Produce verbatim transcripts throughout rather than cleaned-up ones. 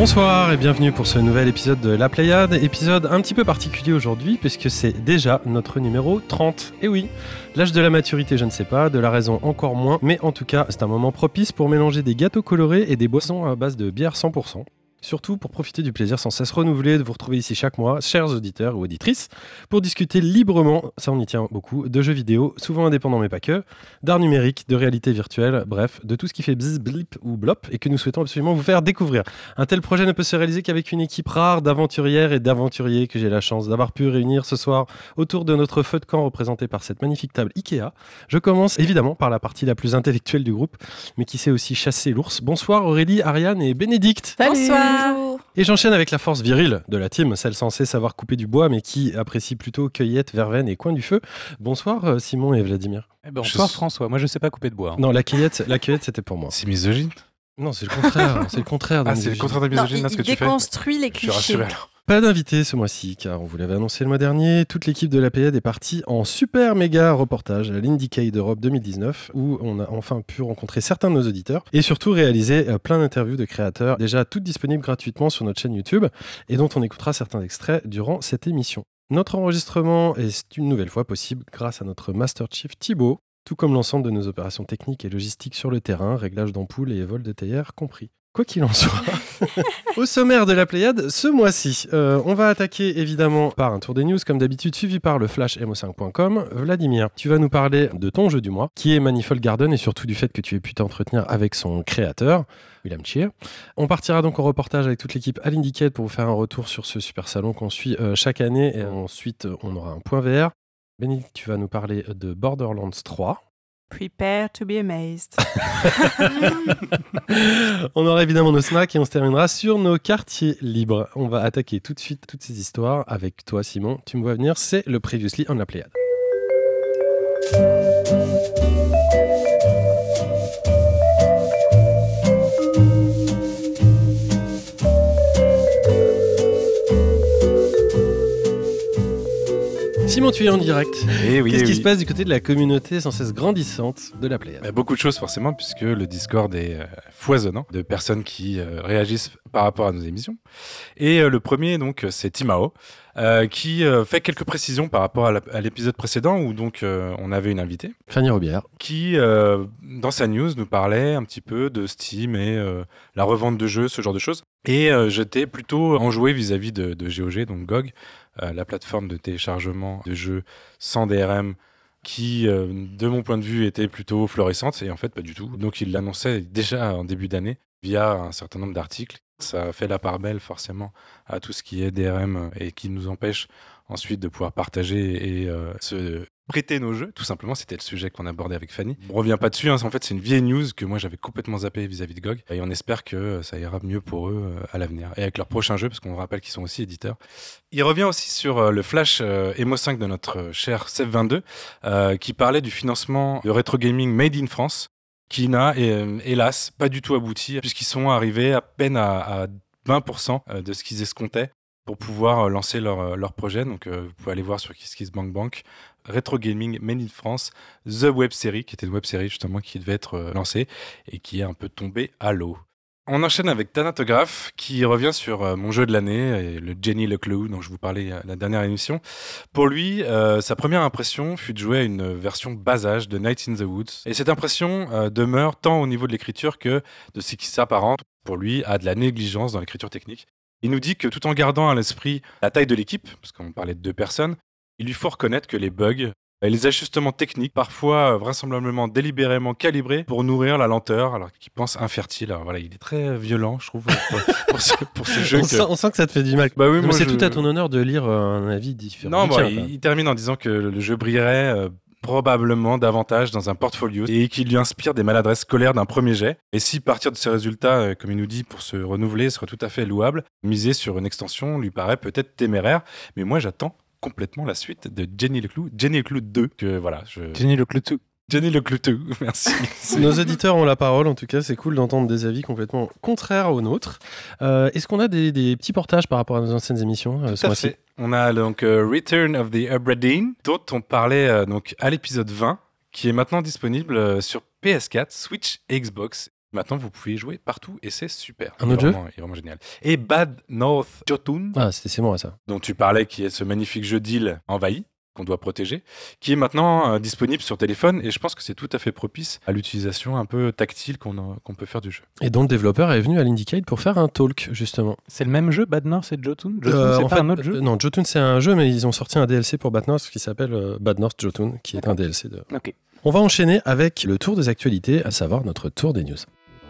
Bonsoir et bienvenue pour ce nouvel épisode de La Pléiade, épisode un petit peu particulier aujourd'hui puisque c'est déjà notre numéro trente. Et oui, l'âge de la maturité je ne sais pas, de la raison encore moins, mais en tout cas c'est un moment propice pour mélanger des gâteaux colorés et des boissons à base de bière cent pour cent. Surtout pour profiter du plaisir sans cesse renouvelé de vous retrouver ici chaque mois, chers auditeurs ou auditrices, pour discuter librement, ça on y tient beaucoup, de jeux vidéo, souvent indépendants mais pas que, d'art numérique, de réalité virtuelle, bref, de tout ce qui fait bzz, blip ou blop et que nous souhaitons absolument vous faire découvrir. Un tel projet ne peut se réaliser qu'avec une équipe rare d'aventurières et d'aventuriers que j'ai la chance d'avoir pu réunir ce soir autour de notre feu de camp représenté par cette magnifique table Ikea. Je commence évidemment par la partie la plus intellectuelle du groupe, mais qui sait aussi chasser l'ours. Bonsoir Aurélie, Ariane et Bénédicte. Salut. Bonsoir. Bonjour. Et j'enchaîne avec la force virile de la team, celle censée savoir couper du bois mais qui apprécie plutôt cueillette, verveine et coin du feu. Bonsoir Simon et Vladimir. Eh ben, bonsoir je... François, moi je sais pas couper de bois. Hein. Non, la cueillette, la cueillette c'était pour moi. C'est misogyne. Non, c'est le contraire, c'est le contraire de Ah, c'est le contraire de misogyne, là, ce que tu fais. Il déconstruit les clichés. Je suis rassuré alors. Pas d'invité ce mois-ci, car on vous l'avait annoncé le mois dernier, toute l'équipe de la Pléiade est partie en super méga reportage à l'Indiecade Europe deux mille dix-neuf, où on a enfin pu rencontrer certains de nos auditeurs, et surtout réaliser euh, plein d'interviews de créateurs, déjà toutes disponibles gratuitement sur notre chaîne YouTube, et dont on écoutera certains extraits durant cette émission. Notre enregistrement est une nouvelle fois possible grâce à notre Master Chief Thibaut, tout comme l'ensemble de nos opérations techniques et logistiques sur le terrain, réglage d'ampoules et vol de théière compris. Quoi qu'il en soit, au sommaire de la Pléiade, ce mois-ci, euh, on va attaquer évidemment par un tour des news, comme d'habitude, suivi par le flash M O cinq point com. Vladimir, tu vas nous parler de ton jeu du mois, qui est Manifold Garden, et surtout du fait que tu aies pu t'entretenir avec son créateur, William Cheer. On partira donc en reportage avec toute l'équipe à l'Indiecade pour vous faire un retour sur ce super salon qu'on suit euh, chaque année, et ensuite on aura un point V R. Bénédicte, tu vas nous parler de Borderlands trois. Prepare to be amazed. On aura évidemment nos snacks et on se terminera sur nos quartiers libres. On va attaquer tout de suite toutes ces histoires avec toi, Simon. Tu me vois venir, c'est le Previously on la Pléiade. Simon, tu es en direct. Et oui, Qu'est-ce et qui oui. se passe du côté de la communauté sans cesse grandissante de la Pléiade ? Bah, beaucoup de choses forcément, puisque le Discord est euh, foisonnant de personnes qui euh, réagissent par rapport à nos émissions. Et euh, le premier, donc, c'est Timao, euh, qui euh, fait quelques précisions par rapport à, la, à l'épisode précédent où donc euh, on avait une invitée. Fanny Robière. Qui, euh, dans sa news, nous parlait un petit peu de Steam et euh, la revente de jeux, ce genre de choses. Et euh, j'étais plutôt enjoué vis-à-vis de, de G O G, donc G O G, euh, la plateforme de téléchargement de jeux sans D R M, qui, euh, de mon point de vue, était plutôt florissante, et en fait, pas du tout. Donc, il l'annonçait déjà en début d'année, via un certain nombre d'articles. Ça fait la part belle, forcément, à tout ce qui est D R M, et qui nous empêche ensuite de pouvoir partager et euh, se prêter nos jeux. Tout simplement, c'était le sujet qu'on abordait avec Fanny. On revient pas dessus, hein. En fait, c'est une vieille news que moi, j'avais complètement zappé vis-à-vis de G O G, et on espère que ça ira mieux pour eux euh, à l'avenir. Et avec leur prochain jeu, parce qu'on rappelle qu'ils sont aussi éditeurs. Il revient aussi sur euh, le flash euh, M O cinq de notre euh, cher Seb vingt-deux, euh, qui parlait du financement de rétro gaming made in France, qui n'a, euh, hélas, pas du tout abouti, puisqu'ils sont arrivés à peine à, à vingt pour cent de ce qu'ils escomptaient pour pouvoir lancer leur, leur projet. Donc, euh, vous pouvez aller voir sur KissKissBankBank, Retro Gaming Made in France, The Web Series, qui était une web série justement qui devait être euh, lancée et qui est un peu tombée à l'eau. On enchaîne avec Thanatograph, qui revient sur euh, mon jeu de l'année, le Jenny Leclou, dont je vous parlais à la dernière émission. Pour lui, euh, sa première impression fut de jouer à une version bas âge de Night in the Woods. Et cette impression euh, demeure tant au niveau de l'écriture que de ce qui s'apparente, pour lui, à de la négligence dans l'écriture technique. Il nous dit que tout en gardant à l'esprit la taille de l'équipe, parce qu'on parlait de deux personnes, il lui faut reconnaître que les bugs et les ajustements techniques, parfois vraisemblablement délibérément calibrés pour nourrir la lenteur, alors qu'il pense infertile. Alors voilà, il est très violent, je trouve, pour, pour, ce, pour ce jeu. On, que... sent, on sent que ça te fait du mal. Bah oui, mais moi, c'est je... tout à ton honneur de lire un avis différent. Non, bon, tien, il, il termine en disant que le jeu brillerait euh, probablement davantage dans un portfolio et qu'il lui inspire des maladresses scolaires d'un premier jet. Et si partir de ces résultats, euh, comme il nous dit, pour se renouveler, serait tout à fait louable, miser sur une extension lui paraît peut-être téméraire. Mais moi, j'attends complètement la suite de Jenny Leclou, Jenny Leclou deux, que voilà, je... Jenny Leclou deux. Jenny Leclou deux, merci. Nos auditeurs ont la parole, en tout cas, c'est cool d'entendre des avis complètement contraires aux nôtres. Euh, est-ce qu'on a des, des petits portages par rapport à nos anciennes émissions euh, ce mois-ci ? On a donc uh, Return of the Aberdeen, dont on parlait euh, donc à l'épisode vingt, qui est maintenant disponible euh, sur P S quatre, Switch et Xbox. Maintenant, vous pouvez y jouer partout et c'est super. Un Il est autre jeu vraiment- Il est vraiment génial. Et Bad North Jotun, Ah, c'était c'est moi ça. dont tu parlais, qui est ce magnifique jeu d'île envahi qu'on doit protéger, qui est maintenant euh, disponible sur téléphone et je pense que c'est tout à fait propice à l'utilisation un peu tactile qu'on, a- qu'on peut faire du jeu. Et dont le développeur est venu à l'Indiecade pour faire un talk, justement. C'est le même jeu, Bad North et Jotun Jotun, Euh, c'est en pas fait, un autre jeu euh, Non, Jotun, c'est un jeu, mais ils ont sorti un D L C pour Bad North qui s'appelle euh, Bad North Jotun, qui est un D L C de. Ok. On va enchaîner avec le tour des actualités, à savoir notre tour des news.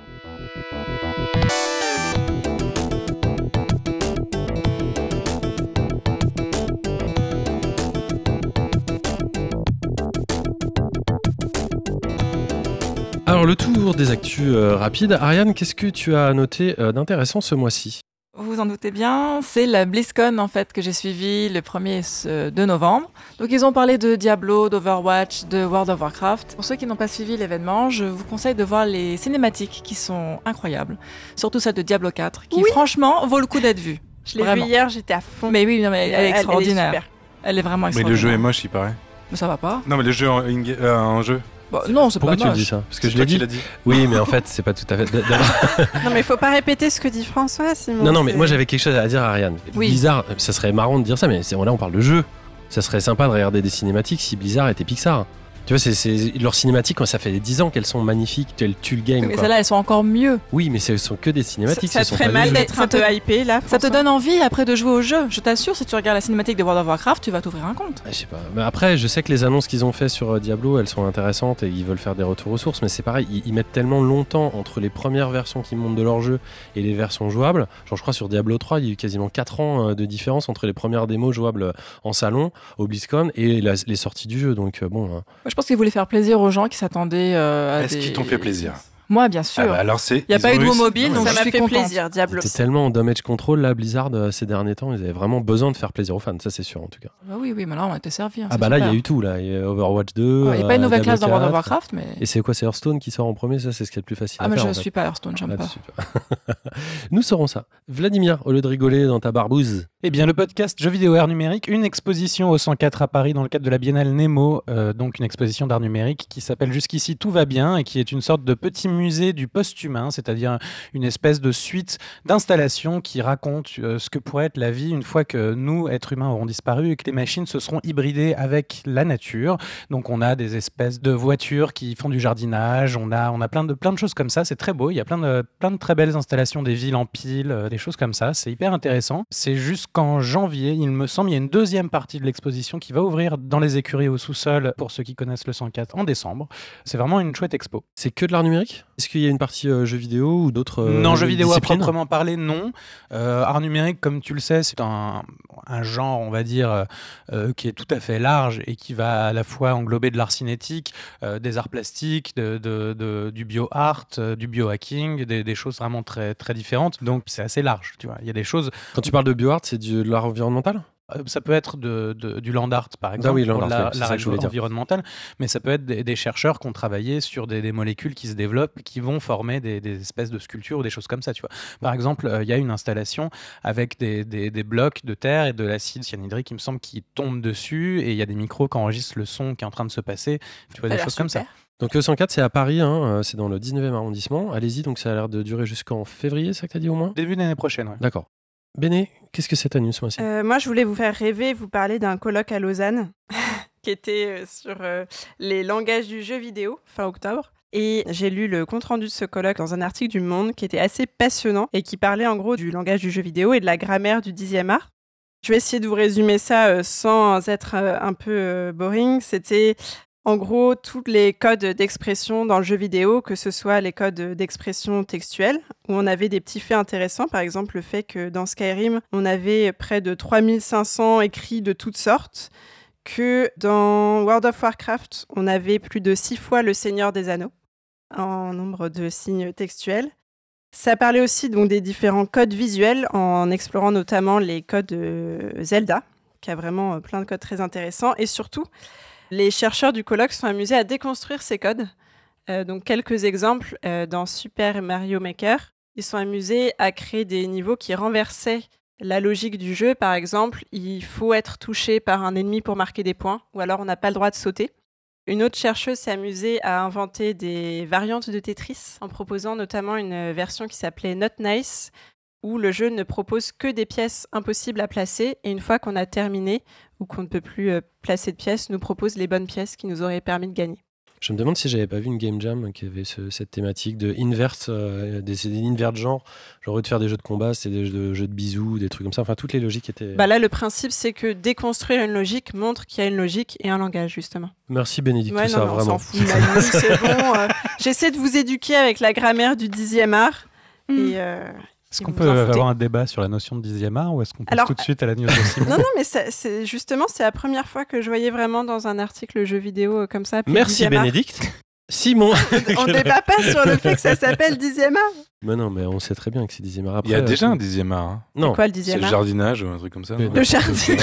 Alors, le tour des actus euh, rapides. Ariane, qu'est-ce que tu as noté euh, d'intéressant ce mois-ci ? Vous vous en doutez bien, c'est la BlizzCon en fait que j'ai suivi le premier de novembre. Donc ils ont parlé de Diablo, d'Overwatch, de World of Warcraft. Pour ceux qui n'ont pas suivi l'événement, je vous conseille de voir les cinématiques qui sont incroyables. Surtout celle de Diablo quatre, qui Oui. franchement vaut le coup d'être vue. Je l'ai Vraiment. vu hier, j'étais à fond. Mais oui, non, mais elle, elle est extraordinaire. super. Elle est vraiment Mais le extraordinaire. jeu est moche, il paraît. Mais ça va pas. Non, mais le jeu en, in- euh, en jeu. Bon, non, c'est Pourquoi pas tu le moche. dis ça ? Parce que C'est je toi l'ai qui dit. l'as dit. Oui, mais en fait, c'est pas tout à fait. Non, mais faut pas répéter ce que dit François, Simon. Non, non, mais c'est- moi j'avais quelque chose à dire à Ariane. Oui. Blizzard, ça serait marrant de dire ça, mais c'est- là on parle de jeu. Ça serait sympa de regarder des cinématiques si Blizzard était Pixar. Tu vois, c'est, c'est, leurs cinématiques, ça fait dix ans qu'elles sont magnifiques, elles tuent le game. Mais quoi. celles-là, elles sont encore mieux. Oui, mais ce sont que des cinématiques. Ça, ce ça sont te ferait pas des mal jeux. d'être Ça un te- peu hypé là. Ça te François donne envie après de jouer au jeu. Je t'assure, si tu regardes la cinématique de World of Warcraft, tu vas t'ouvrir un compte. Ah, je sais pas. Mais après, je sais que les annonces qu'ils ont fait sur euh, Diablo, elles sont intéressantes et ils veulent faire des retours aux sources, mais c'est pareil, ils, ils mettent tellement longtemps entre les premières versions qui montent de leur jeu et les versions jouables. Genre, je crois sur Diablo trois, il y a eu quasiment quatre ans euh, de différence entre les premières démos jouables en salon, au BlizzCon, et la- les sorties du jeu. Donc, euh, bon. hein. Moi, je pense qu'ils voulaient faire plaisir aux gens qui s'attendaient euh, à Est-ce des... qu'ils t'ont fait plaisir ? Moi, bien sûr. Ah bah alors c'est. Il y a ils pas ont eu de réussi. mobile, Non, donc mais je Ça m'a suis fait contente. plaisir, Diablo. C'était tellement en damage control, là, Blizzard, euh, ces derniers temps, ils avaient vraiment besoin de faire plaisir aux fans, ça c'est sûr en tout cas. Bah oui, oui, mais là, on était servis. Hein, Ah c'est bah là, il y a super. eu tout, là. Il y a Overwatch deux. Ouais, Il n'y a pas une euh, nouvelle Diablo classe dans World of quatre. Warcraft, mais... Et c'est quoi, c'est Hearthstone qui sort en premier, ça c'est ce qui est le plus facile Ah, à mais faire. je en fait. suis pas Hearthstone, j'aime Ah, pas. super. Nous saurons ça. Vladimir, au lieu de rigoler dans ta barbouze. Eh bien, le podcast Jeux vidéo art numérique, une exposition au cent quatre à Paris dans le cadre de la Biennale Nemo, euh, donc une exposition d'art numérique qui s'appelle Jusqu'ici tout va bien et qui est une sorte de petit musée du post-humain, c'est-à-dire une espèce de suite d'installations qui racontent euh, ce que pourrait être la vie une fois que nous, êtres humains, auront disparu et que les machines se seront hybridées avec la nature. Donc, on a des espèces de voitures qui font du jardinage, on a, on a plein, de, plein de choses comme ça, c'est très beau, il y a plein de, plein de très belles installations, des villes en pile, euh, des choses comme ça, c'est hyper intéressant. C'est jusqu'en janvier, il me semble, il y a une deuxième partie de l'exposition qui va ouvrir dans les écuries au sous-sol, pour ceux qui connaissent le cent quatre, en décembre. C'est vraiment une chouette expo. C'est que de l'art numérique ? Est-ce qu'il y a une partie euh, jeux vidéo ou d'autres euh, non, jeux vidéo à disciplines ? proprement parler, non. Euh, art numérique, comme tu le sais, c'est un, un genre, on va dire, euh, qui est tout à fait large et qui va à la fois englober de l'art cinétique, euh, des arts plastiques, de, de, de, du bio-art, euh, du biohacking, des, des choses vraiment très, très différentes. Donc, c'est assez large, tu vois. Il y a des choses... Quand tu parles de bioart, c'est du- de l'art environnemental ? Euh, Ça peut être de, de- du land art, par exemple, oui, land pour art, la, oui, c'est la ça que je voulais dire. environnementale, mais ça peut être des, des chercheurs qui ont travaillé sur des, des molécules qui se développent, qui vont former des, des espèces de sculptures ou des choses comme ça, tu vois. Par exemple, euh, il y a une installation avec des, des- des blocs de terre et de l'acide cyanhydrique, il me semble, qui tombent dessus, et il y a des micros qui enregistrent le son qui est en train de se passer, tu vois, Ça a des l'air choses comme ça. super. Donc le cent quatre, c'est à Paris, hein, euh, c'est dans le dix-neuvième arrondissement. Allez-y, donc ça a l'air de durer jusqu'en février, c'est ça que tu as dit au moins ? Début d'année prochaine, ouais. D'accord. Béné, qu'est-ce que c'est ta news ce mois-ci ? Euh, moi, je voulais vous faire rêver, vous parler d'un colloque à Lausanne qui était euh, sur euh, les langages du jeu vidéo, fin octobre. Et j'ai lu le compte-rendu de ce colloque dans un article du Monde qui était assez passionnant et qui parlait en gros du langage du jeu vidéo et de la grammaire du dixième art. Je vais essayer de vous résumer ça euh, sans être euh, un peu euh, boring. C'était en gros tous les codes d'expression dans le jeu vidéo, que ce soit les codes d'expression textuelle, où on avait des petits faits intéressants. Par exemple, le fait que dans Skyrim, on avait près de trois mille cinq cents écrits de toutes sortes, que dans World of Warcraft, on avait plus de six fois le Seigneur des Anneaux en nombre de signes textuels. Ça parlait aussi donc des différents codes visuels en explorant notamment les codes de Zelda, qui a vraiment plein de codes très intéressants. Et surtout, les chercheurs du colloque se sont amusés à déconstruire ces codes. Euh, donc quelques exemples, euh, dans Super Mario Maker, ils se sont amusés à créer des niveaux qui renversaient la logique du jeu. Par exemple, il faut être touché par un ennemi pour marquer des points, ou alors on n'a pas le droit de sauter. Une autre chercheuse s'est amusée à inventer des variantes de Tetris en proposant notamment une version qui s'appelait Not Nice, où le jeu ne propose que des pièces impossibles à placer et une fois qu'on a terminé ou qu'on ne peut plus euh, placer de pièces, nous propose les bonnes pièces qui nous auraient permis de gagner. Je me demande si j'avais pas vu une game jam qui avait ce- cette thématique de invert, euh, des, c'est des invert genre, genre au lieu de faire des jeux de combat, c'est des jeux de, jeux de bisous, des trucs comme ça. Enfin, toutes les logiques étaient. Bah là, le principe, c'est que déconstruire une logique montre qu'il y a une logique et un langage, justement. Merci Bénédicte, Ouais, tout non, ça mais on vraiment. s'en fout. Manu, c'est bon. euh, J'essaie de vous éduquer avec la grammaire du dixième art. Mm. Et, euh, Est-ce et qu'on vous peut en foutez. avoir un débat sur la notion de dixième art ou est-ce qu'on passe Alors, tout de suite à la news de Simon? Non, non, mais ça- c'est justement, c'est la première fois que je voyais vraiment dans un article jeu vidéo euh, comme ça. appelé Merci dixième art. Bénédicte. Simon. On débat pas sur le fait que ça s'appelle dixième art. Mais non, mais on sait très bien que c'est dixième art. Il y a Après, déjà euh, un dixième art. Hein. Non. Quoi, le C'est dixième le art jardinage ou un truc comme ça. Mais non non. Le jardinage.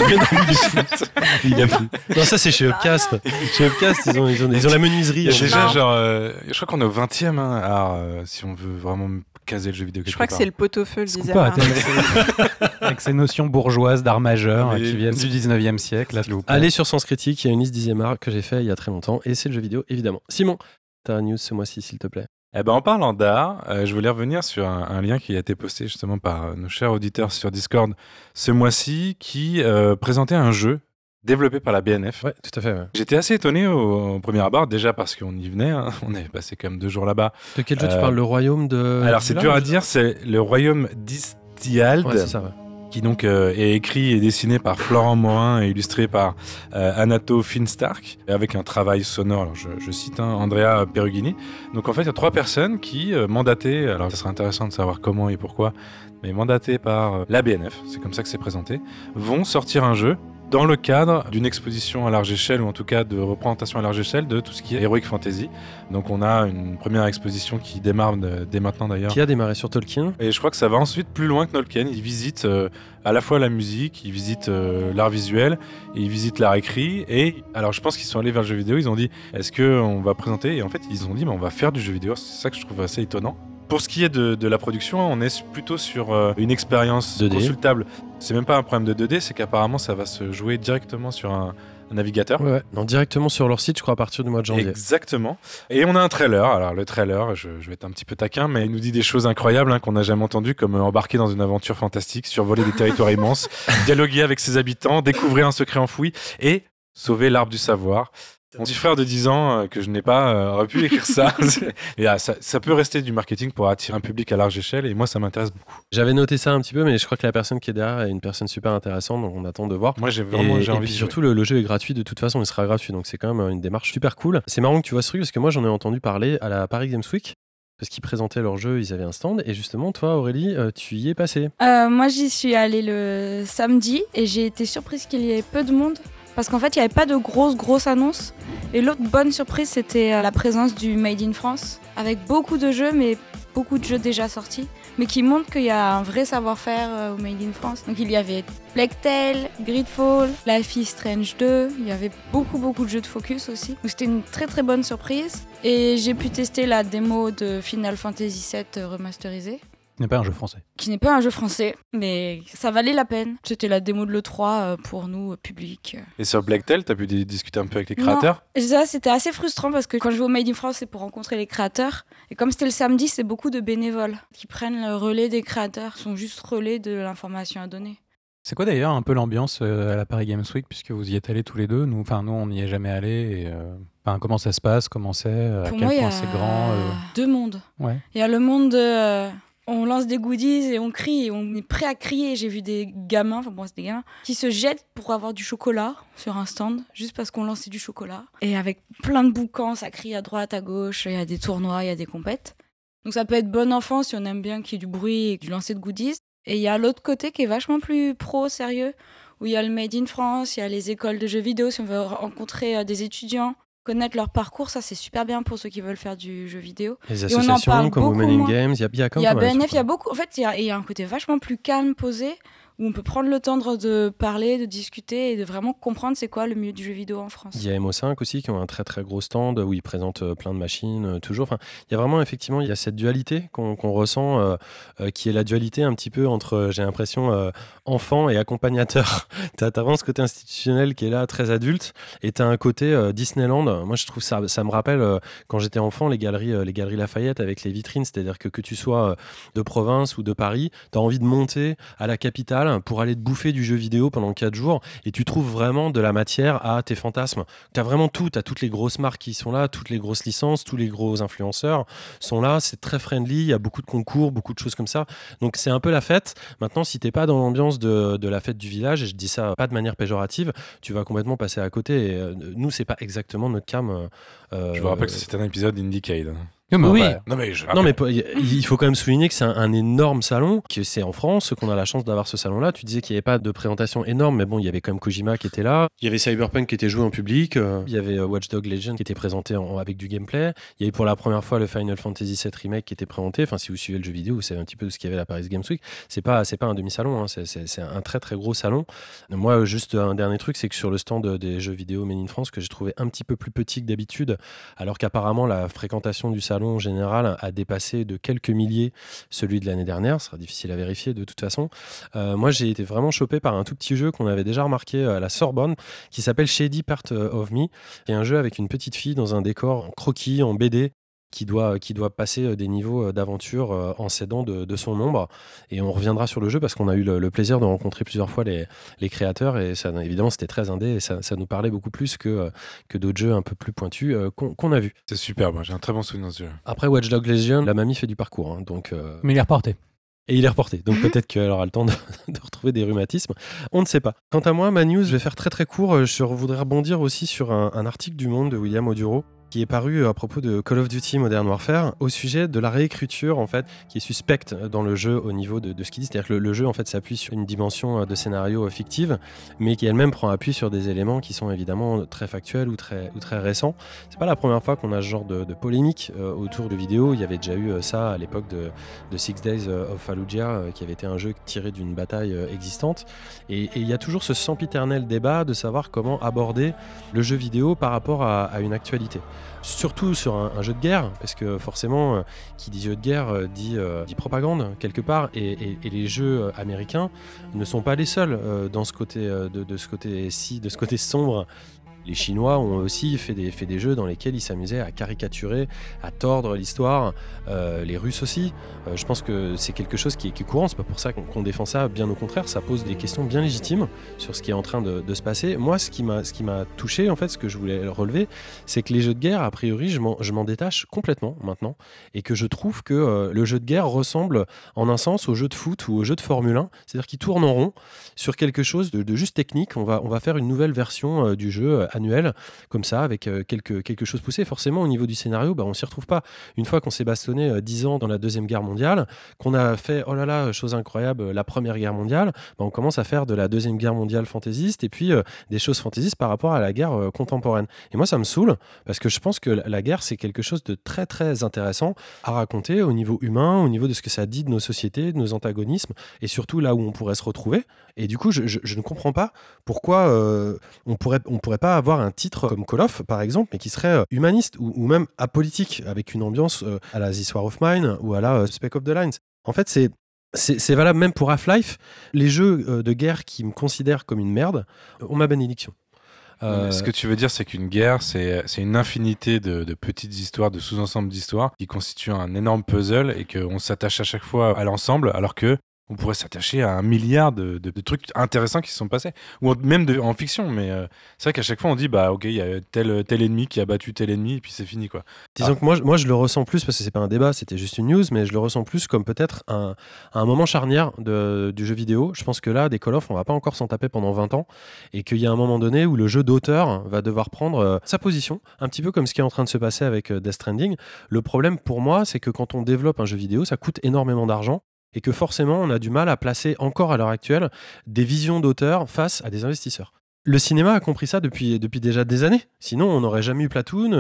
Il y a plus. Non, ça c'est chez Upcast. Chez Upcast, ils ont, ils ont, ils ont la menuiserie. Il y a en déjà Non. genre, euh, je crois qu'on est au vingtième hein, art, euh, si on veut vraiment caser le jeu vidéo. Je quelque crois que part. c'est le pot-au-feu, le Est-ce qu'on dixième peut art. arrêter avec ces, avec ces notions bourgeoises d'art majeur Mais- euh, qui viennent du dix-neuvième siècle là, s'il vous plaît. Allez sur Sens Critique, il y a une liste dixième art que j'ai fait il y a très longtemps et c'est le jeu vidéo évidemment. Simon, ta news ce mois-ci s'il te plaît. Eh ben, en parlant d'art, euh, je voulais revenir sur un, un lien qui a été posté justement par euh, nos chers auditeurs sur Discord ce mois-ci qui euh, présentait un jeu développé par la B N F. Ouais, tout à fait. Ouais. J'étais assez étonné au, au premier abord, déjà parce qu'on y venait, hein. On avait passé quand même deux jours là-bas. De quel jeu tu Euh, parles? Le royaume de. Alors c'est du dur à large dire, c'est le royaume d'Istiald, Ouais, c'est ça. Ouais. qui donc euh, est écrit et dessiné par Florent Morin et illustré par euh, Anato Finstark, avec un travail sonore, alors je, je cite hein, Andrea Perugini. Donc en fait, il y a trois personnes qui, euh, mandatées, alors ça serait intéressant de savoir comment et pourquoi, mais mandatées par euh, la B N F, c'est comme ça que c'est présenté, vont sortir un jeu dans le cadre d'une exposition à large échelle, ou en tout cas de représentation à large échelle de tout ce qui est Heroic Fantasy. Donc on a une première exposition qui démarre de- dès maintenant d'ailleurs. Qui a démarré sur Tolkien. Et je crois que ça va ensuite plus loin que Tolkien. Il visite euh, à la fois la musique, il visite euh, l'art visuel, et il visite l'art écrit. Et alors je pense qu'ils sont allés vers le jeu vidéo, ils ont dit est-ce qu'on va présenter? Et en fait ils ont dit mais on va faire du jeu vidéo. C'est ça que je trouve assez étonnant. Pour ce qui est de, de la production, on est plutôt sur euh, une expérience deux D. consultable. C'est même pas un problème de deux D, c'est qu'apparemment ça va se jouer directement sur un, un navigateur. Ouais, ouais. Non, directement sur leur site, je crois, à partir du mois de janvier. Exactement. Et on a un trailer. Alors le trailer, je, je vais être un petit peu taquin, mais il nous dit des choses incroyables hein, qu'on n'a jamais entendues, comme euh, embarquer dans une aventure fantastique, survoler des territoires immenses, dialoguer avec ses habitants, découvrir un secret enfoui et sauver l'arbre du savoir. Mon petit frère de dix ans, euh, que je n'ai pas, euh, aurait pu écrire ça. Et, ah, ça. Ça peut rester du marketing pour attirer un public à large échelle, et moi ça m'intéresse beaucoup. J'avais noté ça un petit peu, mais je crois que la personne qui est derrière est une personne super intéressante, donc on attend de voir. Moi j'ai vraiment et, j'ai et envie puis de surtout, jouer. le, le jeu est gratuit de toute façon, il sera gratuit, donc c'est quand même une démarche super cool. C'est marrant que tu vois ce truc parce que moi j'en ai entendu parler à la Paris Games Week. Parce qu'ils présentaient leur jeu, ils avaient un stand. Et justement, toi, Aurélie, euh, tu y es passée. Euh, moi, j'y suis allée le samedi et j'ai été surprise qu'il y ait peu de monde. Parce qu'en fait, il n'y avait pas de grosses, grosses annonces. Et l'autre bonne surprise, c'était euh, la présence du Made in France. Avec beaucoup de jeux, mais beaucoup de jeux déjà sortis. Mais qui montrent qu'il y a un vrai savoir-faire euh, au Made in France. Donc il y avait Plague Tale, Gridfall, Life is Strange deux. Il y avait beaucoup, beaucoup de jeux de focus aussi. Donc c'était une très, très bonne surprise. Et j'ai pu tester la démo de Final Fantasy sept euh, remasterisé. Ce n'est pas un jeu français. Qui n'est pas un jeu français, mais ça valait la peine. C'était la démo de l'E trois euh, pour nous, euh, public. Et sur Black Tail, t'as pu d- discuter un peu avec les créateurs? Et ça, c'était assez frustrant parce que quand je vais au Made in France, c'est pour rencontrer les créateurs. Et comme c'était le samedi, c'est beaucoup de bénévoles qui prennent le relais des créateurs, sont juste relais de l'information à donner. C'est quoi d'ailleurs un peu l'ambiance euh, à la Paris Games Week, puisque vous y êtes allés tous les deux? Nous, enfin, nous on n'y est jamais allés. Et, euh, enfin, comment ça se passe? Comment c'est? À pour quel moi, il y point a c'est grand euh, deux mondes. Ouais. Il y a le monde de... euh, on lance des goodies et on crie et on est prêt à crier. J'ai vu des gamins, enfin bon, c'est des gamins, qui se jettent pour avoir du chocolat sur un stand, juste parce qu'on lançait du chocolat. Et avec plein de boucans, ça crie à droite, à gauche, il y a des tournois, il y a des compètes. Donc ça peut être bon enfant si on aime bien qu'il y ait du bruit et du lancer de goodies. Et il y a l'autre côté qui est vachement plus pro, sérieux, où il y a le Made in France, il y a les écoles de jeux vidéo, si on veut rencontrer euh, des étudiants, connaître leur parcours, ça c'est super bien pour ceux qui veulent faire du jeu vidéo. Les Et on en associations parle comme beaucoup Women in moins. Games, il y a, il y a quand Il y a même pas mal de B N F, trucs, il y a quoi. beaucoup. En fait, il y a, il y a un côté vachement plus calme, posé, où on peut prendre le temps de, de parler, de discuter et de vraiment comprendre c'est quoi le milieu du jeu vidéo en France. Il y a M O cinq aussi qui ont un très très gros stand où ils présentent euh, plein de machines, euh, toujours. Enfin, il y a vraiment effectivement il y a cette dualité qu'on, qu'on ressent, euh, euh, qui est la dualité un petit peu entre, euh, j'ai l'impression, euh, enfant et accompagnateur. T'as, t'as vraiment ce côté institutionnel qui est là, très adulte, et t'as un côté euh, Disneyland. Moi, je trouve ça, ça me rappelle euh, quand j'étais enfant, les galeries, euh, les galeries Lafayette avec les vitrines. C'est-à-dire que que tu sois euh, de province ou de Paris, t'as envie de monter à la capitale pour aller te bouffer du jeu vidéo pendant quatre jours, et tu trouves vraiment de la matière à tes fantasmes. T'as vraiment tout, t'as toutes les grosses marques qui sont là, toutes les grosses licences, tous les gros influenceurs sont là, c'est très friendly, il y a beaucoup de concours, beaucoup de choses comme ça. Donc c'est un peu la fête. Maintenant, si t'es pas dans l'ambiance de, de la fête du village, et je dis ça pas de manière péjorative, tu vas complètement passer à côté. Et, euh, nous, c'est pas exactement notre cam. Euh, Je vous rappelle que c'est un épisode d'Indiecade. Oui. Non mais, je non mais il faut quand même souligner que c'est un, un énorme salon, que c'est en France, qu'on a la chance d'avoir ce salon-là. Tu disais qu'il n'y avait pas de présentation énorme, mais bon, il y avait quand même Kojima qui était là. Il y avait Cyberpunk qui était joué en public. Euh, il y avait Watch Dogs Legion qui était présenté en, avec du gameplay. Il y avait pour la première fois le Final Fantasy sept Remake qui était présenté. Enfin, si vous suivez le jeu vidéo, vous savez un petit peu ce qu'il y avait à la Paris Games Week. C'est pas, c'est pas un demi-salon, hein. c'est, c'est, c'est un très très gros salon. Moi, juste un dernier truc, c'est que sur le stand des jeux vidéo Made in France, que j'ai trouvé un petit peu plus petit que d'habitude, alors qu'apparemment la fréquentation du salon en général a dépassé de quelques milliers celui de l'année dernière. Ce sera difficile à vérifier de toute façon. Euh, moi, j'ai été vraiment chopé par un tout petit jeu qu'on avait déjà remarqué à la Sorbonne, qui s'appelle Shady Part of Me, qui est un jeu avec une petite fille dans un décor en croquis, en B D, qui doit, qui doit passer des niveaux d'aventure en s'aidant de, de son ombre. Et on reviendra sur le jeu parce qu'on a eu le, le plaisir de rencontrer plusieurs fois les, les créateurs, et ça, évidemment c'était très indé, et ça, ça nous parlait beaucoup plus que, que d'autres jeux un peu plus pointus euh, qu'on, qu'on a vus. C'est super, moi j'ai un très bon souvenir de ce jeu. Après Watch Dogs Legion, la mamie fait du parcours, hein, donc, euh... mais il est reporté. Et il est reporté, donc peut-être qu'elle aura le temps de, de retrouver des rhumatismes. On ne sait pas. Quant à moi, ma news, je vais faire très très court. Je voudrais rebondir aussi sur un, un article du Monde de William Oduro, qui est paru à propos de Call of Duty Modern Warfare, au sujet de la réécriture en fait, qui est suspecte dans le jeu au niveau de, de ce qu'il dit. C'est-à-dire que le, le jeu en fait s'appuie sur une dimension de scénario fictive, mais qui elle-même prend appui sur des éléments qui sont évidemment très factuels ou très, ou très récents. C'est pas la première fois qu'on a ce genre de, de polémique euh, autour de vidéos. Il y avait déjà eu euh, ça à l'époque de, de Six Days of Fallujah, euh, qui avait été un jeu tiré d'une bataille euh, existante. Et, et il y a toujours ce sempiternel débat de savoir comment aborder le jeu vidéo par rapport à, à une actualité. Surtout sur un, un jeu de guerre, parce que forcément, euh, qui dit jeu de guerre euh, dit, euh, dit propagande quelque part, et, et, et les jeux euh, américains ne sont pas les seuls euh, dans ce côté, euh, de, de ce côté-ci, de ce côté sombre. Les Chinois ont aussi fait des, fait des jeux dans lesquels ils s'amusaient à caricaturer, à tordre l'histoire. Euh, les Russes aussi. Euh, je pense que c'est quelque chose qui est, qui est courant. C'est pas pour ça qu'on, qu'on défend ça. Bien au contraire, ça pose des questions bien légitimes sur ce qui est en train de, de se passer. Moi, ce qui m'a, ce qui m'a touché, en fait, ce que je voulais relever, c'est que les jeux de guerre, a priori, je m'en, je m'en détache complètement maintenant, et que je trouve que euh, le jeu de guerre ressemble, en un sens, au jeu de foot ou au jeu de Formule un. C'est-à-dire qu'il tourne en rond sur quelque chose de, de juste technique. On va, on va faire une nouvelle version euh, du jeu. Euh, annuel, comme ça, avec euh, quelque, quelque chose poussé. Forcément, au niveau du scénario, bah, on s'y retrouve pas. Une fois qu'on s'est bastonné euh, dix ans dans la Deuxième Guerre mondiale, qu'on a fait, oh là là, chose incroyable, la Première Guerre mondiale, bah, on commence à faire de la Deuxième Guerre mondiale fantaisiste, et puis euh, des choses fantaisistes par rapport à la guerre euh, contemporaine. Et moi, ça me saoule, parce que je pense que la, la guerre, c'est quelque chose de très, très intéressant à raconter au niveau humain, au niveau de ce que ça dit de nos sociétés, de nos antagonismes, et surtout là où on pourrait se retrouver. Et du coup, je, je, je ne comprends pas pourquoi euh, on pourrait, on pourrait pas avoir un titre comme Call of, par exemple, mais qui serait humaniste ou, ou même apolitique, avec une ambiance euh, à la This War of Mine ou à la euh, Spec Ops The Lines. En fait, c'est, c'est, c'est valable même pour Half-Life. Les jeux euh, de guerre qui me considèrent comme une merde ont ma bénédiction. Euh... Ce que tu veux dire, c'est qu'une guerre, c'est, c'est une infinité de, de petites histoires, de sous-ensembles d'histoires qui constituent un énorme puzzle, et qu'on s'attache à chaque fois à l'ensemble, alors que on pourrait s'attacher à un milliard de, de, de trucs intéressants qui se sont passés, ou même de, en fiction, mais euh, c'est vrai qu'à chaque fois on dit bah ok, il y a tel, tel ennemi qui a battu tel ennemi, et puis c'est fini quoi. Disons ah. que moi, moi je le ressens plus, parce que c'est pas un débat, c'était juste une news, mais je le ressens plus comme peut-être un, un moment charnière de, du jeu vidéo. Je pense que là, des Call of, on va pas encore s'en taper pendant vingt ans, et qu'il y a un moment donné où le jeu d'auteur va devoir prendre euh, sa position, un petit peu comme ce qui est en train de se passer avec euh, Death Stranding. Le problème pour moi, c'est que quand on développe un jeu vidéo, ça coûte énormément d'argent, et que forcément on a du mal à placer encore à l'heure actuelle des visions d'auteurs face à des investisseurs. Le cinéma a compris ça depuis, depuis déjà des années, sinon on n'aurait jamais eu Platoon,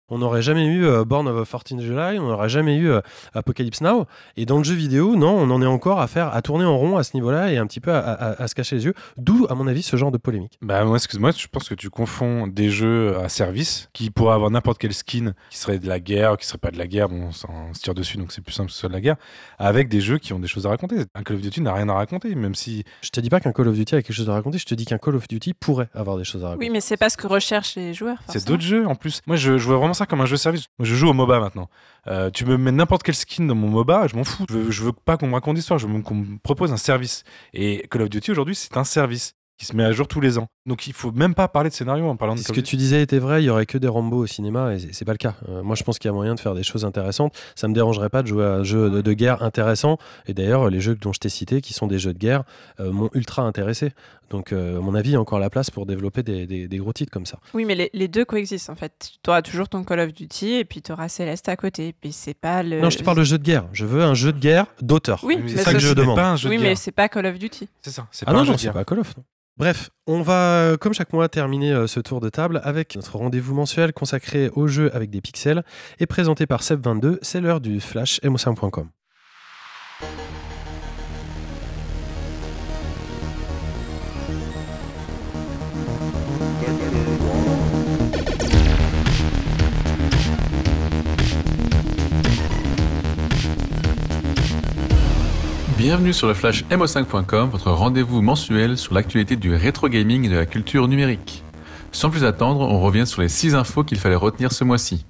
On n'aurait jamais eu euh, Born of a quatorze July, on n'aurait jamais eu euh, Apocalypse Now. Et dans le jeu vidéo, non, on en est encore à faire, à tourner en rond à ce niveau-là et un petit peu à, à, à se cacher les yeux. D'où, à mon avis, ce genre de polémique. Bah moi, excuse-moi, je pense que tu confonds des jeux à service qui pourraient avoir n'importe quel skin qui serait de la guerre, qui serait pas de la guerre, bon, on se tire dessus donc c'est plus simple que ce soit de la guerre, avec des jeux qui ont des choses à raconter. Un Call of Duty n'a rien à raconter, même si... Je te dis pas qu'un Call of Duty a quelque chose à raconter, je te dis qu'un Call of Duty pourrait avoir des choses à raconter. Oui, mais c'est pas ce que recherchent les joueurs. C'est forcément. d'autres jeux en plus. Moi, je, je vois vraiment ça comme un jeu service. Moi, je joue au MOBA maintenant. Euh, tu me mets n'importe quel skin dans mon MOBA, je m'en fous. Je veux, je veux pas qu'on me raconte d'histoire, je veux qu'on me propose un service. Et Call of Duty aujourd'hui, c'est un service qui se met à jour tous les ans. Donc il faut même pas parler de scénario en parlant de Si ce Call que of Duty. tu disais était vrai, il y aurait que des Rambo au cinéma et c'est, c'est pas le cas. Euh, moi je pense qu'il y a moyen de faire des choses intéressantes. Ça me dérangerait pas de jouer à un jeu de, de guerre intéressant. Et d'ailleurs les jeux dont je t'ai cités, qui sont des jeux de guerre, euh, m'ont ultra intéressé. Donc euh, à mon avis, il y a encore la place pour développer des, des, des gros titres comme ça. Oui, mais les, les deux coexistent en fait. Tu auras toujours ton Call of Duty et puis tu auras Céleste à côté. Et puis c'est pas le. Non, je te parle de jeu de guerre. Je veux un jeu de guerre d'auteur. Oui, Mais mais c'est ça ça, que je ce n'est demande. pas un jeu Oui, de mais guerre. c'est pas Call of Duty. C'est ça. C'est Ah pas non, un jeu non, de c'est guerre. pas Call of. Non. Bref, on va, euh, comme chaque mois, terminer euh, ce tour de table avec notre rendez-vous mensuel consacré aux jeux avec des pixels et présenté par Seb vingt-deux. C'est l'heure du flash M O cinq point com. Bienvenue sur le flash M O cinq point com, votre rendez-vous mensuel sur l'actualité du rétro gaming et de la culture numérique. Sans plus attendre, on revient sur les six infos qu'il fallait retenir ce mois-ci.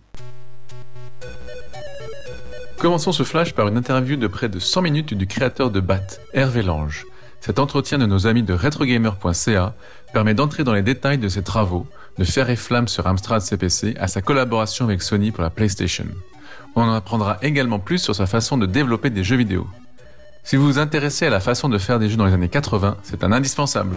Commençons ce flash par une interview de près de cent minutes du créateur de Bat, Hervé Lange. Cet entretien de nos amis de retrogamer point c a permet d'entrer dans les détails de ses travaux, de fer et flamme sur Amstrad C P C à sa collaboration avec Sony pour la PlayStation. On en apprendra également plus sur sa façon de développer des jeux vidéo. Si vous vous intéressez à la façon de faire des jeux dans les années quatre-vingts, c'est un indispensable.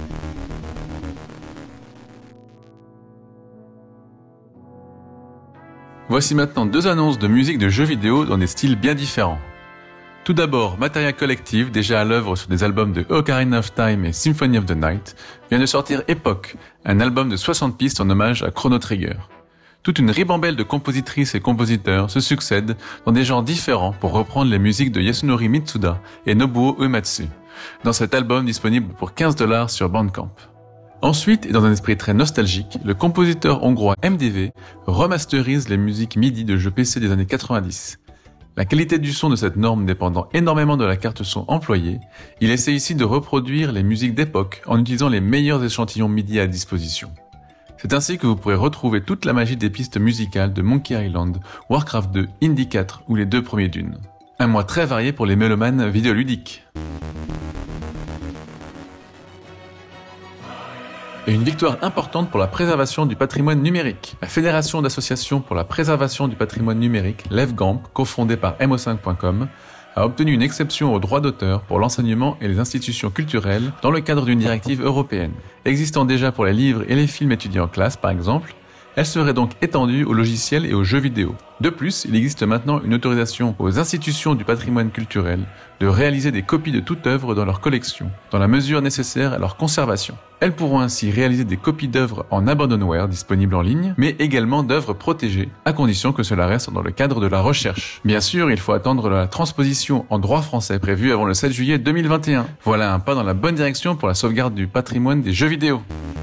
Voici maintenant deux annonces de musique de jeux vidéo dans des styles bien différents. Tout d'abord, Materia Collective, déjà à l'œuvre sur des albums de Ocarina of Time et Symphony of the Night, vient de sortir Epoch, un album de soixante pistes en hommage à Chrono Trigger. Toute une ribambelle de compositrices et compositeurs se succèdent dans des genres différents pour reprendre les musiques de Yasunori Mitsuda et Nobuo Uematsu, dans cet album disponible pour quinze dollars sur Bandcamp. Ensuite, et dans un esprit très nostalgique, le compositeur hongrois M D V remasterise les musiques MIDI de jeux P C des années quatre-vingt-dix. La qualité du son de cette norme dépendant énormément de la carte son employée, il essaie ici de reproduire les musiques d'époque en utilisant les meilleurs échantillons MIDI à disposition. C'est ainsi que vous pourrez retrouver toute la magie des pistes musicales de Monkey Island, Warcraft deux, Indy quatre ou les deux premiers Dunes. Un mois très varié pour les mélomanes vidéoludiques. Et une victoire importante pour la préservation du patrimoine numérique. La Fédération d'associations pour la préservation du patrimoine numérique, l'EFGAMP, cofondée par M O cinq point com, a obtenu une exception aux droits d'auteur pour l'enseignement et les institutions culturelles dans le cadre d'une directive européenne. Existant déjà pour les livres et les films étudiés en classe par exemple, elle serait donc étendue aux logiciels et aux jeux vidéo. De plus, il existe maintenant une autorisation aux institutions du patrimoine culturel de réaliser des copies de toute œuvre dans leur collection, dans la mesure nécessaire à leur conservation. Elles pourront ainsi réaliser des copies d'œuvres en abandonware disponibles en ligne, mais également d'œuvres protégées, à condition que cela reste dans le cadre de la recherche. Bien sûr, il faut attendre la transposition en droit français prévue avant le sept juillet deux mille vingt et un. Voilà un pas dans la bonne direction pour la sauvegarde du patrimoine des jeux vidéo.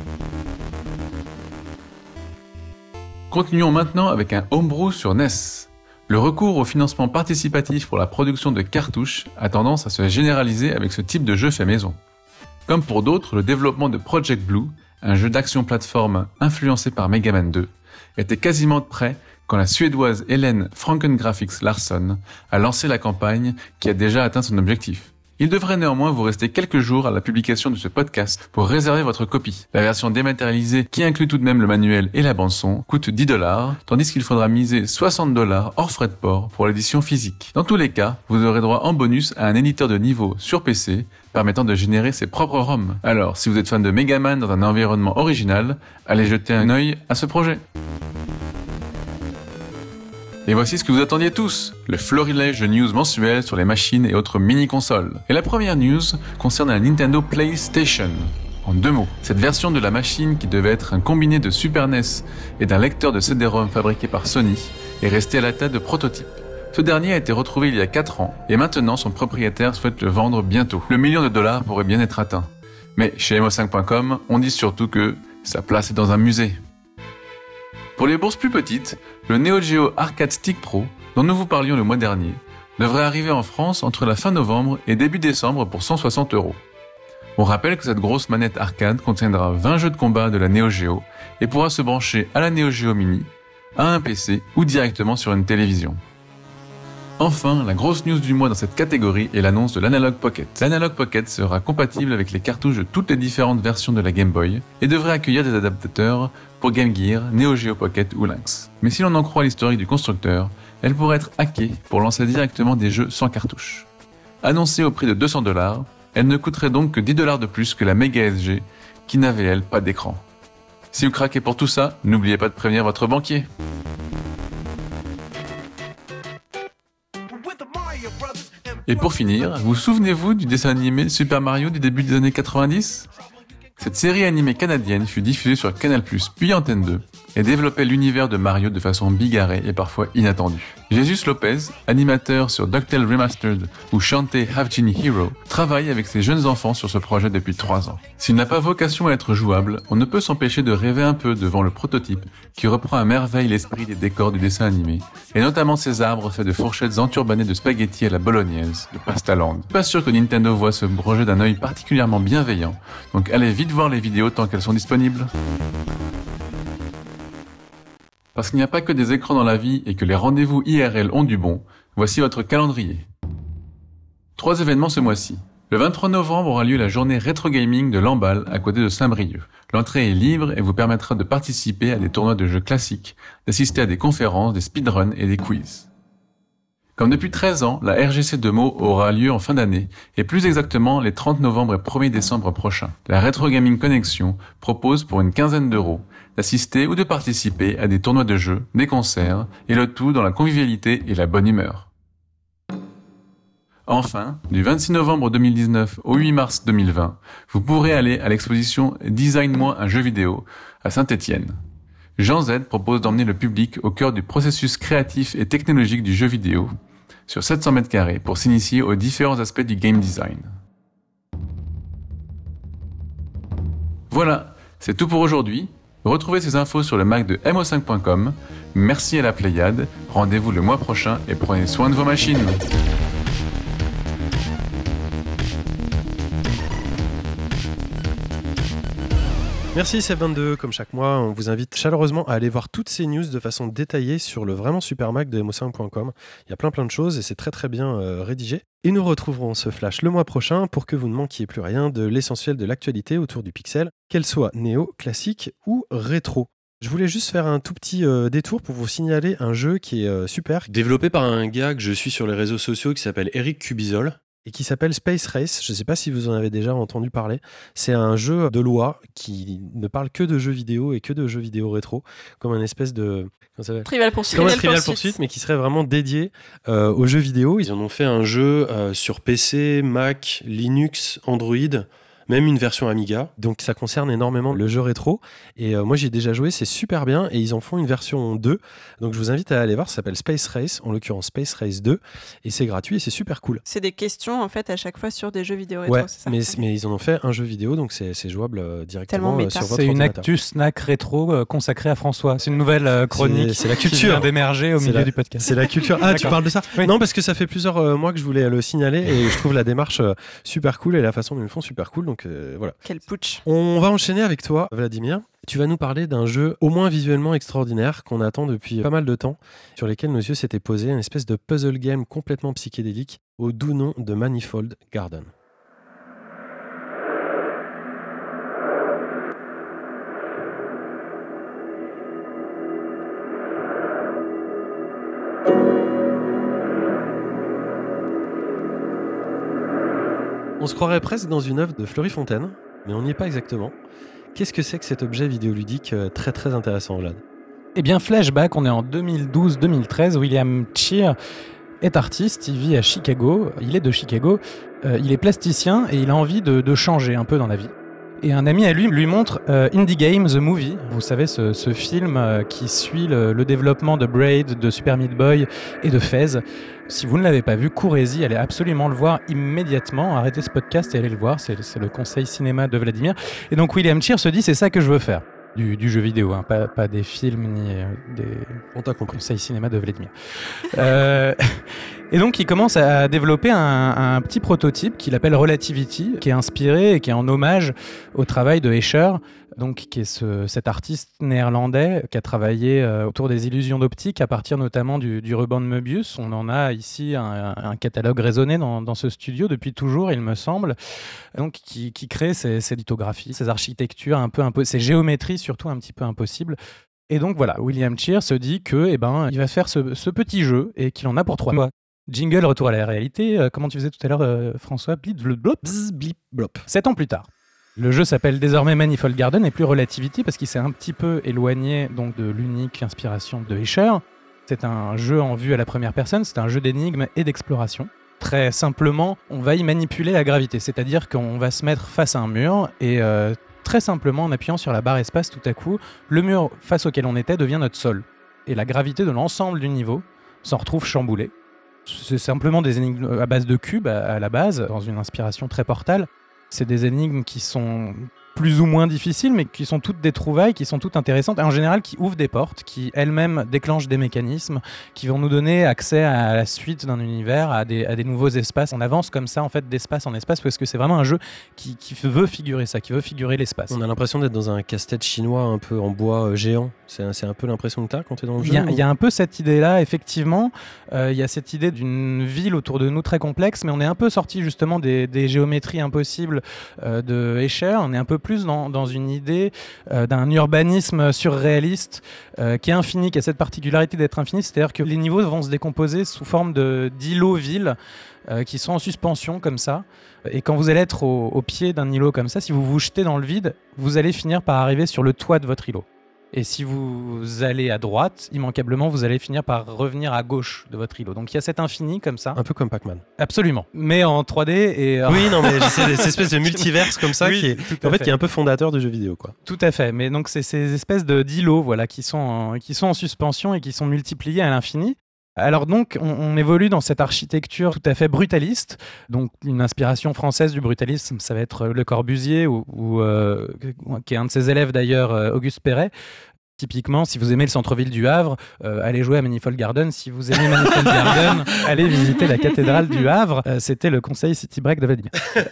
Continuons maintenant avec un homebrew sur N E S. Le recours au financement participatif pour la production de cartouches a tendance à se généraliser avec ce type de jeu fait maison. Comme pour d'autres, le développement de Project Blue, un jeu d'action plateforme influencé par Mega Man deux, était quasiment prêt quand la suédoise Hélène Frankengraphics Larsson a lancé la campagne qui a déjà atteint son objectif. Il devrait néanmoins vous rester quelques jours à la publication de ce podcast pour réserver votre copie. La version dématérialisée, qui inclut tout de même le manuel et la bande-son, coûte dix dollars, tandis qu'il faudra miser soixante dollars hors frais de port pour l'édition physique. Dans tous les cas, vous aurez droit en bonus à un éditeur de niveau sur P C, permettant de générer ses propres ROM. Alors, si vous êtes fan de Mega Man dans un environnement original, allez jeter un œil à ce projet. Et voici ce que vous attendiez tous, le florilège de news mensuel sur les machines et autres mini-consoles. Et la première news concerne la Nintendo PlayStation. En deux mots, cette version de la machine qui devait être un combiné de Super N E S et d'un lecteur de C D-ROM fabriqué par Sony est restée à la tête de prototype. Ce dernier a été retrouvé il y a quatre ans et maintenant son propriétaire souhaite le vendre bientôt. Le million de dollars pourrait bien être atteint. Mais chez M O cinq point com, on dit surtout que sa place est dans un musée. Pour les bourses plus petites, le Neo Geo Arcade Stick Pro, dont nous vous parlions le mois dernier, devrait arriver en France entre la fin novembre et début décembre pour cent soixante euros. On rappelle que cette grosse manette arcade contiendra vingt jeux de combat de la Neo Geo et pourra se brancher à la Neo Geo Mini, à un P C ou directement sur une télévision. Enfin, la grosse news du mois dans cette catégorie est l'annonce de l'Analog Pocket. L'Analog Pocket sera compatible avec les cartouches de toutes les différentes versions de la Game Boy et devrait accueillir des adaptateurs pour Game Gear, Neo Geo Pocket ou Lynx. Mais si l'on en croit l'historique du constructeur, elle pourrait être hackée pour lancer directement des jeux sans cartouche. Annoncée au prix de deux cents dollars, elle ne coûterait donc que dix dollars de plus que la Mega S G, qui n'avait elle pas d'écran. Si vous craquez pour tout ça, n'oubliez pas de prévenir votre banquier. Et pour finir, vous souvenez-vous du dessin animé Super Mario du début des années quatre-vingt-dix ? Cette série animée canadienne fut diffusée sur Canal plus, puis Antenne deux, et développait l'univers de Mario de façon bigarrée et parfois inattendue. Jesus Lopez, animateur sur DuckTales Remastered ou Shantae Half Genie Hero, travaille avec ses jeunes enfants sur ce projet depuis trois ans. S'il n'a pas vocation à être jouable, on ne peut s'empêcher de rêver un peu devant le prototype qui reprend à merveille l'esprit des décors du dessin animé, et notamment ces arbres faits de fourchettes enturbanées de spaghettis à la bolognaise, de Pastaland. Pas sûr que Nintendo voit ce projet d'un œil particulièrement bienveillant, donc allez vite voir les vidéos tant qu'elles sont disponibles. Parce qu'il n'y a pas que des écrans dans la vie et que les rendez-vous I R L ont du bon, voici votre calendrier. Trois événements ce mois-ci. Le vingt-trois novembre aura lieu la journée rétro gaming de Lamballe à côté de Saint-Brieuc. L'entrée est libre et vous permettra de participer à des tournois de jeux classiques, d'assister à des conférences, des speedruns et des quiz. Comme depuis treize ans, la R G C de Meaux aura lieu en fin d'année, et plus exactement les trente novembre et premier décembre prochains. La Retro Gaming Connection propose pour une quinzaine d'euros d'assister ou de participer à des tournois de jeux, des concerts, et le tout dans la convivialité et la bonne humeur. Enfin, du vingt-six novembre deux mille dix-neuf au huit mars deux mille vingt, vous pourrez aller à l'exposition Design-moi un jeu vidéo à Saint-Étienne. Jean Z propose d'emmener le public au cœur du processus créatif et technologique du jeu vidéo, sur sept cents mètres carrés, pour s'initier aux différents aspects du game design. Voilà, c'est tout pour aujourd'hui. Retrouvez ces infos sur le Mac de M O cinq point com. Merci à la Pléiade, rendez-vous le mois prochain et prenez soin de vos machines. Merci C vingt-deux, comme chaque mois, on vous invite chaleureusement à aller voir toutes ces news de façon détaillée sur le vraiment super Mac de M O cinq point com. Il y a plein plein de choses et c'est très très bien euh, rédigé. Et nous retrouverons ce flash le mois prochain pour que vous ne manquiez plus rien de l'essentiel de l'actualité autour du Pixel, qu'elle soit néo, classique ou rétro. Je voulais juste faire un tout petit euh, détour pour vous signaler un jeu qui est euh, super. Développé par un gars que je suis sur les réseaux sociaux qui s'appelle Eric Cubizol. Et qui s'appelle Space Race. Je ne sais pas si vous en avez déjà entendu parler. C'est un jeu de loi qui ne parle que de jeux vidéo et que de jeux vidéo rétro, comme un espèce de... Trivial Pursuit. Comme un Trivial Pursuit, mais qui serait vraiment dédié euh, aux jeux vidéo. Ils en ont fait un jeu euh, sur P C, Mac, Linux, Android, même une version Amiga. Donc ça concerne énormément le jeu rétro. Et euh, moi j'ai déjà joué, c'est super bien. Et ils en font une version deux. Donc je vous invite à aller voir, ça s'appelle Space Race, en l'occurrence Space Race deux. Et c'est gratuit et c'est super cool. C'est des questions en fait à chaque fois sur des jeux vidéo rétro, ouais, c'est ça? mais, mais ils en ont fait un jeu vidéo, donc c'est, c'est jouable euh, directement euh, sur votre C'est une ordinateur. actu snack rétro euh, consacrée à François. C'est une nouvelle euh, chronique c'est, c'est la culture. qui vient d'émerger au c'est milieu la, du podcast. C'est la culture. Ah, tu parles de ça? Oui. Non, parce que ça fait plusieurs euh, mois que je voulais le signaler et je trouve la démarche euh, super cool et la façon dont ils le font super cool. Donc euh, voilà. Quel putsch. On va enchaîner avec toi, Vladimir. Tu vas nous parler d'un jeu au moins visuellement extraordinaire qu'on attend depuis pas mal de temps, sur lesquels nos yeux s'étaient posés, une espèce de puzzle game complètement psychédélique au doux nom de Manifold Garden. On se croirait presque dans une œuvre de Fleury Fontaine, mais on n'y est pas exactement. Qu'est-ce que c'est que cet objet vidéoludique très très intéressant, Vlad? Eh bien, flashback, on est en deux mille douze deux mille treize. William Cheer est artiste, il vit à Chicago, il est de Chicago, euh, il est plasticien et il a envie de, de changer un peu dans la vie. Et un ami à lui lui montre euh, Indie Game, The Movie. Vous savez, ce, ce film euh, qui suit le, le développement de Braid, de Super Meat Boy et de Fez. Si vous ne l'avez pas vu, courez-y, allez absolument le voir immédiatement. Arrêtez ce podcast et allez le voir. C'est, c'est le conseil cinéma de Vladimir. Et donc William Cheer se dit, c'est ça que je veux faire. Du, du jeu vidéo, hein, pas, pas des films ni euh, des On t'a compris. conseils cinéma de Vladimir. euh, et donc il commence à développer un, un petit prototype qu'il appelle Relativity, qui est inspiré et qui est en hommage au travail de Escher, donc qui est ce, cet artiste néerlandais qui a travaillé euh, autour des illusions d'optique à partir notamment du, du ruban de Möbius. On en a ici un, un catalogue raisonné dans, dans ce studio depuis toujours, il me semble, donc qui, qui crée ces, ces lithographies, ces architectures un peu impo- ces géométries surtout un petit peu impossibles. Et donc voilà, William Cheer se dit que, eh ben, il va faire ce, ce petit jeu et qu'il en a pour trois mois. Jingle, retour à la réalité. Euh, comment tu faisais tout à l'heure, euh, François? Blip, blop, blop. Bzz, blip, blop. Sept ans plus tard. Le jeu s'appelle désormais Manifold Garden et plus Relativity parce qu'il s'est un petit peu éloigné donc, de l'unique inspiration de Escher. C'est un jeu en vue à la première personne, c'est un jeu d'énigmes et d'exploration. Très simplement, on va y manipuler la gravité, c'est-à-dire qu'on va se mettre face à un mur et euh, très simplement en appuyant sur la barre espace, tout à coup, le mur face auquel on était devient notre sol. Et la gravité de l'ensemble du niveau s'en retrouve chamboulée. C'est simplement des énigmes à base de cubes à la base, dans une inspiration très Portal. C'est des énigmes qui sont plus ou moins difficiles, mais qui sont toutes des trouvailles, qui sont toutes intéressantes, et en général qui ouvrent des portes, qui elles-mêmes déclenchent des mécanismes, qui vont nous donner accès à la suite d'un univers, à des, à des nouveaux espaces. On avance comme ça, en fait, d'espace en espace, parce que c'est vraiment un jeu qui, qui veut figurer ça, qui veut figurer l'espace. On a l'impression d'être dans un casse-tête chinois un peu en bois euh, géant. C'est, c'est un peu l'impression que tu as quand tu es dans le Il jeu. y, y a un peu cette idée-là, effectivement. Euh, il y a cette idée d'une ville autour de nous très complexe, mais on est un peu sorti justement des, des géométries impossibles euh, de Escher. On est un peu plus dans, dans une idée euh, d'un urbanisme surréaliste euh, qui est infini, qui a cette particularité d'être infini, c'est-à-dire que les niveaux vont se décomposer sous forme de, d'îlots-villes euh, qui sont en suspension comme ça. Et quand vous allez être au, au pied d'un îlot comme ça, si vous vous jetez dans le vide, vous allez finir par arriver sur le toit de votre îlot. Et si vous allez à droite, immanquablement, vous allez finir par revenir à gauche de votre îlot. Donc il y a cet infini comme ça. Un peu comme Pac-Man. Absolument. Mais en trois D et... Oui, non, mais c'est cette espèce de multiverse comme ça oui, qui est, en fait, fait, qui est un peu fondateur du jeu vidéo, quoi. Tout à fait. Mais donc c'est ces espèces de d'îlots, voilà, qui sont en, qui sont en suspension et qui sont multipliés à l'infini. Alors donc, on, on évolue dans cette architecture tout à fait brutaliste. Donc une inspiration française du brutalisme, ça va être Le Corbusier, ou, ou, euh, qui est un de ses élèves d'ailleurs, Auguste Perret. Typiquement, si vous aimez le centre-ville du Havre, euh, allez jouer à Manifold Garden. Si vous aimez Manifold Garden, allez visiter la cathédrale du Havre. Euh, c'était le conseil City Break de Vladimir.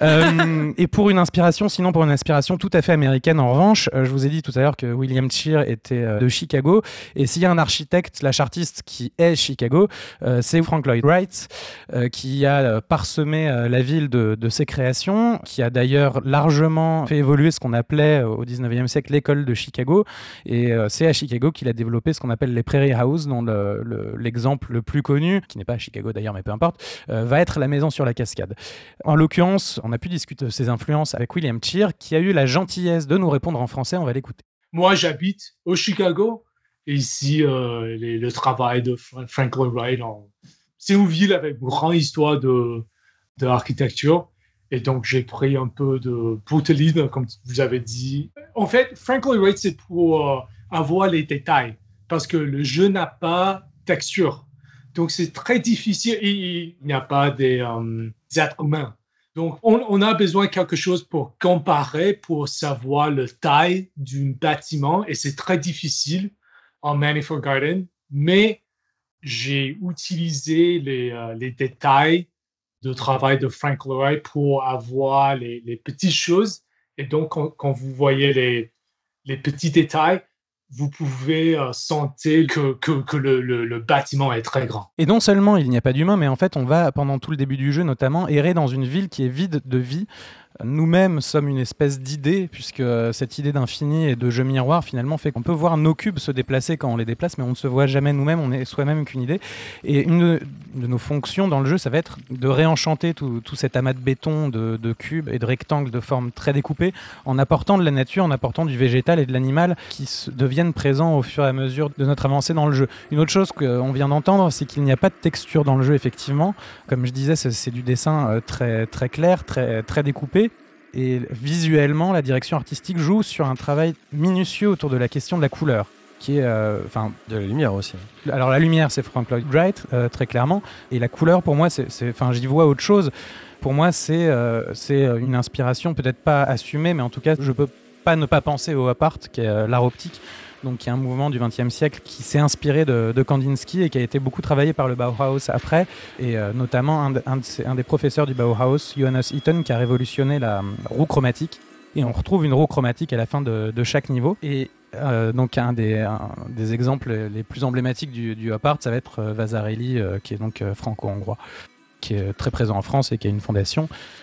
Euh, et pour une inspiration, sinon pour une inspiration tout à fait américaine, en revanche, euh, je vous ai dit tout à l'heure que William Cheer était euh, de Chicago. Et s'il y a un architecte slash artiste qui est Chicago, euh, c'est Frank Lloyd Wright, euh, qui a euh, parsemé euh, la ville de, de ses créations, qui a d'ailleurs largement fait évoluer ce qu'on appelait euh, au dix-neuvième siècle l'école de Chicago. Et euh, c'est à Chicago qu'il a développé ce qu'on appelle les Prairie House, dont le, le, l'exemple le plus connu, qui n'est pas à Chicago d'ailleurs, mais peu importe, euh, va être la maison sur la cascade. En l'occurrence, on a pu discuter de ses influences avec William Cheer, qui a eu la gentillesse de nous répondre en français. On va l'écouter. Moi, j'habite au Chicago, et ici, euh, les, le travail de Frank Lloyd Wright, en... c'est une ville avec une grande histoire de, de architecture. Et donc, j'ai pris un peu de brutalisme, comme vous avez dit. En fait, Frank Lloyd Wright, c'est pour euh, avoir les détails, parce que le jeu n'a pas de texture. Donc, c'est très difficile et il n'y a pas des, euh, des êtres humains. Donc, on, on a besoin de quelque chose pour comparer, pour savoir la taille d'un bâtiment. Et c'est très difficile en Manifold Garden. Mais j'ai utilisé les, euh, les détails de travail de Frank Lloyd Wright pour avoir les, les petites choses. Et donc, quand, quand vous voyez les, les petits détails, vous pouvez euh, sentir que, que, que le, le, le bâtiment est très grand. Et non seulement il n'y a pas d'humain, mais en fait, on va, pendant tout le début du jeu notamment, errer dans une ville qui est vide de vie. Nous-mêmes sommes une espèce d'idée, puisque cette idée d'infini et de jeu miroir, finalement, fait qu'on peut voir nos cubes se déplacer quand on les déplace, mais on ne se voit jamais nous-mêmes, on est soi-même qu'une idée. Et une de, de nos fonctions dans le jeu, ça va être de réenchanter tout, tout cet amas de béton, de, de cubes et de rectangles de forme très découpées, en apportant de la nature, en apportant du végétal et de l'animal qui se, deviennent présents au fur et à mesure de notre avancée dans le jeu. Une autre chose qu'on vient d'entendre, c'est qu'il n'y a pas de texture dans le jeu, effectivement. Comme je disais, c'est, c'est du dessin très, très clair, très, très découpé. Et visuellement, la direction artistique joue sur un travail minutieux autour de la question de la couleur, qui est, enfin, euh, de la lumière aussi. Alors la lumière, c'est Frank Lloyd Wright, euh, très clairement, et la couleur, pour moi, c'est, enfin, j'y vois autre chose. Pour moi, c'est, euh, c'est une inspiration, peut-être pas assumée, mais en tout cas, je peux pas ne pas penser au Op Art, qui est euh, l'art optique, donc qui est un mouvement du vingtième siècle qui s'est inspiré de, de Kandinsky et qui a été beaucoup travaillé par le Bauhaus après, et euh, notamment un, de, un, de ces, un des professeurs du Bauhaus, Johannes Itten, qui a révolutionné la roue chromatique. Et on retrouve une roue chromatique à la fin de, de chaque niveau. Et euh, donc un des, un des exemples les plus emblématiques du, du Op Art, ça va être euh, Vasarely, euh, qui est donc euh, franco-hongrois, qui est très présent en France et qui a une fondation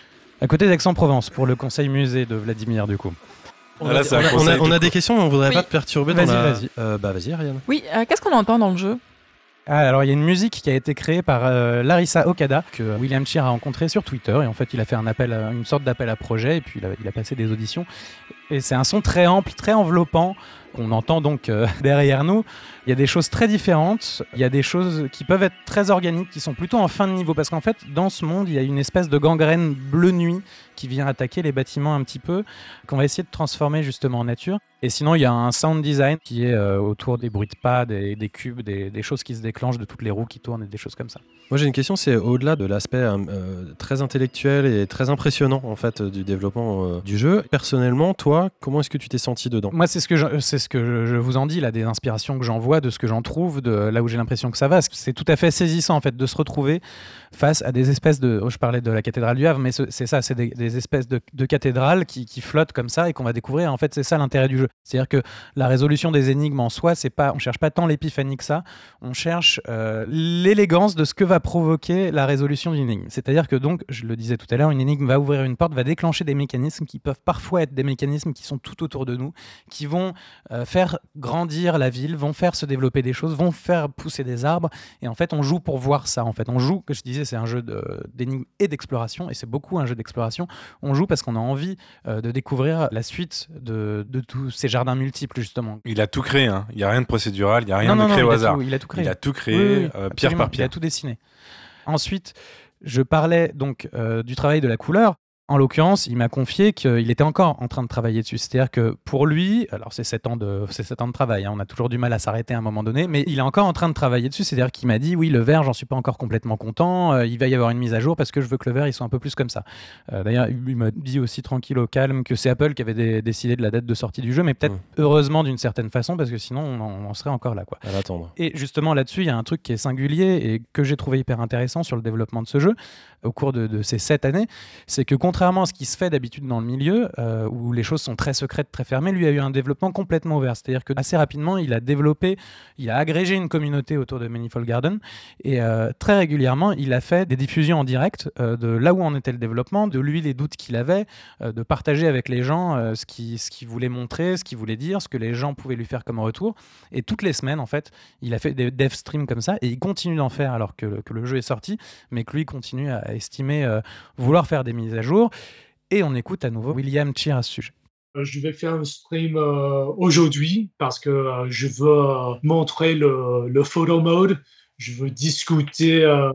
à côté d'Aix-en-Provence pour le conseil musée de Vladimir, du coup. On, ah, a, on, a, on, a, on a des questions, mais on voudrait oui. pas te perturber. Vas-y, dans la... vas-y. Euh, bah vas-y, Ariane. Oui, euh, qu'est-ce qu'on entend dans le jeu ? Ah, alors il y a une musique qui a été créée par euh, Larissa Okada, que William Cheer a rencontré sur Twitter, et en fait il a fait un appel à, une sorte d'appel à projet, et puis il a, il a passé des auditions. Et c'est un son très ample, très enveloppant, qu'on entend donc euh, derrière nous. Il y a des choses très différentes, il y a des choses qui peuvent être très organiques, qui sont plutôt en fin de niveau, parce qu'en fait, dans ce monde, il y a une espèce de gangrène bleu nuit qui vient attaquer les bâtiments un petit peu, qu'on va essayer de transformer justement en nature. Et sinon, il y a un sound design qui est euh, autour des bruits de pas, des, des cubes, des, des choses qui se déclenchent, de toutes les roues qui tournent et des choses comme ça. Moi, j'ai une question, c'est au-delà de l'aspect euh, très intellectuel et très impressionnant en fait du développement euh, du jeu. Personnellement, toi, comment est-ce que tu t'es senti dedans ? Moi, c'est ce que je, c'est ce que je, je vous en dis là, des inspirations que j'en vois, de ce que j'en trouve, de là où j'ai l'impression que ça va. C'est tout à fait saisissant en fait de se retrouver face à des espèces de. Oh, je parlais de la cathédrale du Havre, mais ce, c'est ça, c'est des, des espèces de, de cathédrales qui, qui flottent comme ça et qu'on va découvrir. En fait, c'est ça l'intérêt du jeu. C'est-à-dire que la résolution des énigmes en soi, c'est pas, on cherche pas tant l'épiphanie que ça. On cherche euh, l'élégance de ce que va provoquer la résolution d'une énigme. C'est-à-dire que donc, je le disais tout à l'heure, une énigme va ouvrir une porte, va déclencher des mécanismes qui peuvent parfois être des mécanismes qui sont tout autour de nous, qui vont euh, faire grandir la ville, vont faire se développer des choses, vont faire pousser des arbres. Et en fait, on joue pour voir ça. En fait, on joue, que je disais, c'est un jeu de, d'énigmes et d'exploration, et c'est beaucoup un jeu d'exploration. On joue parce qu'on a envie euh, de découvrir la suite de, de tous ces jardins multiples, justement. Il a tout créé, hein. Il n'y a rien de procédural, il n'y a rien non, de non, créé non, au il hasard. Tout, il a tout créé. Il a tout créé, oui, oui, euh, pierre par pierre. Il a tout dessiné. Ensuite, je parlais donc euh, du travail de la couleur. En l'occurrence, il m'a confié qu'il était encore en train de travailler dessus. C'est-à-dire que pour lui, alors c'est sept ans de, c'est sept ans de travail, hein, on a toujours du mal à s'arrêter à un moment donné, mais il est encore en train de travailler dessus. C'est-à-dire qu'il m'a dit, oui, le vert, j'en suis pas encore complètement content, euh, il va y avoir une mise à jour parce que je veux que le vert, il soit un peu plus comme ça. Euh, d'ailleurs, il m'a dit aussi tranquille au calme que c'est Apple qui avait dé- décidé de la date de sortie du jeu, mais peut-être mmh. heureusement d'une certaine façon, parce que sinon, on en, on en serait encore là, quoi. À l'attendre. Et justement, là-dessus, il y a un truc qui est singulier et que j'ai trouvé hyper intéressant sur le développement de ce jeu au cours de, de ces sept années, c'est que contrairement à ce qui se fait d'habitude dans le milieu, euh, où les choses sont très secrètes, très fermées, lui a eu un développement complètement ouvert. C'est-à-dire que assez rapidement, il a développé, il a agrégé une communauté autour de Manifold Garden, et euh, très régulièrement, il a fait des diffusions en direct euh, de là où en était le développement, de lui les doutes qu'il avait, euh, de partager avec les gens euh, ce qu'il ce qu'il voulait montrer, ce qu'il voulait dire, ce que les gens pouvaient lui faire comme retour. Et toutes les semaines, en fait, il a fait des dev streams comme ça, et il continue d'en faire alors que, que le jeu est sorti, mais que lui continue à estimer euh, vouloir faire des mises à jour. Et on écoute à nouveau William Cheer à ce sujet. Je vais faire un stream euh, aujourd'hui parce que euh, je veux euh, montrer le, le photo mode. Je veux discuter euh,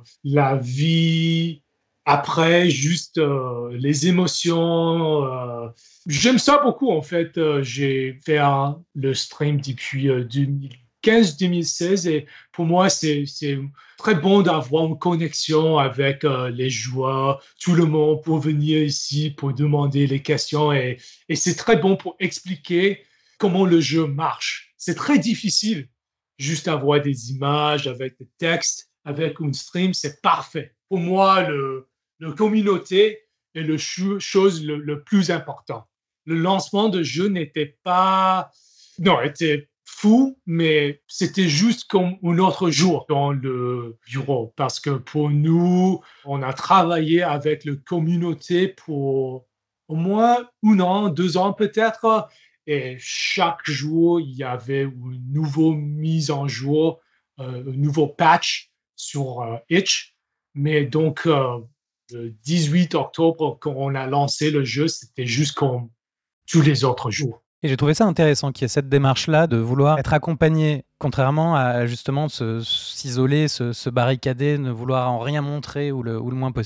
la vie après, juste euh, les émotions. Euh. J'aime ça beaucoup en fait. Euh, j'ai fait un, le stream depuis euh, deux mille quinze deux mille seize et pour moi c'est, c'est très bon d'avoir une connexion avec euh, les joueurs, tout le monde pour venir ici pour demander les questions et, et c'est très bon pour expliquer comment le jeu marche. C'est très difficile juste avoir des images avec des textes, avec une stream, c'est parfait. Pour moi, le, le communauté est la cho- chose le, le plus important. Le lancement de jeu n'était pas... Non, était fou, mais c'était juste comme un autre jour dans le bureau parce que pour nous, on a travaillé avec la communauté pour au moins un an, deux ans peut-être, et chaque jour, il y avait une nouvelle mise en jour, euh, un nouveau patch sur euh, Itch. Mais donc, euh, le dix-huit octobre, quand on a lancé le jeu, c'était juste comme tous les autres jours. Et j'ai trouvé ça intéressant qu'il y ait cette démarche-là de vouloir être accompagné, contrairement à justement se, s'isoler, se, se barricader, ne vouloir en rien montrer ou le, ou le moins possible.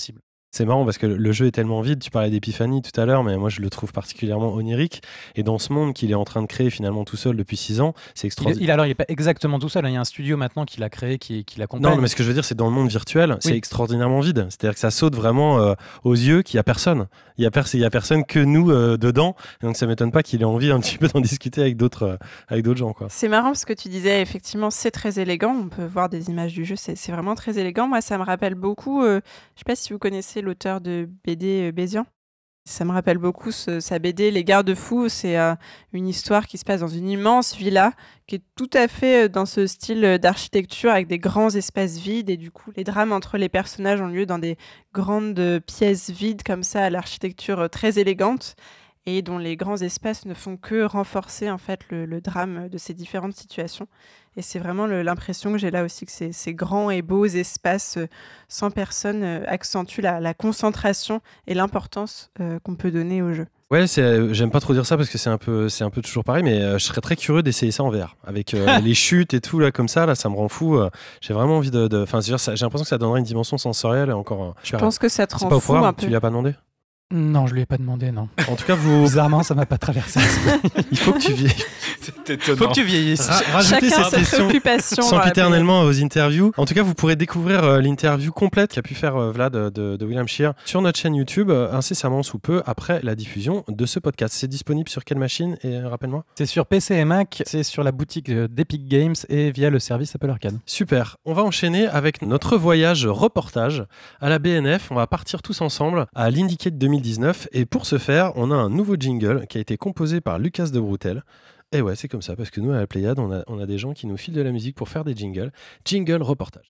C'est marrant parce que le jeu est tellement vide, tu parlais d'Epiphany tout à l'heure, mais moi je le trouve particulièrement onirique. Et dans ce monde qu'il est en train de créer finalement tout seul depuis six ans, c'est extraordinaire. Il, il, alors il n'est pas exactement tout seul, hein. Il y a un studio maintenant qui l'a créé, qui, qui l'accompagne. Non, mais ce que je veux dire, c'est dans le monde virtuel, oui. C'est extraordinairement vide. C'est-à-dire que ça saute vraiment euh, aux yeux qu'il n'y a personne. Il n'y a, pers- a personne que nous euh, dedans. Et donc ça ne m'étonne pas qu'il ait envie un petit peu d'en discuter avec d'autres, euh, avec d'autres gens, quoi. C'est marrant parce que tu disais, effectivement, c'est très élégant. On peut voir des images du jeu, c'est, c'est vraiment très élégant. Moi, ça me rappelle beaucoup, euh, je ne sais pas si vous connaissez l'auteur de B D euh, Bézian. Ça me rappelle beaucoup ce, sa B D Les Garde-Fous. C'est euh, une histoire qui se passe dans une immense villa qui est tout à fait dans ce style d'architecture avec des grands espaces vides et du coup les drames entre les personnages ont lieu dans des grandes pièces vides comme ça à l'architecture très élégante et dont les grands espaces ne font que renforcer en fait le, le drame de ces différentes situations. Et c'est vraiment le, l'impression que j'ai là aussi que ces, ces grands et beaux espaces euh, sans personne euh, accentuent la, la concentration et l'importance euh, qu'on peut donner au jeu. Ouais, c'est, j'aime pas trop dire ça parce que c'est un peu, c'est un peu toujours pareil, mais euh, je serais très curieux d'essayer ça en V R avec euh, les chutes et tout là comme ça. Là, ça me rend fou. Euh, j'ai vraiment envie de, de... enfin, j'ai l'impression que ça donnerait une dimension sensorielle et encore. Euh, je pense que ça te c'est rend pas au fou programme, un peu. Tu lui as pas demandé? Non, je lui ai pas demandé, non. En tout cas, vous. Bizarrement, ça m'a pas traversé. Il faut que tu vieillisses. C'est étonnant. Faut que tu vieillisses. Ra- rajoutez Chacun cette sa question préoccupation. sempiternellement aux interviews. En tout cas, vous pourrez découvrir euh, l'interview complète qu'a pu faire euh, Vlad de, de, de William Scheer sur notre chaîne YouTube euh, incessamment sous peu après la diffusion de ce podcast. C'est disponible sur quelle machine et euh, rappelle-moi? C'est sur P C et Mac, c'est sur la boutique d'Epic Games et via le service Apple Arcade. Super. On va enchaîner avec notre voyage reportage à la B N F. On va partir tous ensemble à l'Indiecade deux mille dix-neuf et pour ce faire, on a un nouveau jingle qui a été composé par Lucas de Broutel. Et ouais, c'est comme ça, parce que nous, à la Pléiade, on a, on a des gens qui nous filent de la musique pour faire des jingles. Jingle reportage.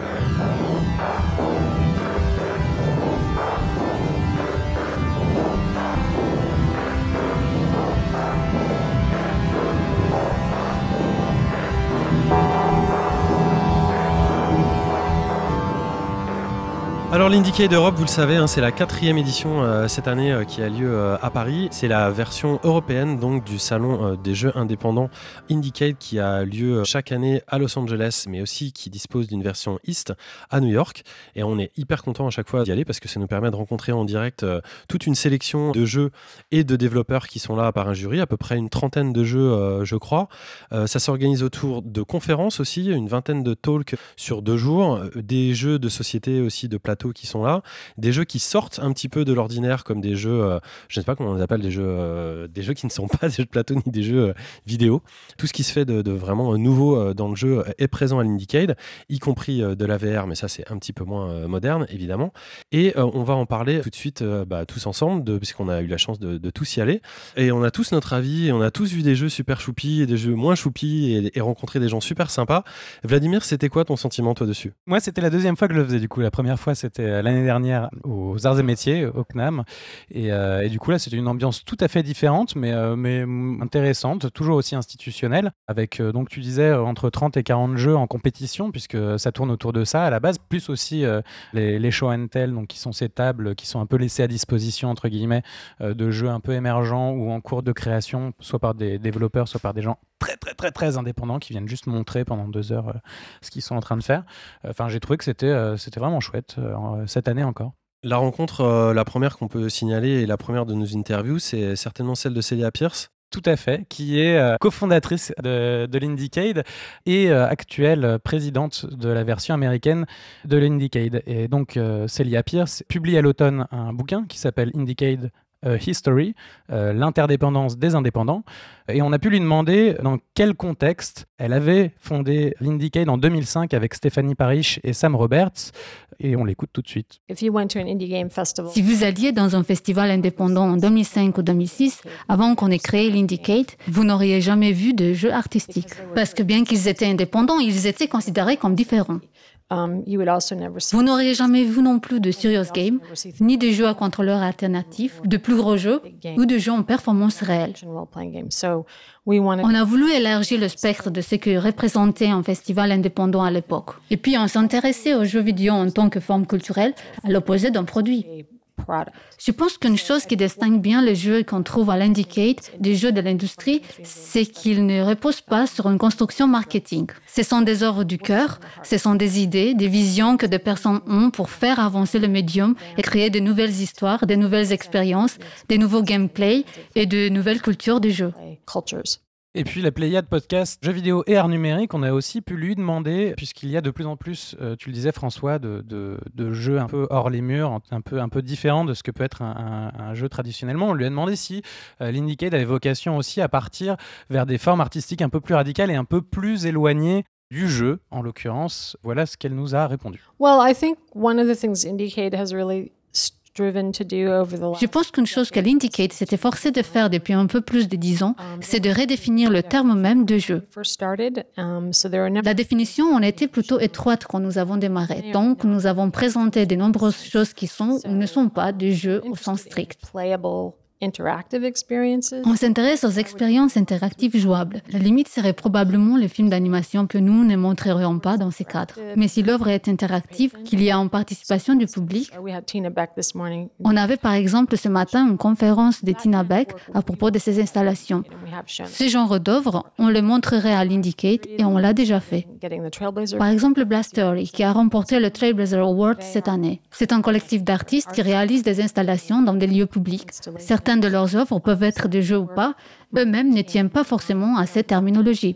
Alors l'Indiecade Europe, vous le savez, hein, c'est la quatrième édition euh, cette année euh, qui a lieu euh, à Paris. C'est la version européenne donc du salon euh, des jeux indépendants Indiecade qui a lieu chaque année à Los Angeles, mais aussi qui dispose d'une version East à New York. Et on est hyper content à chaque fois d'y aller parce que ça nous permet de rencontrer en direct euh, toute une sélection de jeux et de développeurs qui sont là par un jury, à peu près une trentaine de jeux, euh, je crois. Euh, ça s'organise autour de conférences aussi, une vingtaine de talks sur deux jours, euh, des jeux de société aussi de plateau qui sont là, des jeux qui sortent un petit peu de l'ordinaire comme des jeux, euh, je ne sais pas comment on les appelle, des jeux, euh, des jeux qui ne sont pas des jeux de plateau ni des jeux euh, vidéo. Tout ce qui se fait de, de vraiment nouveau euh, dans le jeu est présent à l'Indiecade, y compris euh, de la V R, mais ça c'est un petit peu moins euh, moderne évidemment. Et euh, on va en parler tout de suite euh, bah, tous ensemble, de, parce qu'on a eu la chance de, de tous y aller. Et on a tous notre avis, et on a tous vu des jeux super choupis et des jeux moins choupis et, et rencontré des gens super sympas. Vladimir, c'était quoi ton sentiment toi dessus? Moi, c'était la deuxième fois que je le faisais du coup. La première fois, c'était l'année dernière aux Arts et Métiers, au C N A M. Et, euh, et du coup, là, c'était une ambiance tout à fait différente, mais, euh, mais intéressante, toujours aussi institutionnelle, avec, euh, donc tu disais, entre trente et quarante jeux en compétition, puisque ça tourne autour de ça à la base, plus aussi euh, les, les show and tell, donc qui sont ces tables qui sont un peu laissées à disposition, entre guillemets, euh, de jeux un peu émergents ou en cours de création, soit par des développeurs, soit par des gens très très très très indépendants qui viennent juste montrer pendant deux heures euh, ce qu'ils sont en train de faire. Enfin, j'ai trouvé que c'était euh, c'était vraiment chouette euh, cette année encore. La rencontre, euh, la première qu'on peut signaler et la première de nos interviews, c'est certainement celle de Célia Pierce. Tout à fait, qui est euh, cofondatrice de, de l'Indiecade et euh, actuelle présidente de la version américaine de l'Indiecade. Et donc, euh, Célia Pierce publie à l'automne un bouquin qui s'appelle Indiecade Uh, History, euh, l'interdépendance des indépendants. Et on a pu lui demander dans quel contexte elle avait fondé l'Indiecade en deux mille cinq avec Stéphanie Parish et Sam Roberts. Et on l'écoute tout de suite. Si vous alliez dans un festival indépendant en deux mille cinq ou deux mille six, avant qu'on ait créé l'Indiecade, vous n'auriez jamais vu de jeux artistiques. Parce que bien qu'ils étaient indépendants, ils étaient considérés comme différents. Vous n'auriez jamais vu non plus de serious games, ni de jeux à contrôleur alternatif, de plus gros jeux ou de jeux en performance réelle. On a voulu élargir le spectre de ce que représentait un festival indépendant à l'époque. Et puis on s'intéressait aux jeux vidéo en tant que forme culturelle, à l'opposé d'un produit. Je pense qu'une chose qui distingue bien les jeux qu'on trouve à l'Indicate des jeux de l'industrie, c'est qu'ils ne reposent pas sur une construction marketing. Ce sont des œuvres du cœur, ce sont des idées, des visions que des personnes ont pour faire avancer le médium et créer de nouvelles histoires, de nouvelles expériences, des nouveaux gameplays et de nouvelles cultures du jeu. Et puis la Pléiade podcast jeux vidéo et art numérique, on a aussi pu lui demander, puisqu'il y a de plus en plus, euh, tu le disais François, de, de, de jeux un peu hors les murs, un peu, un peu différents de ce que peut être un, un, un jeu traditionnellement. On lui a demandé si euh, l'Indicate avait vocation aussi à partir vers des formes artistiques un peu plus radicales et un peu plus éloignées du jeu. En l'occurrence, voilà ce qu'elle nous a répondu. Well, I think one of the things Indicate has really Je pense qu'une chose que l'Indicate s'est efforcé de faire depuis un peu plus de dix ans, c'est de redéfinir le terme même de jeu. La définition en était plutôt étroite quand nous avons démarré, donc nous avons présenté de nombreuses choses qui sont ou ne sont pas des jeux au sens strict. On s'intéresse aux expériences interactives jouables. La limite serait probablement les films d'animation que nous ne montrerions pas dans ces cadres. Mais si l'œuvre est interactive, qu'il y a une participation du public, on avait par exemple ce matin une conférence de Tina Beck à propos de ces installations. Ce genre d'œuvre, on le montrerait à l'Indicate et on l'a déjà fait. Par exemple, Blastery, qui a remporté le Trailblazer Award cette année. C'est un collectif d'artistes qui réalisent des installations dans des lieux publics. Certaines de leurs œuvres peuvent être des jeux ou pas, eux-mêmes ne tiennent pas forcément à cette terminologie.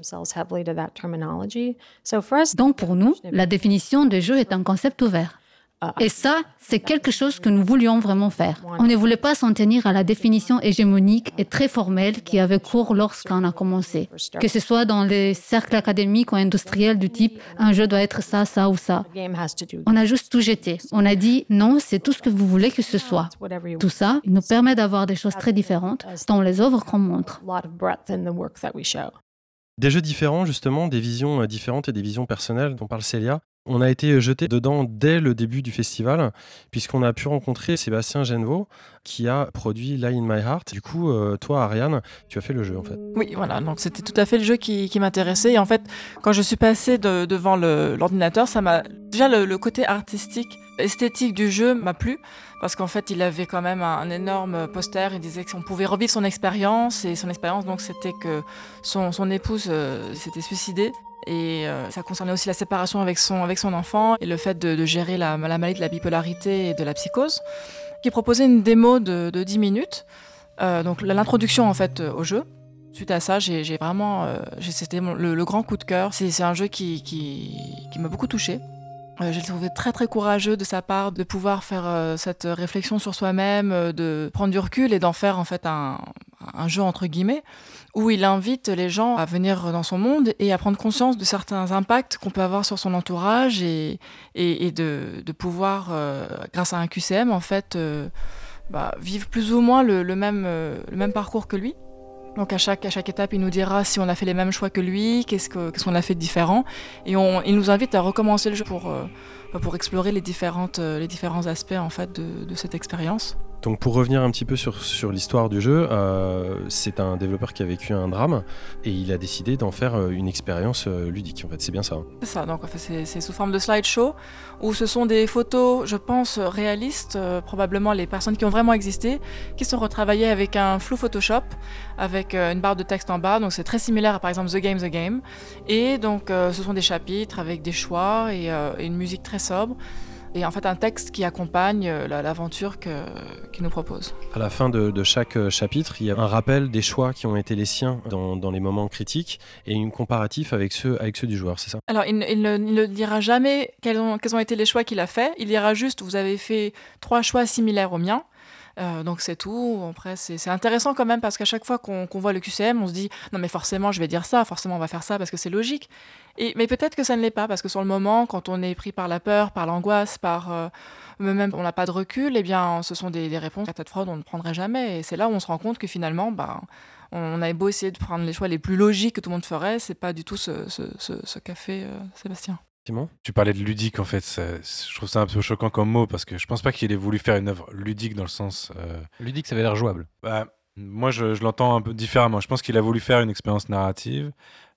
Donc pour nous, la définition de jeu est un concept ouvert. Et ça, c'est quelque chose que nous voulions vraiment faire. On ne voulait pas s'en tenir à la définition hégémonique et très formelle qui avait cours lorsqu'on a commencé. Que ce soit dans les cercles académiques ou industriels du type « un jeu doit être ça, ça ou ça ». On a juste tout jeté. On a dit « non, c'est tout ce que vous voulez que ce soit ». Tout ça nous permet d'avoir des choses très différentes dans les œuvres qu'on montre. Des jeux différents, justement, des visions différentes et des visions personnelles dont parle Célia. On a été jeté dedans dès le début du festival, puisqu'on a pu rencontrer Sébastien Genevaux, qui a produit Lie in My Heart. Du coup, euh, toi, Ariane, tu as fait le jeu, en fait. Oui, voilà, donc c'était tout à fait le jeu qui, qui m'intéressait. Et en fait, quand je suis passée de, devant le, l'ordinateur, ça m'a... Déjà, le, le côté artistique, esthétique du jeu m'a plu, parce qu'en fait, il avait quand même un, un énorme poster. Il disait qu'on pouvait revivre son expérience, et son expérience, donc, c'était que son, son épouse euh, s'était suicidée. Et euh, ça concernait aussi la séparation avec son, avec son enfant et le fait de, de gérer la, la maladie de la bipolarité et de la psychose, qui proposait une démo de, de dix minutes, euh, donc l'introduction en fait au jeu. Suite à ça, j'ai, j'ai vraiment, euh, j'ai, c'était mon, le, le grand coup de cœur. C'est, c'est un jeu qui, qui, qui m'a beaucoup touchée. Euh, j'ai trouvé très très courageux de sa part de pouvoir faire euh, cette réflexion sur soi-même, euh, de prendre du recul et d'en faire en fait un, un jeu entre guillemets, où il invite les gens à venir dans son monde et à prendre conscience de certains impacts qu'on peut avoir sur son entourage et, et, et de, de pouvoir, euh, grâce à un Q C M, en fait, euh, bah, vivre plus ou moins le, le, même, euh, le même parcours que lui. Donc à chaque, à chaque étape, il nous dira si on a fait les mêmes choix que lui, qu'est-ce, que, qu'est-ce qu'on a fait de différent. Et on, il nous invite à recommencer le jeu pour, euh, pour explorer les, différentes, les différents aspects en fait, de, de cette expérience. Donc pour revenir un petit peu sur, sur l'histoire du jeu, euh, c'est un développeur qui a vécu un drame et il a décidé d'en faire une expérience ludique. En fait, c'est bien ça. Hein. C'est ça. Donc en fait, c'est, c'est sous forme de slideshow où ce sont des photos, je pense, réalistes, euh, probablement les personnes qui ont vraiment existé, qui sont retravaillées avec un flou Photoshop, avec euh, une barre de texte en bas. Donc c'est très similaire à par exemple The Game, The Game. Et donc euh, ce sont des chapitres avec des choix et, euh, et une musique très sobre. Et en fait, un texte qui accompagne la, l'aventure que, qu'il nous propose. À la fin de, de chaque chapitre, il y a un rappel des choix qui ont été les siens dans, dans les moments critiques et un comparatif avec ceux, avec ceux du joueur, c'est ça ? Alors, il, il, ne, il ne dira jamais quels ont, quels ont été les choix qu'il a faits. Il dira juste, vous avez fait trois choix similaires aux miens. Euh, donc c'est tout. Après, c'est, c'est intéressant quand même parce qu'à chaque fois qu'on, qu'on voit le Q C M, on se dit non mais forcément je vais dire ça, forcément on va faire ça parce que c'est logique. Et, mais peut-être que ça ne l'est pas parce que sur le moment, quand on est pris par la peur, par l'angoisse, par euh, même on n'a pas de recul, eh bien ce sont des, des réponses à tête froide on ne prendrait jamais. Et c'est là où on se rend compte que finalement, bah, on avait beau essayer de prendre les choix les plus logiques que tout le monde ferait, c'est pas du tout ce, ce, ce, ce qu'a fait euh, Sébastien. Tu parlais de ludique en fait, ça, je trouve ça un peu choquant comme mot parce que je pense pas qu'il ait voulu faire une œuvre ludique dans le sens... Euh... Ludique ça veut dire jouable. Bah, moi je, je l'entends un peu différemment, je pense qu'il a voulu faire une expérience narrative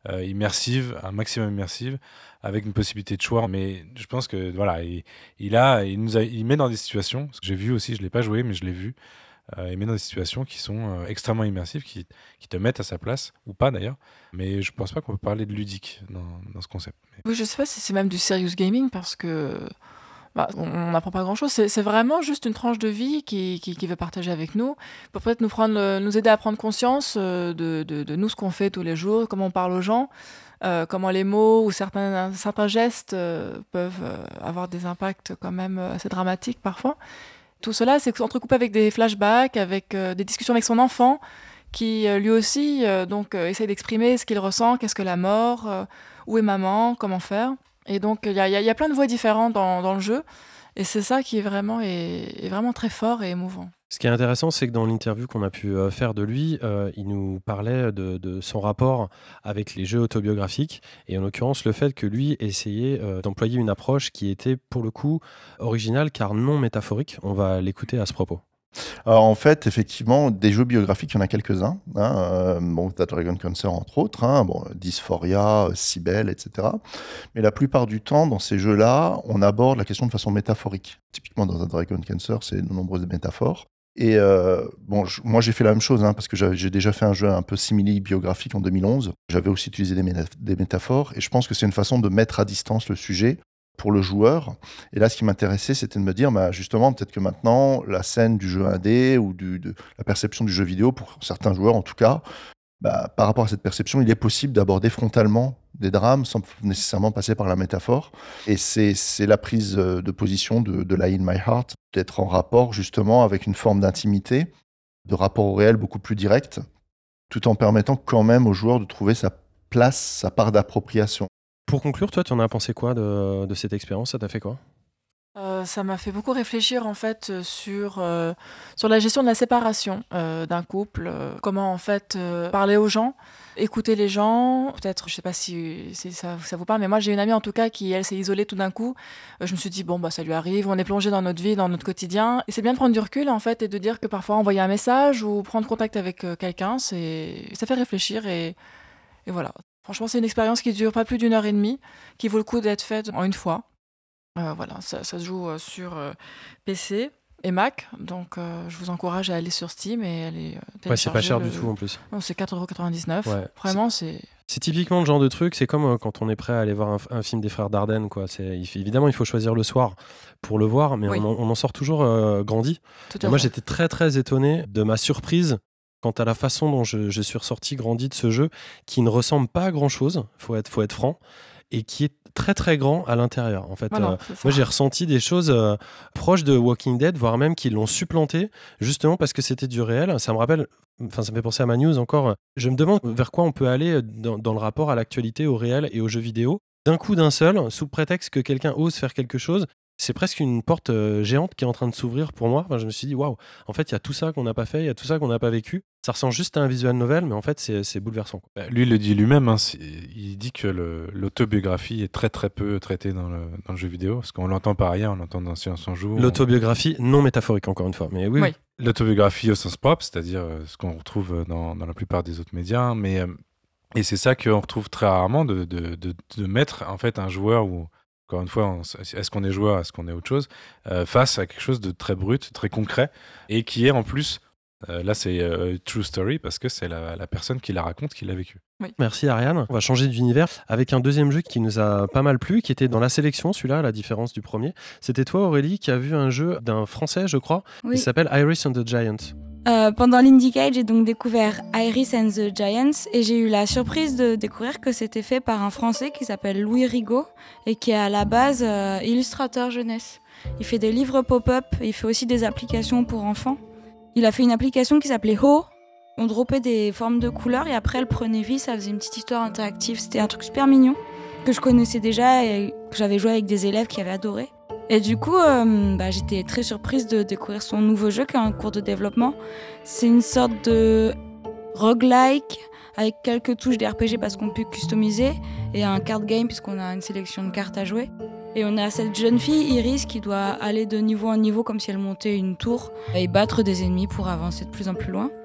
euh, immersive, un maximum immersive, avec une possibilité de choix. Mais je pense que voilà, il, il a, il nous a, il met dans des situations. Ce que j'ai vu aussi, je l'ai pas joué, mais je l'ai vu. Euh, il met dans des situations qui sont euh, extrêmement immersives, qui, qui te mettent à sa place ou pas d'ailleurs. Mais je pense pas qu'on peut parler de ludique dans, dans ce concept. Mais... Oui, je sais pas si c'est même du serious gaming parce que bah, on n'apprend pas grand-chose. C'est, c'est vraiment juste une tranche de vie qui, qui, qui veut partager avec nous pour peut-être nous, prendre, nous aider à prendre conscience de, de, de nous, ce qu'on fait tous les jours, comment on parle aux gens, euh, comment les mots ou certains, certains gestes euh, peuvent euh, avoir des impacts quand même assez dramatiques parfois. Tout cela, c'est entrecoupé avec des flashbacks, avec euh, des discussions avec son enfant, qui euh, lui aussi euh, donc, euh, essaye d'exprimer ce qu'il ressent, qu'est-ce que la mort, euh, où est maman, comment faire. Et donc, il y, y, y a plein de voix différentes dans, dans le jeu, et c'est ça qui est vraiment, est, est vraiment très fort et émouvant. Ce qui est intéressant, c'est que dans l'interview qu'on a pu euh, faire de lui, euh, il nous parlait de, de son rapport avec les jeux autobiographiques, et en l'occurrence le fait que lui essayait euh, d'employer une approche qui était pour le coup originale car non métaphorique. On va l'écouter à ce propos. Alors, en fait, effectivement, des jeux biographiques, il y en a quelques-uns. Hein, euh, bon, The Dragon Cancer, entre autres. Hein, bon, Dysphoria, Cybele, et cetera. Mais la plupart du temps, dans ces jeux-là, on aborde la question de façon métaphorique. Typiquement, dans The Dragon Cancer, c'est de nombreuses métaphores. Et euh, bon, je, moi, j'ai fait la même chose, hein, parce que j'avais, j'ai déjà fait un jeu un peu simili-biographique en deux mille onze. J'avais aussi utilisé des, méta- des métaphores. Et je pense que c'est une façon de mettre à distance le sujet pour le joueur. Et là, ce qui m'intéressait, c'était de me dire, bah, justement, peut-être que maintenant, la scène du jeu indé ou du, de la perception du jeu vidéo, pour certains joueurs en tout cas, bah, par rapport à cette perception, il est possible d'aborder frontalement des drames sans nécessairement passer par la métaphore. Et c'est, c'est la prise de position de, de la In My Heart, d'être en rapport justement avec une forme d'intimité, de rapport au réel beaucoup plus direct, tout en permettant quand même au joueur de trouver sa place, sa part d'appropriation. Pour conclure, toi, tu en as pensé quoi de, de cette expérience ? Ça t'a fait quoi ? Euh, ça m'a fait beaucoup réfléchir en fait sur, euh, sur la gestion de la séparation euh, d'un couple, euh, comment en fait euh, parler aux gens, écouter les gens, peut-être, je sais pas si, si ça, ça vous parle, mais moi j'ai une amie en tout cas qui elle s'est isolée tout d'un coup. Euh, je me suis dit bon bah ça lui arrive, on est plongé dans notre vie, dans notre quotidien, et c'est bien de prendre du recul en fait et de dire que parfois envoyer un message ou prendre contact avec euh, quelqu'un, c'est, ça fait réfléchir et, et voilà. Franchement, c'est une expérience qui dure pas plus d'une heure et demie, qui vaut le coup d'être faite en une fois. Euh, voilà, ça, ça se joue euh, sur euh, P C et Mac, donc euh, je vous encourage à aller sur Steam et aller euh, télécharger. Ouais, c'est pas cher le... du tout en plus. Non, c'est quatre euros quatre-vingt-dix-neuf. Ouais, Vraiment, c'est... c'est... C'est typiquement le genre de truc, c'est comme euh, quand on est prêt à aller voir un, un film des frères Dardenne, quoi. C'est, il, évidemment, il faut choisir le soir pour le voir, mais oui. on, on en sort toujours euh, grandi. Tout à moi, fait. j'étais très très étonné de ma surprise quant à la façon dont je, je suis ressorti grandi de ce jeu, qui ne ressemble pas à grand chose, faut être, faut être franc, et qui est très très grand à l'intérieur. En fait, ah non, euh, moi j'ai ressenti des choses euh, proches de Walking Dead, voire même qui l'ont supplanté, justement parce que c'était du réel. Ça me rappelle, enfin ça me fait penser à ma news encore. Je me demande vers quoi on peut aller dans, dans le rapport à l'actualité, au réel et aux jeux vidéo. D'un coup d'un seul, sous prétexte que quelqu'un ose faire quelque chose. C'est presque une porte euh, géante qui est en train de s'ouvrir pour moi. Enfin, je me suis dit, waouh, en fait, il y a tout ça qu'on n'a pas fait, il y a tout ça qu'on n'a pas vécu. Ça ressemble juste à un visual novel, mais en fait, c'est, c'est bouleversant. Quoi. Bah, lui, il le dit lui-même. Hein, il dit que le, l'autobiographie est très très peu traitée dans le, dans le jeu vidéo. Parce qu'on l'entend par ailleurs, on l'entend dans Silence en joue. L'autobiographie on... non métaphorique, encore une fois. Mais oui, oui. oui. L'autobiographie au sens propre, c'est-à-dire euh, ce qu'on retrouve dans, dans la plupart des autres médias. Mais, euh, et c'est ça qu'on retrouve très rarement, de, de, de, de mettre en fait un joueur où. Encore une fois, on, est-ce qu'on est joueur, est-ce qu'on est autre chose, euh, face à quelque chose de très brut, très concret, et qui est en plus, euh, là c'est euh, true story, parce que c'est la, la personne qui la raconte, qui l'a vécu. Oui. Merci Ariane. On va changer d'univers avec un deuxième jeu qui nous a pas mal plu, qui était dans la sélection, celui-là, à la différence du premier. C'était toi Aurélie qui a vu un jeu d'un Français, je crois, oui. qui s'appelle Iris and the Giant. Euh, pendant l'Indiecade, j'ai donc découvert Iris and the Giants et j'ai eu la surprise de découvrir que c'était fait par un Français qui s'appelle Louis Rigaud et qui est à la base euh, illustrateur jeunesse. Il fait des livres pop-up, il fait aussi des applications pour enfants. Il a fait une application qui s'appelait Ho. On droppait des formes de couleurs et après elle prenait vie, ça faisait une petite histoire interactive. C'était un truc super mignon que je connaissais déjà et que j'avais joué avec des élèves qui avaient adoré. Et du coup, euh, bah, j'étais très surprise de découvrir son nouveau jeu qui est en cours de développement. C'est une sorte de roguelike avec quelques touches d'R P G parce qu'on peut customiser et un card game puisqu'on a une sélection de cartes à jouer. Et on a cette jeune fille, Iris, qui doit aller de niveau en niveau comme si elle montait une tour et battre des ennemis pour avancer de plus en plus loin.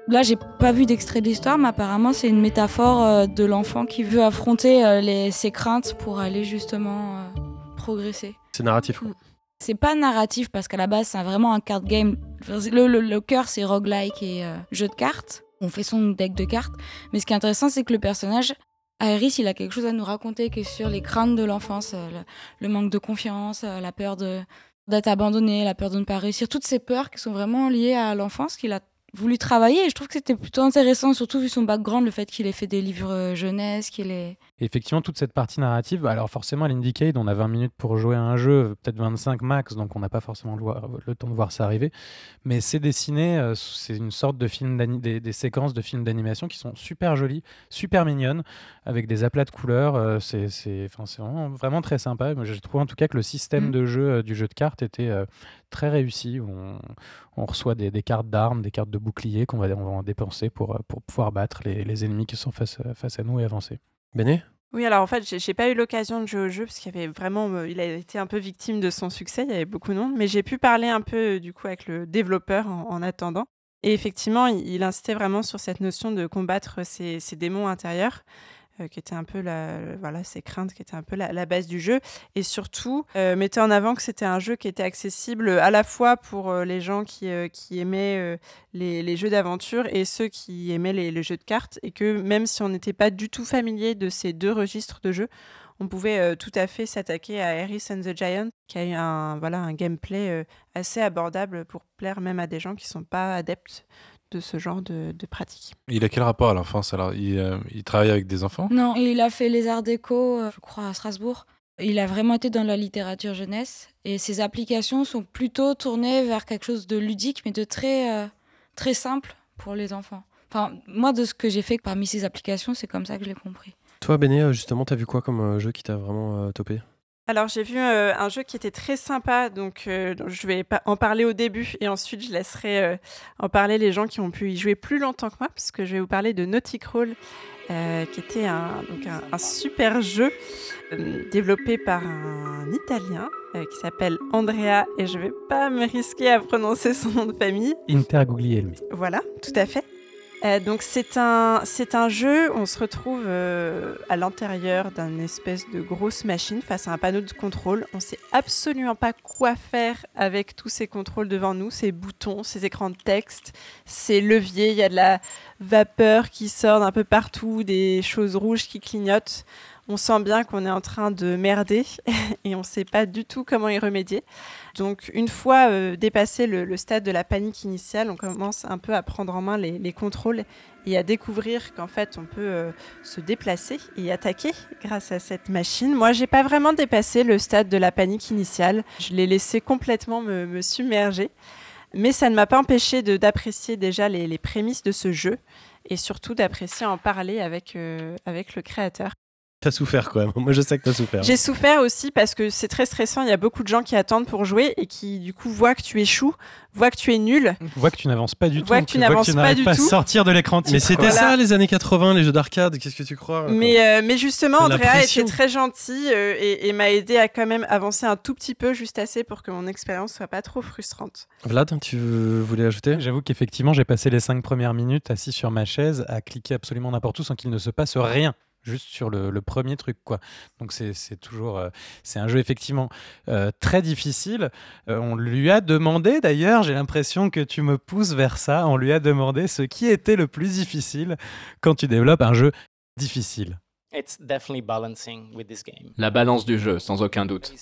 Là, j'ai pas vu d'extrait de l'histoire, mais apparemment, c'est une métaphore euh, de l'enfant qui veut affronter euh, les, ses craintes pour aller justement euh, progresser. C'est narratif, quoi. C'est pas narratif parce qu'à la base, c'est vraiment un card game. Le, le, le cœur, c'est roguelike et euh, jeu de cartes. On fait son deck de cartes. Mais ce qui est intéressant, c'est que le personnage, Aerys, il a quelque chose à nous raconter qui est sur les craintes de l'enfance, euh, le, le manque de confiance, euh, la peur de, d'être abandonné, la peur de ne pas réussir. Toutes ces peurs qui sont vraiment liées à l'enfance qu'il a voulu travailler, et je trouve que c'était plutôt intéressant, surtout vu son background, le fait qu'il ait fait des livres jeunesse, qu'il ait... Et effectivement, toute cette partie narrative, alors forcément à l'Indiecade, on a vingt minutes pour jouer à un jeu, peut-être vingt-cinq max, donc on n'a pas forcément le, voir, le temps de voir ça arriver, mais c'est dessiné, euh, c'est une sorte de film des, des séquences de films d'animation qui sont super jolies, super mignonnes, avec des aplats de couleurs, euh, c'est, c'est, c'est vraiment, vraiment très sympa. Moi, j'ai trouvé en tout cas que le système mmh. de jeu euh, du jeu de cartes était euh, très réussi, où on, on reçoit des, des cartes d'armes, des cartes de boucliers qu'on va, on va en dépenser pour, pour pouvoir battre les, les ennemis qui sont face, face à nous et avancer. Béné ? Oui, alors en fait, j'ai, j'ai pas eu l'occasion de jouer au jeu parce qu'il y avait vraiment, euh, il a été un peu victime de son succès, il y avait beaucoup de monde, mais j'ai pu parler un peu euh, du coup avec le développeur en, en attendant. Et effectivement, il, il insistait vraiment sur cette notion de combattre ses, ses démons intérieurs, euh, qui était un peu la, voilà, ses craintes, qui étaient un peu la, la base du jeu, et surtout euh, mettait en avant que c'était un jeu qui était accessible à la fois pour euh, les gens qui, euh, qui aimaient euh, les, les jeux d'aventure et ceux qui aimaient les, les jeux de cartes, et que même si on n'était pas du tout familier de ces deux registres de jeux, on pouvait euh, tout à fait s'attaquer à Aerys and the Giant, qui a eu un, voilà, un gameplay euh, assez abordable pour plaire même à des gens qui ne sont pas adeptes de ce genre de, de pratique. Il a quel rapport à l'enfance alors il, euh, il travaille avec des enfants ? Non, il a fait les arts déco, euh, je crois, à Strasbourg. Il a vraiment été dans la littérature jeunesse, et ses applications sont plutôt tournées vers quelque chose de ludique, mais de très, euh, très simple pour les enfants. Enfin, moi, de ce que j'ai fait parmi ces applications, c'est comme ça que je l'ai compris. Toi, Béné, justement, t'as vu quoi comme euh, jeu qui t'a vraiment euh, topé ? Alors, j'ai vu euh, un jeu qui était très sympa, donc euh, je vais pas en parler au début, et ensuite je laisserai euh, en parler les gens qui ont pu y jouer plus longtemps que moi, parce que je vais vous parler de Naughty Crawl, euh, qui était un, donc un, un super jeu euh, développé par un Italien euh, qui s'appelle Andrea, et je vais pas me risquer à prononcer son nom de famille. Interguglielmi. Voilà, tout à fait. Euh, donc c'est un, c'est un jeu, on se retrouve euh, à l'intérieur d'une espèce de grosse machine face à un panneau de contrôle. On ne sait absolument pas quoi faire avec tous ces contrôles devant nous, ces boutons, ces écrans de texte, ces leviers. Il y a de la vapeur qui sort d'un peu partout, des choses rouges qui clignotent. On sent bien qu'on est en train de merder et on ne sait pas du tout comment y remédier. Donc, une fois euh, dépassé le, le stade de la panique initiale, on commence un peu à prendre en main les, les contrôles et à découvrir qu'en fait, on peut euh, se déplacer et attaquer grâce à cette machine. Moi, je n'ai pas vraiment dépassé le stade de la panique initiale. Je l'ai laissé complètement me, me submerger. Mais ça ne m'a pas empêché de, d'apprécier déjà les, les prémices de ce jeu et surtout d'apprécier en parler avec, euh, avec le créateur. T'as souffert quand même. Moi, je sais que t'as souffert. J'ai souffert aussi parce que c'est très stressant. Il y a beaucoup de gens qui attendent pour jouer et qui, du coup, voient que tu échoues, voient que tu es nul. Voient que tu n'avances pas du tout. Voient que tu n'avances vois que tu pas du pas tout. À sortir de l'écran titre. Mais c'était Voilà. ça, les années quatre-vingts, les jeux d'arcade. Qu'est-ce que tu crois ? Mais, euh, mais justement, La Andrea pression. était très gentil euh, et, et m'a aidé à quand même avancer un tout petit peu, juste assez pour que mon expérience soit pas trop frustrante. Vlad, tu voulais ajouter ? J'avoue qu'effectivement, j'ai passé les cinq premières minutes assis sur ma chaise à cliquer absolument n'importe où sans qu'il ne se passe rien. Juste sur le, le premier truc, quoi. Donc c'est, c'est toujours euh, c'est un jeu effectivement euh, très difficile. Euh, on lui a demandé, d'ailleurs, j'ai l'impression que tu me pousses vers ça, on lui a demandé ce qui était le plus difficile quand tu développes un jeu difficile. It's definitely balancing with this game. La balance du jeu, sans aucun doute.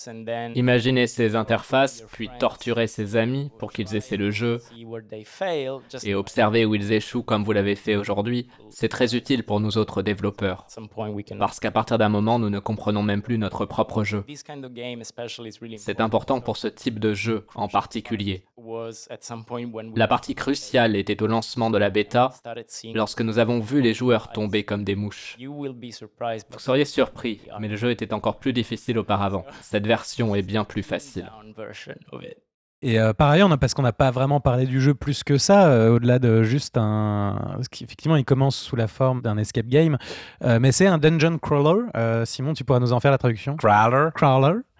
Imaginer ses interfaces, puis torturer ses amis pour qu'ils essaient le jeu, et observer où ils échouent comme vous l'avez fait aujourd'hui, c'est très utile pour nous autres développeurs. Parce qu'à partir d'un moment, nous ne comprenons même plus notre propre jeu. C'est important pour ce type de jeu en particulier. La partie cruciale était au lancement de la bêta, lorsque nous avons vu les joueurs tomber comme des mouches. Vous seriez surpris, mais le jeu était encore plus difficile auparavant. Cette version est bien plus facile. Et euh, par ailleurs, on a, parce qu'on n'a pas vraiment parlé du jeu plus que ça, euh, au-delà de juste un... Parce qu'effectivement, il commence sous la forme d'un escape game, euh, mais c'est un dungeon crawler. Euh, Simon, tu pourras nous en faire la traduction ? Crawler. Crawler.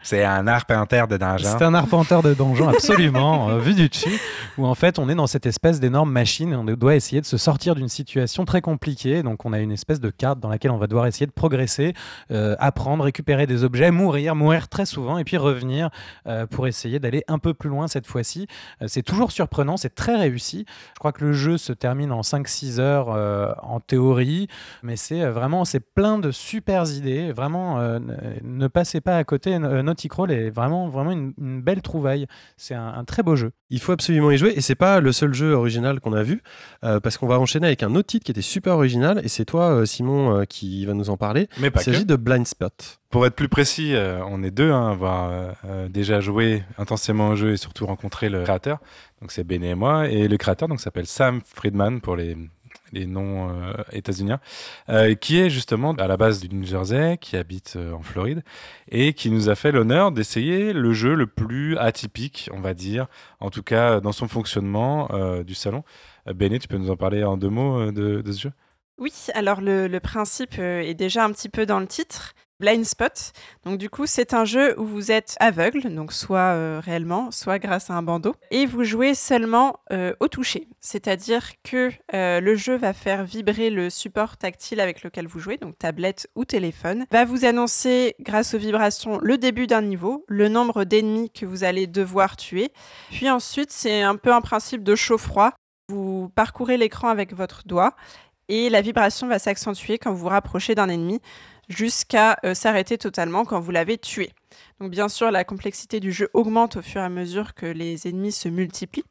C'est un arpenteur de donjon. C'est un arpenteur de donjon, absolument, euh, vu du dessus, où en fait on est dans cette espèce d'énorme machine et on doit essayer de se sortir d'une situation très compliquée. Donc on a une espèce de carte dans laquelle on va devoir essayer de progresser, euh, apprendre, récupérer des objets, mourir, mourir très souvent et puis revenir euh, pour essayer d'aller un peu plus loin cette fois-ci. Euh, c'est toujours surprenant, c'est très réussi. Je crois que le jeu se termine en cinq six heures euh, en théorie, mais c'est euh, vraiment, c'est plein de super idées. Vraiment, euh, ne passez pas à côté. Naughty Crawl est vraiment, vraiment une, une belle trouvaille. C'est un, un très beau jeu. Il faut absolument y jouer et c'est pas le seul jeu original qu'on a vu euh, parce qu'on va enchaîner avec un autre titre qui était super original et c'est toi euh, Simon euh, qui va nous en parler. Mais pas Il s'agit que. de Blind Spot. Pour être plus précis, euh, on est deux hein, à avoir euh, euh, déjà joué intensément au jeu et surtout rencontré le créateur. Donc c'est Béné et moi et le créateur donc s'appelle Sam Friedman pour les les noms euh, états-uniens, euh, qui est justement à la base du New Jersey, qui habite euh, en Floride, et qui nous a fait l'honneur d'essayer le jeu le plus atypique, on va dire, en tout cas dans son fonctionnement euh, du salon. Euh, Béné, tu peux nous en parler en deux mots euh, de, de ce jeu ? Oui, alors le, le principe euh, est déjà un petit peu dans le titre. Blind Spot. Donc du coup, c'est un jeu où vous êtes aveugle, donc soit euh, réellement, soit grâce à un bandeau, et vous jouez seulement euh, au toucher. C'est-à-dire que euh, le jeu va faire vibrer le support tactile avec lequel vous jouez, donc tablette ou téléphone, va vous annoncer, grâce aux vibrations, le début d'un niveau, le nombre d'ennemis que vous allez devoir tuer. Puis ensuite, c'est un peu un principe de chaud-froid. Vous parcourez l'écran avec votre doigt, et la vibration va s'accentuer quand vous vous rapprochez d'un ennemi, jusqu'à euh, s'arrêter totalement quand vous l'avez tué. Donc bien sûr, la complexité du jeu augmente au fur et à mesure que les ennemis se multiplient.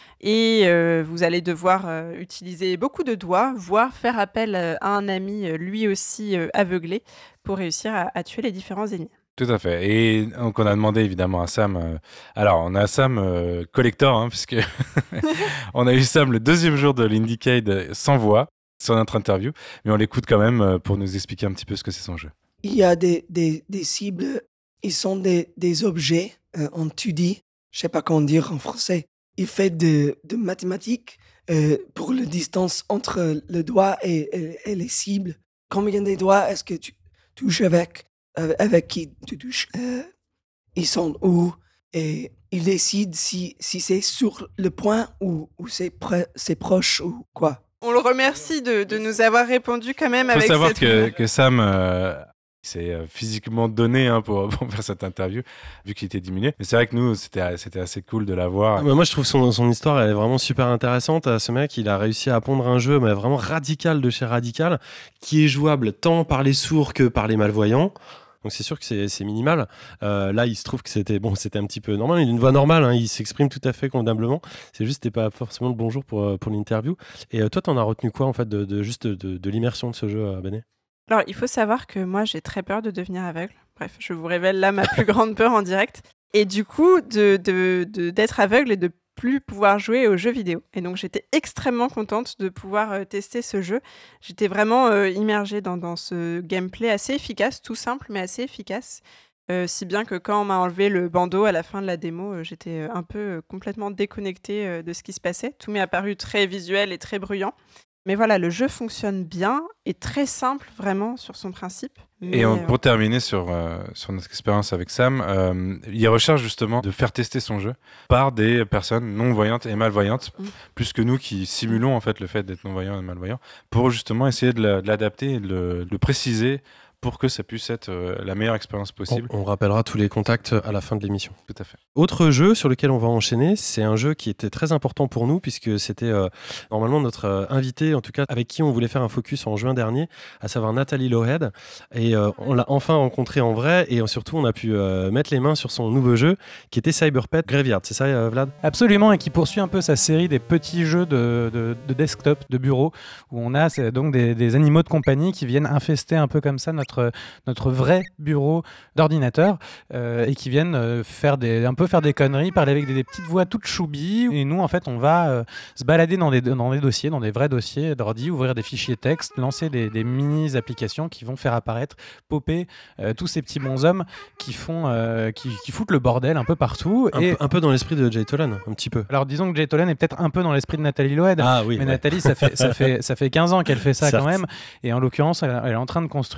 Et euh, vous allez devoir euh, utiliser beaucoup de doigts, voire faire appel euh, à un ami, euh, lui aussi euh, aveuglé, pour réussir à, à tuer les différents ennemis. Tout à fait. Et donc on a demandé évidemment à Sam. Euh, alors on a Sam euh, collector, hein, puisque on a eu Sam le deuxième jour de l'Indiecade sans voix, sans notre interview, mais on l'écoute quand même pour nous expliquer un petit peu ce que c'est son jeu. Il y a des, des, des cibles, ils sont des, des objets euh, en deux D, je ne sais pas comment dire en français. Il fait de, de mathématiques euh, pour la distance entre le doigt et, et, et les cibles. Combien de doigts est-ce que tu touches avec, euh, avec qui tu touches euh, Ils sont où? Et il décide si, si c'est sur le point ou, ou c'est, pre- c'est proche ou quoi. On le remercie de, de nous avoir répondu quand même Il faut avec savoir cette... que, que Sam euh, s'est euh, physiquement donné hein, pour, pour faire cette interview, vu qu'il était diminué. Mais c'est vrai que nous, c'était, c'était assez cool de l'avoir. Ah bah moi, je trouve son, son histoire, elle est vraiment super intéressante. Ce mec, il a réussi à pondre un jeu mais vraiment radical de chez radical, qui est jouable tant par les sourds que par les malvoyants. Donc c'est sûr que c'est, c'est minimal. Euh, là, il se trouve que c'était bon, c'était un petit peu normal. Il a une voix normale, hein, il s'exprime tout à fait convenablement. C'est juste, c'était pas forcément le bonjour pour pour l'interview. Et euh, toi, t'en as retenu quoi en fait de, de juste de, de l'immersion de ce jeu, euh, Béné ? Alors, il faut savoir que moi, j'ai très peur de devenir aveugle. Bref, je vous révèle là ma plus grande peur en direct. Et du coup, de, de, de d'être aveugle et de plus pouvoir jouer aux jeux vidéo. Et donc, j'étais extrêmement contente de pouvoir euh, tester ce jeu. J'étais vraiment euh, immergée dans, dans ce gameplay assez efficace, tout simple, mais assez efficace. Euh, si bien que quand on m'a enlevé le bandeau à la fin de la démo, euh, j'étais euh, un peu euh, complètement déconnectée euh, de ce qui se passait. Tout m'est apparu très visuel et très bruyant. Mais voilà, le jeu fonctionne bien et très simple, vraiment, sur son principe. Mais Et on, euh, pour terminer sur, euh, sur notre expérience avec Sam, euh, il recherche justement de faire tester son jeu par des personnes non-voyantes et malvoyantes, Mm. plus que nous qui simulons en fait le fait d'être non-voyants et malvoyants, pour justement essayer de, la- de l'adapter et de le, de le préciser pour que ça puisse être euh, la meilleure expérience possible. On, on rappellera tous les contacts à la fin de l'émission. Tout à fait. Autre jeu sur lequel on va enchaîner, c'est un jeu qui était très important pour nous puisque c'était euh, normalement notre euh, invité, en tout cas avec qui on voulait faire un focus en juin dernier, à savoir Nathalie Lohead. Et euh, on l'a enfin rencontrée en vrai et surtout on a pu euh, mettre les mains sur son nouveau jeu qui était Cyberpet Graveyard. C'est ça, euh, Vlad ? Absolument, et qui poursuit un peu sa série des petits jeux de, de, de desktop, de bureau, où on a c'est, donc des, des animaux de compagnie qui viennent infester un peu comme ça notre, notre vrai bureau d'ordinateur euh, et qui viennent euh, faire des, un peu faire des conneries, parler avec des, des petites voix toutes choubies. Et nous, en fait, on va euh, se balader dans des, dans des dossiers, dans des vrais dossiers d'ordi, ouvrir des fichiers texte, lancer des, des mini-applications qui vont faire apparaître, popper euh, tous ces petits bonshommes qui, font, euh, qui, qui foutent le bordel un peu partout. Un, et... peu, un peu dans l'esprit de Jay Tolan, un petit peu. Alors disons que Jay Tolan est peut-être un peu dans l'esprit de Nathalie Lohead, ah, oui, mais ouais. Nathalie, ça fait, ça, fait, ça fait quinze ans qu'elle fait ça Certes. quand même, et en l'occurrence, elle, elle est en train de construire tout un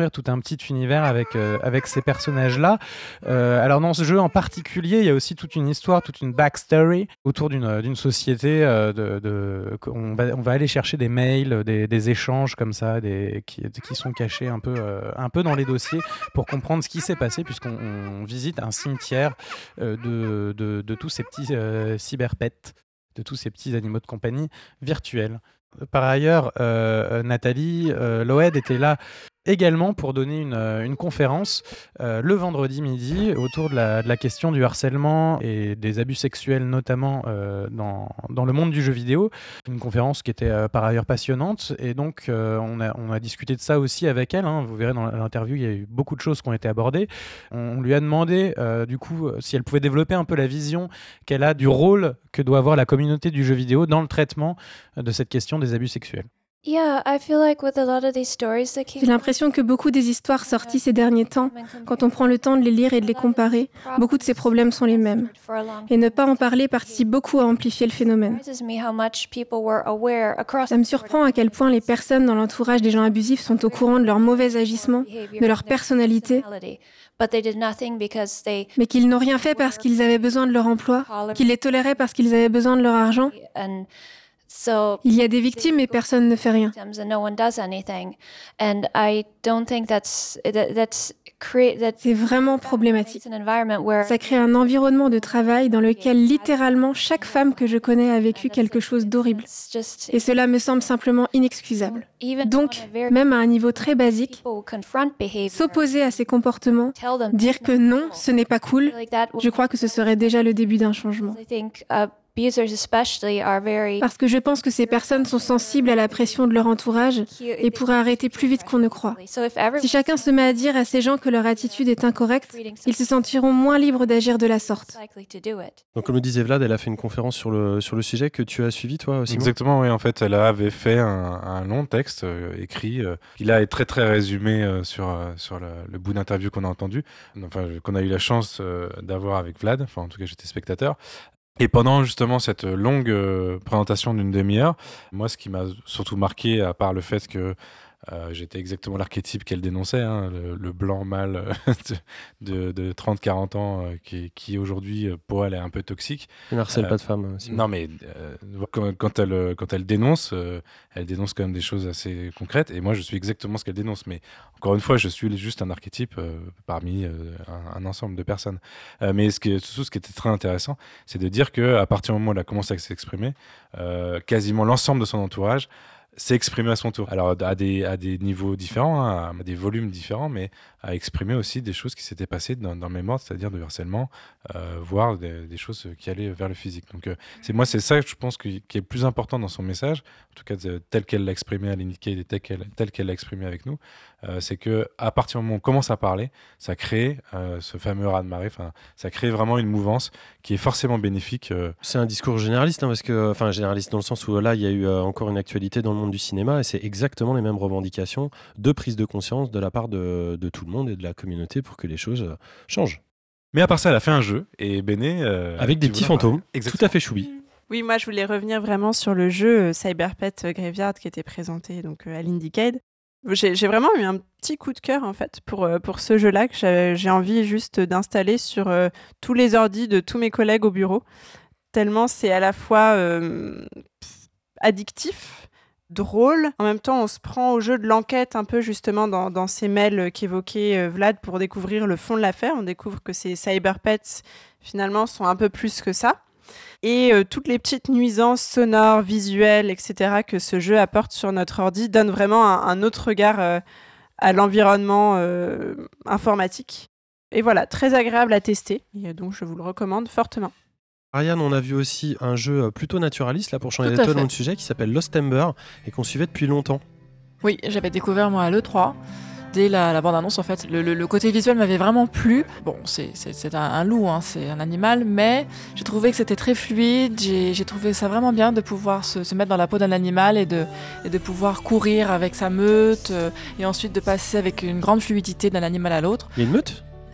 petit univers avec, euh, avec ces personnages-là. Euh, alors dans ce jeu en particulier, il y a aussi toute une histoire, toute une backstory autour d'une, d'une société. Euh, de, de, on, va, on va aller chercher des mails, des, des échanges comme ça, des, qui, qui sont cachés un peu, euh, un peu dans les dossiers pour comprendre ce qui s'est passé, puisqu'on on visite un cimetière euh, de, de, de tous ces petits euh, cyberpets, de tous ces petits animaux de compagnie virtuels. Par ailleurs, euh, Nathalie euh, Loed était là également pour donner une, une conférence euh, le vendredi midi autour de la, de la question du harcèlement et des abus sexuels, notamment euh, dans, dans le monde du jeu vidéo. Une conférence qui était euh, par ailleurs passionnante, et donc euh, on, a, on a discuté de ça aussi avec elle. Hein. Vous verrez dans l'interview, il y a eu beaucoup de choses qui ont été abordées. On, on lui a demandé euh, du coup si elle pouvait développer un peu la vision qu'elle a du rôle que doit avoir la communauté du jeu vidéo dans le traitement de cette question des abus sexuels. J'ai l'impression que beaucoup des histoires sorties ces derniers temps, quand on prend le temps de les lire et de les comparer, beaucoup de ces problèmes sont les mêmes. Et ne pas en parler participe beaucoup à amplifier le phénomène. Ça me surprend à quel point les personnes dans l'entourage des gens abusifs sont au courant de leurs mauvais agissements, de leur personnalité, mais qu'ils n'ont rien fait parce qu'ils avaient besoin de leur emploi, qu'ils les toléraient parce qu'ils avaient besoin de leur argent. Il y a des victimes et personne ne fait rien. C'est vraiment problématique. Ça crée un environnement de travail dans lequel littéralement chaque femme que je connais a vécu quelque chose d'horrible. Et cela me semble simplement inexcusable. Donc, même à un niveau très basique, s'opposer à ces comportements, dire que non, ce n'est pas cool, je crois que ce serait déjà le début d'un changement. Parce que je pense que ces personnes sont sensibles à la pression de leur entourage et pourraient arrêter plus vite qu'on ne croit. Si chacun se met à dire à ces gens que leur attitude est incorrecte, ils se sentiront moins libres d'agir de la sorte. Donc comme le disait Vlad, elle a fait une conférence sur le, sur le sujet que tu as suivi toi aussi. Exactement, oui. En fait, elle avait fait un, un long texte euh, écrit. Euh, il a été très très résumé euh, sur, euh, sur le, le bout d'interview qu'on a entendu, enfin qu'on a eu la chance euh, d'avoir avec Vlad. Enfin, en tout cas, j'étais spectateur. Et pendant justement cette longue euh, présentation d'une demi-heure, moi ce qui m'a surtout marqué, à part le fait que euh, j'étais exactement l'archétype qu'elle dénonçait, hein, le, le blanc mâle de, de trente à quarante ans euh, qui, qui aujourd'hui pour elle est un peu toxique. Elle n'harcèle euh, pas de femmes. Aussi. Non mais euh, quand, quand, elle, quand elle dénonce, euh, elle dénonce quand même des choses assez concrètes, et moi je suis exactement ce qu'elle dénonce, mais encore une fois je suis juste un archétype euh, parmi euh, un, un ensemble de personnes. Euh, mais ce qui, surtout ce qui était très intéressant, c'est de dire qu'à partir du moment où elle a commencé à s'exprimer, euh, quasiment l'ensemble de son entourage s'est exprimé à son tour. Alors à des, à des niveaux différents, hein, à des volumes différents, mais à exprimer aussi des choses qui s'étaient passées dans, dans le même ordre, c'est-à-dire de harcèlement, euh, voire des, des choses qui allaient vers le physique. Donc euh, c'est, moi, c'est ça que je pense que, qui est le plus important dans son message, en tout cas de, tel qu'elle l'a exprimé à l'Indicate et tel qu'elle, tel qu'elle l'a exprimé avec nous, euh, c'est qu'à partir du moment où on commence à parler, ça crée euh, ce fameux raz-de-marée, ça crée vraiment une mouvance qui est forcément bénéfique. Euh... C'est un discours généraliste, hein, parce que, enfin généraliste dans le sens où là, il y a eu euh, encore une actualité dans le monde du cinéma, et c'est exactement les mêmes revendications de prise de conscience de la part de, de tout le monde et de la communauté pour que les choses euh, changent. Mais à part ça, elle a fait un jeu, et Béné... Euh, avec des petits fantômes, tout à fait choubi. Oui, moi je voulais revenir vraiment sur le jeu euh, Cyberpet Graveyard qui était présenté donc, euh, à l'Indicade. J'ai, j'ai vraiment eu un petit coup de cœur en fait pour, euh, pour ce jeu-là que j'ai, j'ai envie juste d'installer sur euh, tous les ordis de tous mes collègues au bureau, tellement c'est à la fois euh, addictif, drôle. En même temps, on se prend au jeu de l'enquête un peu justement dans, dans ces mails qu'évoquait euh, Vlad pour découvrir le fond de l'affaire. On découvre que ces cyberpets finalement sont un peu plus que ça. Et euh, toutes les petites nuisances sonores, visuelles, et cetera que ce jeu apporte sur notre ordi donnent vraiment un, un autre regard euh, à l'environnement euh, informatique. Et voilà, très agréable à tester. Et donc, je vous le recommande fortement. Ariane, on a vu aussi un jeu plutôt naturaliste, là, pour changer d'étonnement de sujet, qui s'appelle Lost Ember et qu'on suivait depuis longtemps. Oui, j'avais découvert moi à l'E trois. Dès la, la bande-annonce, en fait, le, le, le côté visuel m'avait vraiment plu. Bon, c'est, c'est, c'est un, un loup, hein, c'est un animal, mais j'ai trouvé que c'était très fluide. J'ai, j'ai trouvé ça vraiment bien de pouvoir se, se mettre dans la peau d'un animal et de, et de pouvoir courir avec sa meute euh, et ensuite de passer avec une grande fluidité d'un animal à l'autre. Il y a une meute ?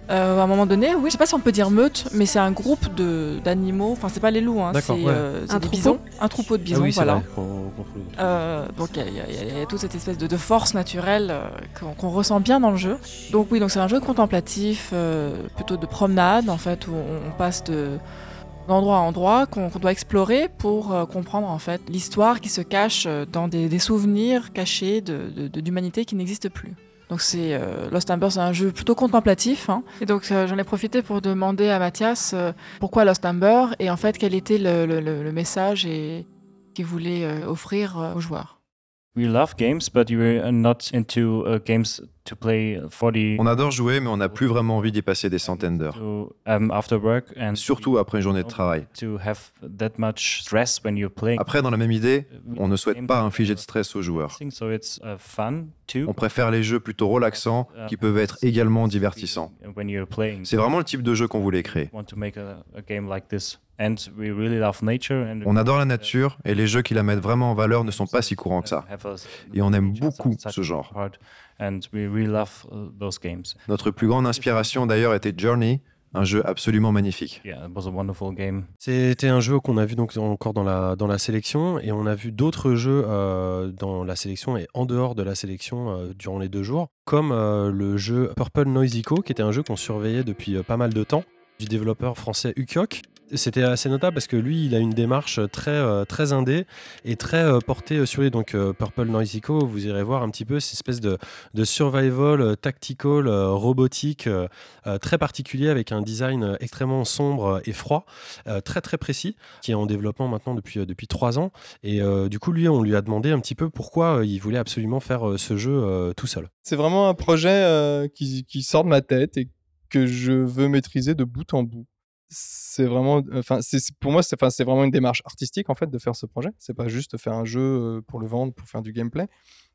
Euh, à un moment donné, oui, je sais pas si on peut dire meute, mais c'est un groupe de, d'animaux, enfin c'est pas les loups, hein, c'est, ouais. euh, c'est un des troupeau. bisons, un troupeau de bisons, ah oui, voilà. Vrai, qu'on, qu'on euh, donc il y, y, y a toute cette espèce de, de force naturelle euh, qu'on, qu'on ressent bien dans le jeu. Donc oui, donc c'est un jeu contemplatif, euh, plutôt de promenade en fait, où on, on passe de d'endroit à endroit qu'on, qu'on doit explorer pour euh, comprendre en fait l'histoire qui se cache dans des, des souvenirs cachés de, de, de, d'humanité qui n'existe plus. Donc c'est euh, Lost Ember, c'est un jeu plutôt contemplatif, hein. Et donc euh, j'en ai profité pour demander à Mathias euh, pourquoi Lost Ember et en fait quel était le, le, le message et, qu'il voulait euh, offrir euh, aux joueurs. We love games, but we're not into uh, games to play for the. On adore jouer, mais on n'a plus vraiment envie d'y passer des centaines d'heures. To, um, after work and surtout après une journée de travail. To have that much stress when you're playing. Après, dans la même idée, on ne souhaite pas infliger de stress aux joueurs. So it's, uh, fun too. On préfère les jeux plutôt relaxants, qui peuvent être également divertissants. C'est vraiment le type de jeu qu'on voulait créer. Want to make a, a game like this. And we really love nature and on adore la nature et les jeux qui la mettent vraiment en valeur ne sont pas si courants que ça. Et on aime beaucoup ce genre. And we really love those games. Notre plus grande inspiration d'ailleurs était Journey, un jeu absolument magnifique. Yeah, it was a wonderful game. C'était un jeu qu'on a vu donc encore dans la, dans la sélection et on a vu d'autres jeux euh, dans la sélection et en dehors de la sélection euh, durant les deux jours, comme euh, le jeu Purple Noise Echo, qui était un jeu qu'on surveillait depuis euh, pas mal de temps, du développeur français Ukiok. C'était assez notable parce que lui, il a une démarche très, euh, très indé et très euh, portée sur lui. Donc euh, Purple Noise Echo, vous irez voir un petit peu cette espèce de, de survival euh, tactical, euh, robotique, euh, euh, très particulier avec un design extrêmement sombre et froid, euh, très très précis, qui est en développement maintenant depuis, euh, depuis trois ans. Et euh, du coup, lui, on lui a demandé un petit peu pourquoi euh, il voulait absolument faire euh, ce jeu euh, tout seul. C'est vraiment un projet euh, qui, qui sort de ma tête et que je veux maîtriser de bout en bout. C'est vraiment, enfin, c'est, pour moi, c'est, enfin, c'est vraiment une démarche artistique en fait de faire ce projet. C'est pas juste faire un jeu pour le vendre, pour faire du gameplay.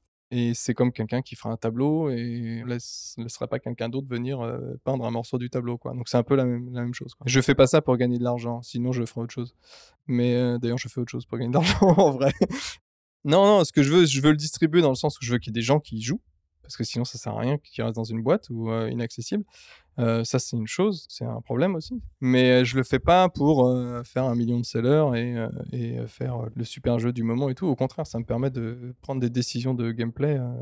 Et c'est comme quelqu'un qui fera un tableau et ne laisse, laissera pas quelqu'un d'autre venir euh, peindre un morceau du tableau, quoi. Donc c'est un peu la même, la même chose, quoi. Je fais pas ça pour gagner de l'argent, sinon je ferai autre chose. Mais euh, d'ailleurs, je fais autre chose pour gagner de l'argent en vrai. Non, non, ce que je veux, je veux le distribuer dans le sens où je veux qu'il y ait des gens qui y jouent. Parce que sinon, ça sert à rien qu'il reste dans une boîte ou euh, inaccessible. Euh, ça, c'est une chose, c'est un problème aussi. Mais euh, je le fais pas pour euh, faire un million de sellers et, euh, et faire euh, le super jeu du moment et tout. Au contraire, ça me permet de prendre des décisions de gameplay euh,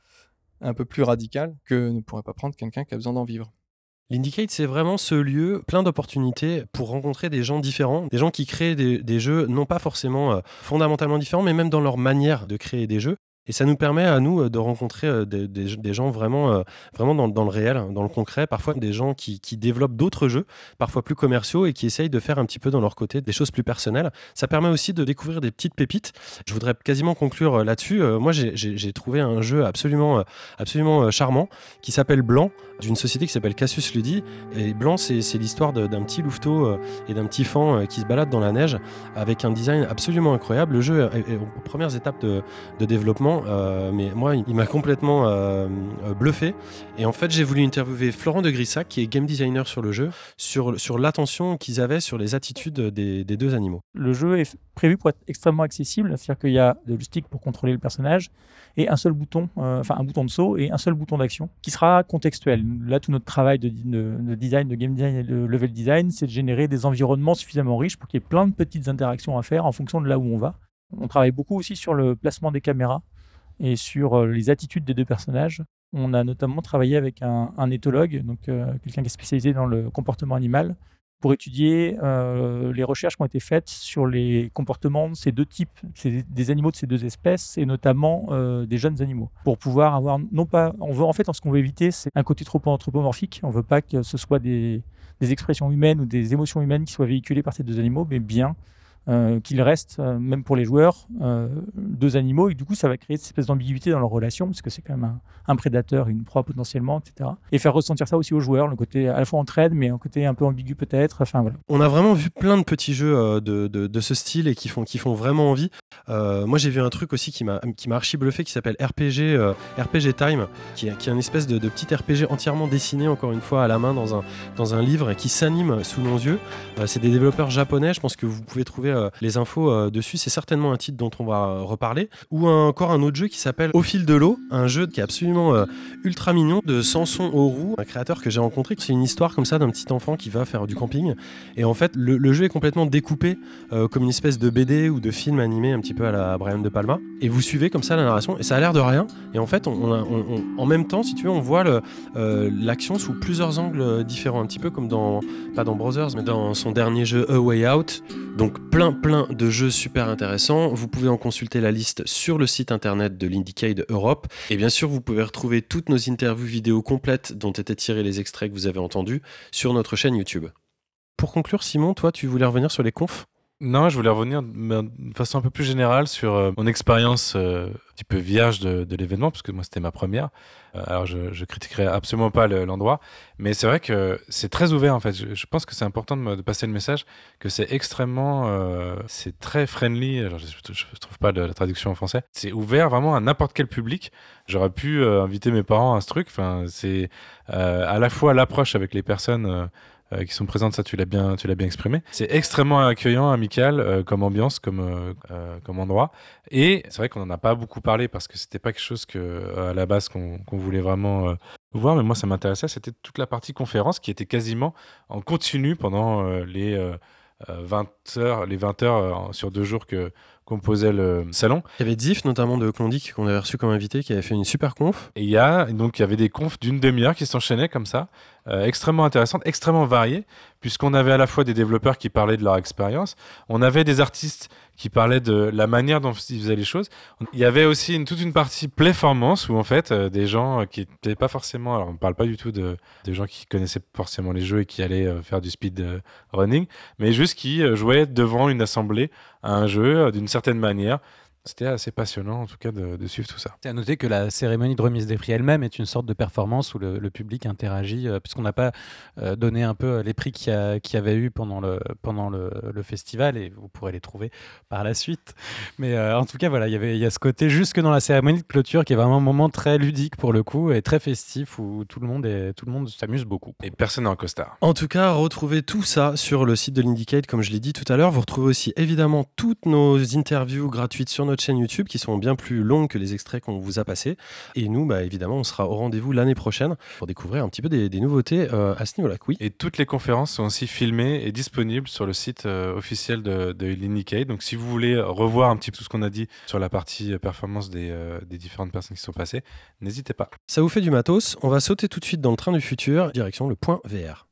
un peu plus radicales que ne pourrait pas prendre quelqu'un qui a besoin d'en vivre. L'Indicate, c'est vraiment ce lieu plein d'opportunités pour rencontrer des gens différents, des gens qui créent des, des jeux non pas forcément euh, fondamentalement différents, mais même dans leur manière de créer des jeux. Et ça nous permet à nous de rencontrer des, des, des gens vraiment, euh, vraiment dans, dans le réel, dans le concret, parfois des gens qui, qui développent d'autres jeux, parfois plus commerciaux et qui essayent de faire un petit peu dans leur côté des choses plus personnelles. Ça permet aussi de découvrir des petites pépites. Je voudrais quasiment conclure là-dessus. Euh, moi, j'ai, j'ai, j'ai trouvé un jeu absolument, absolument charmant qui s'appelle Blanc, d'une société qui s'appelle Cassius Ludi. Et Blanc, c'est, c'est l'histoire de, d'un petit louveteau euh, et d'un petit faon euh, qui se balade dans la neige avec un design absolument incroyable. Le jeu est, est aux premières étapes de, de développement. Euh, mais moi, il, il m'a complètement euh, euh, bluffé. Et en fait, j'ai voulu interviewer Florent de Grissac, qui est game designer sur le jeu, sur, sur l'attention qu'ils avaient sur les attitudes des, des deux animaux. Le jeu est prévu pour être extrêmement accessible, c'est-à-dire qu'il y a le stick pour contrôler le personnage et un seul bouton, euh, enfin un bouton de saut et un seul bouton d'action qui sera contextuel. Là, tout notre travail de, de, de design, de game design et de level design, c'est de générer des environnements suffisamment riches pour qu'il y ait plein de petites interactions à faire en fonction de là où on va. On travaille beaucoup aussi sur le placement des caméras et sur les attitudes des deux personnages. On a notamment travaillé avec un, un éthologue, donc euh, quelqu'un qui est spécialisé dans le comportement animal, pour étudier euh, les recherches qui ont été faites sur les comportements de ces deux types, ces, des animaux de ces deux espèces, et notamment euh, des jeunes animaux. Pour pouvoir avoir, non pas, on veut en fait, ce qu'on veut éviter, c'est un côté trop anthropomorphique. On ne veut pas que ce soit des, des expressions humaines ou des émotions humaines qui soient véhiculées par ces deux animaux, mais bien Euh, qu'il reste, euh, même pour les joueurs, euh, deux animaux, et du coup ça va créer cette espèce d'ambiguïté dans leur relation, parce que c'est quand même un, un prédateur et une proie potentiellement, et cetera. Et faire ressentir ça aussi aux joueurs, le côté à la fois entraide, mais un côté un peu ambigu peut-être, enfin voilà. On a vraiment vu plein de petits jeux euh, de, de, de ce style et qui font, qui font vraiment envie. Euh, moi j'ai vu un truc aussi qui m'a, qui m'a archi bluffé, qui s'appelle R P G, euh, R P G Time, qui est, qui est une espèce de, de petit R P G entièrement dessiné, encore une fois, à la main dans un, dans un livre, et qui s'anime sous nos yeux. Euh, c'est des développeurs japonais, je pense que vous pouvez trouver euh, les infos euh, dessus. C'est certainement un titre dont on va euh, reparler. Ou un, encore un autre jeu qui s'appelle Au fil de l'eau, un jeu qui est absolument euh, ultra mignon de Samson Auroux, un créateur que j'ai rencontré. C'est une histoire comme ça d'un petit enfant qui va faire du camping. Et en fait, le, le jeu est complètement découpé euh, comme une espèce de B D ou de film animé un petit peu à la Brian De Palma. Et vous suivez comme ça la narration et ça a l'air de rien. Et en fait, on, on, on, on, en même temps, si tu veux, on voit le, euh, l'action sous plusieurs angles différents, un petit peu comme dans, pas dans Brothers, mais dans son dernier jeu A Way Out. Donc plein plein de jeux super intéressants. Vous pouvez en consulter la liste sur le site internet de l'Indiecade Europe. Et bien sûr, vous pouvez retrouver toutes nos interviews vidéo complètes dont étaient tirés les extraits que vous avez entendus sur notre chaîne YouTube. Pour conclure, Simon, toi, tu voulais revenir sur les confs ? Non, je voulais revenir de façon un peu plus générale sur euh, mon expérience euh, un petit peu vierge de, de l'événement, parce que moi c'était ma première. Euh, alors je, je critiquerai absolument pas le, l'endroit, mais c'est vrai que c'est très ouvert en fait. Je, je pense que c'est important de, me, de passer le message que c'est extrêmement, euh, c'est très friendly. Alors je, je, je trouve pas de la traduction en français. C'est ouvert vraiment à n'importe quel public. J'aurais pu euh, inviter mes parents à ce truc. Enfin, c'est euh, à la fois l'approche avec les personnes. Euh, Euh, qui sont présentes, ça tu l'as bien, tu l'as bien exprimé. C'est extrêmement accueillant, amical euh, comme ambiance, comme, euh, euh, comme endroit. Et c'est vrai qu'on n'en a pas beaucoup parlé parce que c'était pas quelque chose que, euh, à la base qu'on, qu'on voulait vraiment euh, voir, mais moi ça m'intéressait. C'était toute la partie conférence qui était quasiment en continu pendant euh, les euh, vingt heures, les vingt heures euh, sur deux jours que composait le salon. Il y avait Zif notamment de Klondike qu'on avait reçu comme invité qui avait fait une super conf. Et il y a donc il y avait des confs d'une demi-heure qui s'enchaînaient comme ça, euh, extrêmement intéressantes, extrêmement variées, puisqu'on avait à la fois des développeurs qui parlaient de leur expérience, on avait des artistes qui parlaient de la manière dont ils faisaient les choses. Il y avait aussi une, toute une partie performance où en fait euh, des gens qui n'étaient pas forcément, alors on ne parle pas du tout de des gens qui connaissaient forcément les jeux et qui allaient euh, faire du speed euh, running, mais juste qui euh, jouaient devant une assemblée à un jeu euh, d'une certaine manière. C'était assez passionnant en tout cas de, de suivre tout ça. C'est à noter que la cérémonie de remise des prix elle-même est une sorte de performance où le, le public interagit, euh, puisqu'on n'a pas euh, donné un peu les prix qu'il y, a, qu'il y avait eu pendant le, pendant le, le festival, et vous pourrez les trouver par la suite. Mais euh, en tout cas, voilà, y avait, il y a ce côté jusque dans la cérémonie de clôture qui est vraiment un moment très ludique pour le coup et très festif où tout le monde, est, tout le monde s'amuse beaucoup. Et personne n'est en costard. En tout cas, retrouvez tout ça sur le site de l'Indiecade, comme je l'ai dit tout à l'heure. Vous retrouvez aussi évidemment toutes nos interviews gratuites sur notre chaîne YouTube qui sont bien plus longues que les extraits qu'on vous a passés. Et nous, bah, évidemment, on sera au rendez-vous l'année prochaine pour découvrir un petit peu des, des nouveautés euh, à ce niveau-là. Oui. Et toutes les conférences sont aussi filmées et disponibles sur le site euh, officiel de, de l'Indiecade. Donc si vous voulez revoir un petit peu tout ce qu'on a dit sur la partie performance des, euh, des différentes personnes qui sont passées, n'hésitez pas. Ça vous fait du matos. On va sauter tout de suite dans le train du futur, direction le point V R.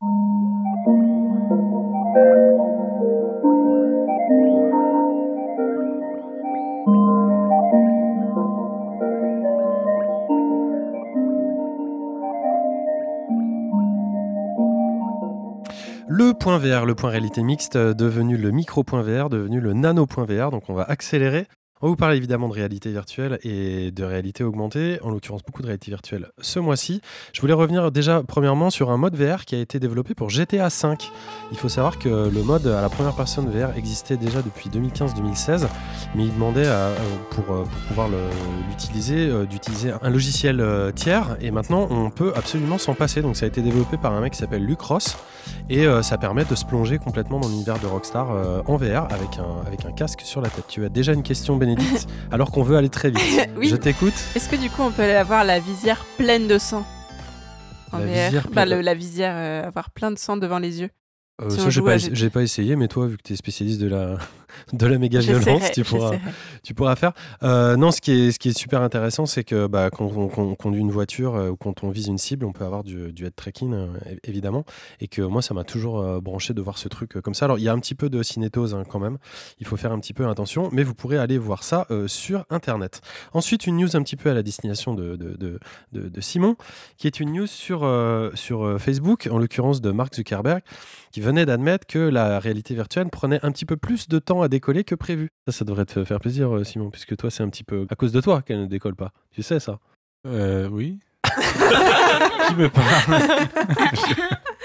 Le point V R, le point réalité mixte, devenu le micro point V R, devenu le nano point V R. Donc on va accélérer. On va vous parler évidemment de réalité virtuelle et de réalité augmentée, en l'occurrence beaucoup de réalité virtuelle ce mois-ci. Je voulais revenir déjà premièrement sur un mode V R qui a été développé pour G T A cinq. Il faut savoir que le mode à la première personne V R existait déjà depuis deux mille quinze deux mille seize, mais il demandait à, pour, pour pouvoir le, l'utiliser, euh, d'utiliser un logiciel euh, tiers, et maintenant on peut absolument s'en passer. Donc ça a été développé par un mec qui s'appelle Luc Ross, et euh, ça permet de se plonger complètement dans l'univers de Rockstar euh, en V R avec un, avec un casque sur la tête. Tu as déjà une question, Bénédicte, alors qu'on veut aller très vite. Oui. Je t'écoute. Est-ce que du coup on peut avoir la visière pleine de sang en La V R? visière Bah, pleine- le- la visière, euh, avoir plein de sang devant les yeux. Euh, Si ça, on j'ai joue pas, à ess- G T A. j'ai pas essayé, mais toi, vu que tu es spécialiste de la, de la méga J'essaierai, violence, tu pourras, j'essaierai. tu pourras faire. Euh, non, ce qui est, ce qui est super intéressant, c'est que bah, quand on, qu'on conduit une voiture euh, ou quand on vise une cible, on peut avoir du, du head tracking, euh, é- évidemment. Et que moi, ça m'a toujours euh, branché de voir ce truc euh, comme ça. Alors, il y a un petit peu de cinétose hein, quand même. Il faut faire un petit peu attention, mais vous pourrez aller voir ça euh, sur Internet. Ensuite, une news un petit peu à la destination de, de, de, de, de Simon, qui est une news sur, euh, sur euh, Facebook, en l'occurrence de Mark Zuckerberg, qui venait d'admettre que la réalité virtuelle prenait un petit peu plus de temps à décoller que prévu. Ça, ça devrait te faire plaisir, euh, Simon, puisque toi, c'est un petit peu à cause de toi qu'elle ne décolle pas. Tu sais ça? Euh, oui. Qui me parle?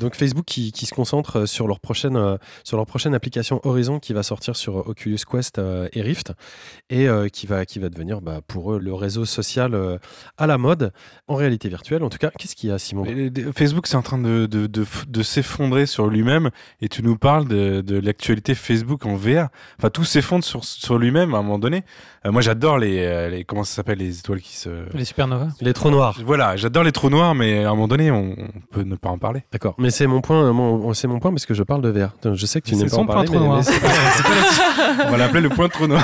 Donc Facebook qui, qui se concentre sur leur prochaine, euh, sur leur prochaine application Horizon qui va sortir sur Oculus Quest euh, et Rift et euh, qui, va, qui va devenir bah, pour eux le réseau social euh, à la mode en réalité virtuelle. En tout cas, qu'est-ce qu'il y a, Simon ? Mais, Facebook, c'est en train de, de, de, de s'effondrer sur lui-même et tu nous parles de, de l'actualité Facebook en V R. Enfin, tout s'effondre sur, sur lui-même à un moment donné. Euh, moi, j'adore les, les... Comment ça s'appelle, les étoiles qui se... Les supernovas. Les trous noirs. Voilà, j'adore les trous noirs, mais à un moment donné, on, on peut ne pas en parler. D'accord, mais c'est mon point, mon, c'est mon point parce que je parle de V R. Donc, je sais que tu n'aimes pas en parler, mais, mais c'est, c'est pas on va l'appeler le point trou noir.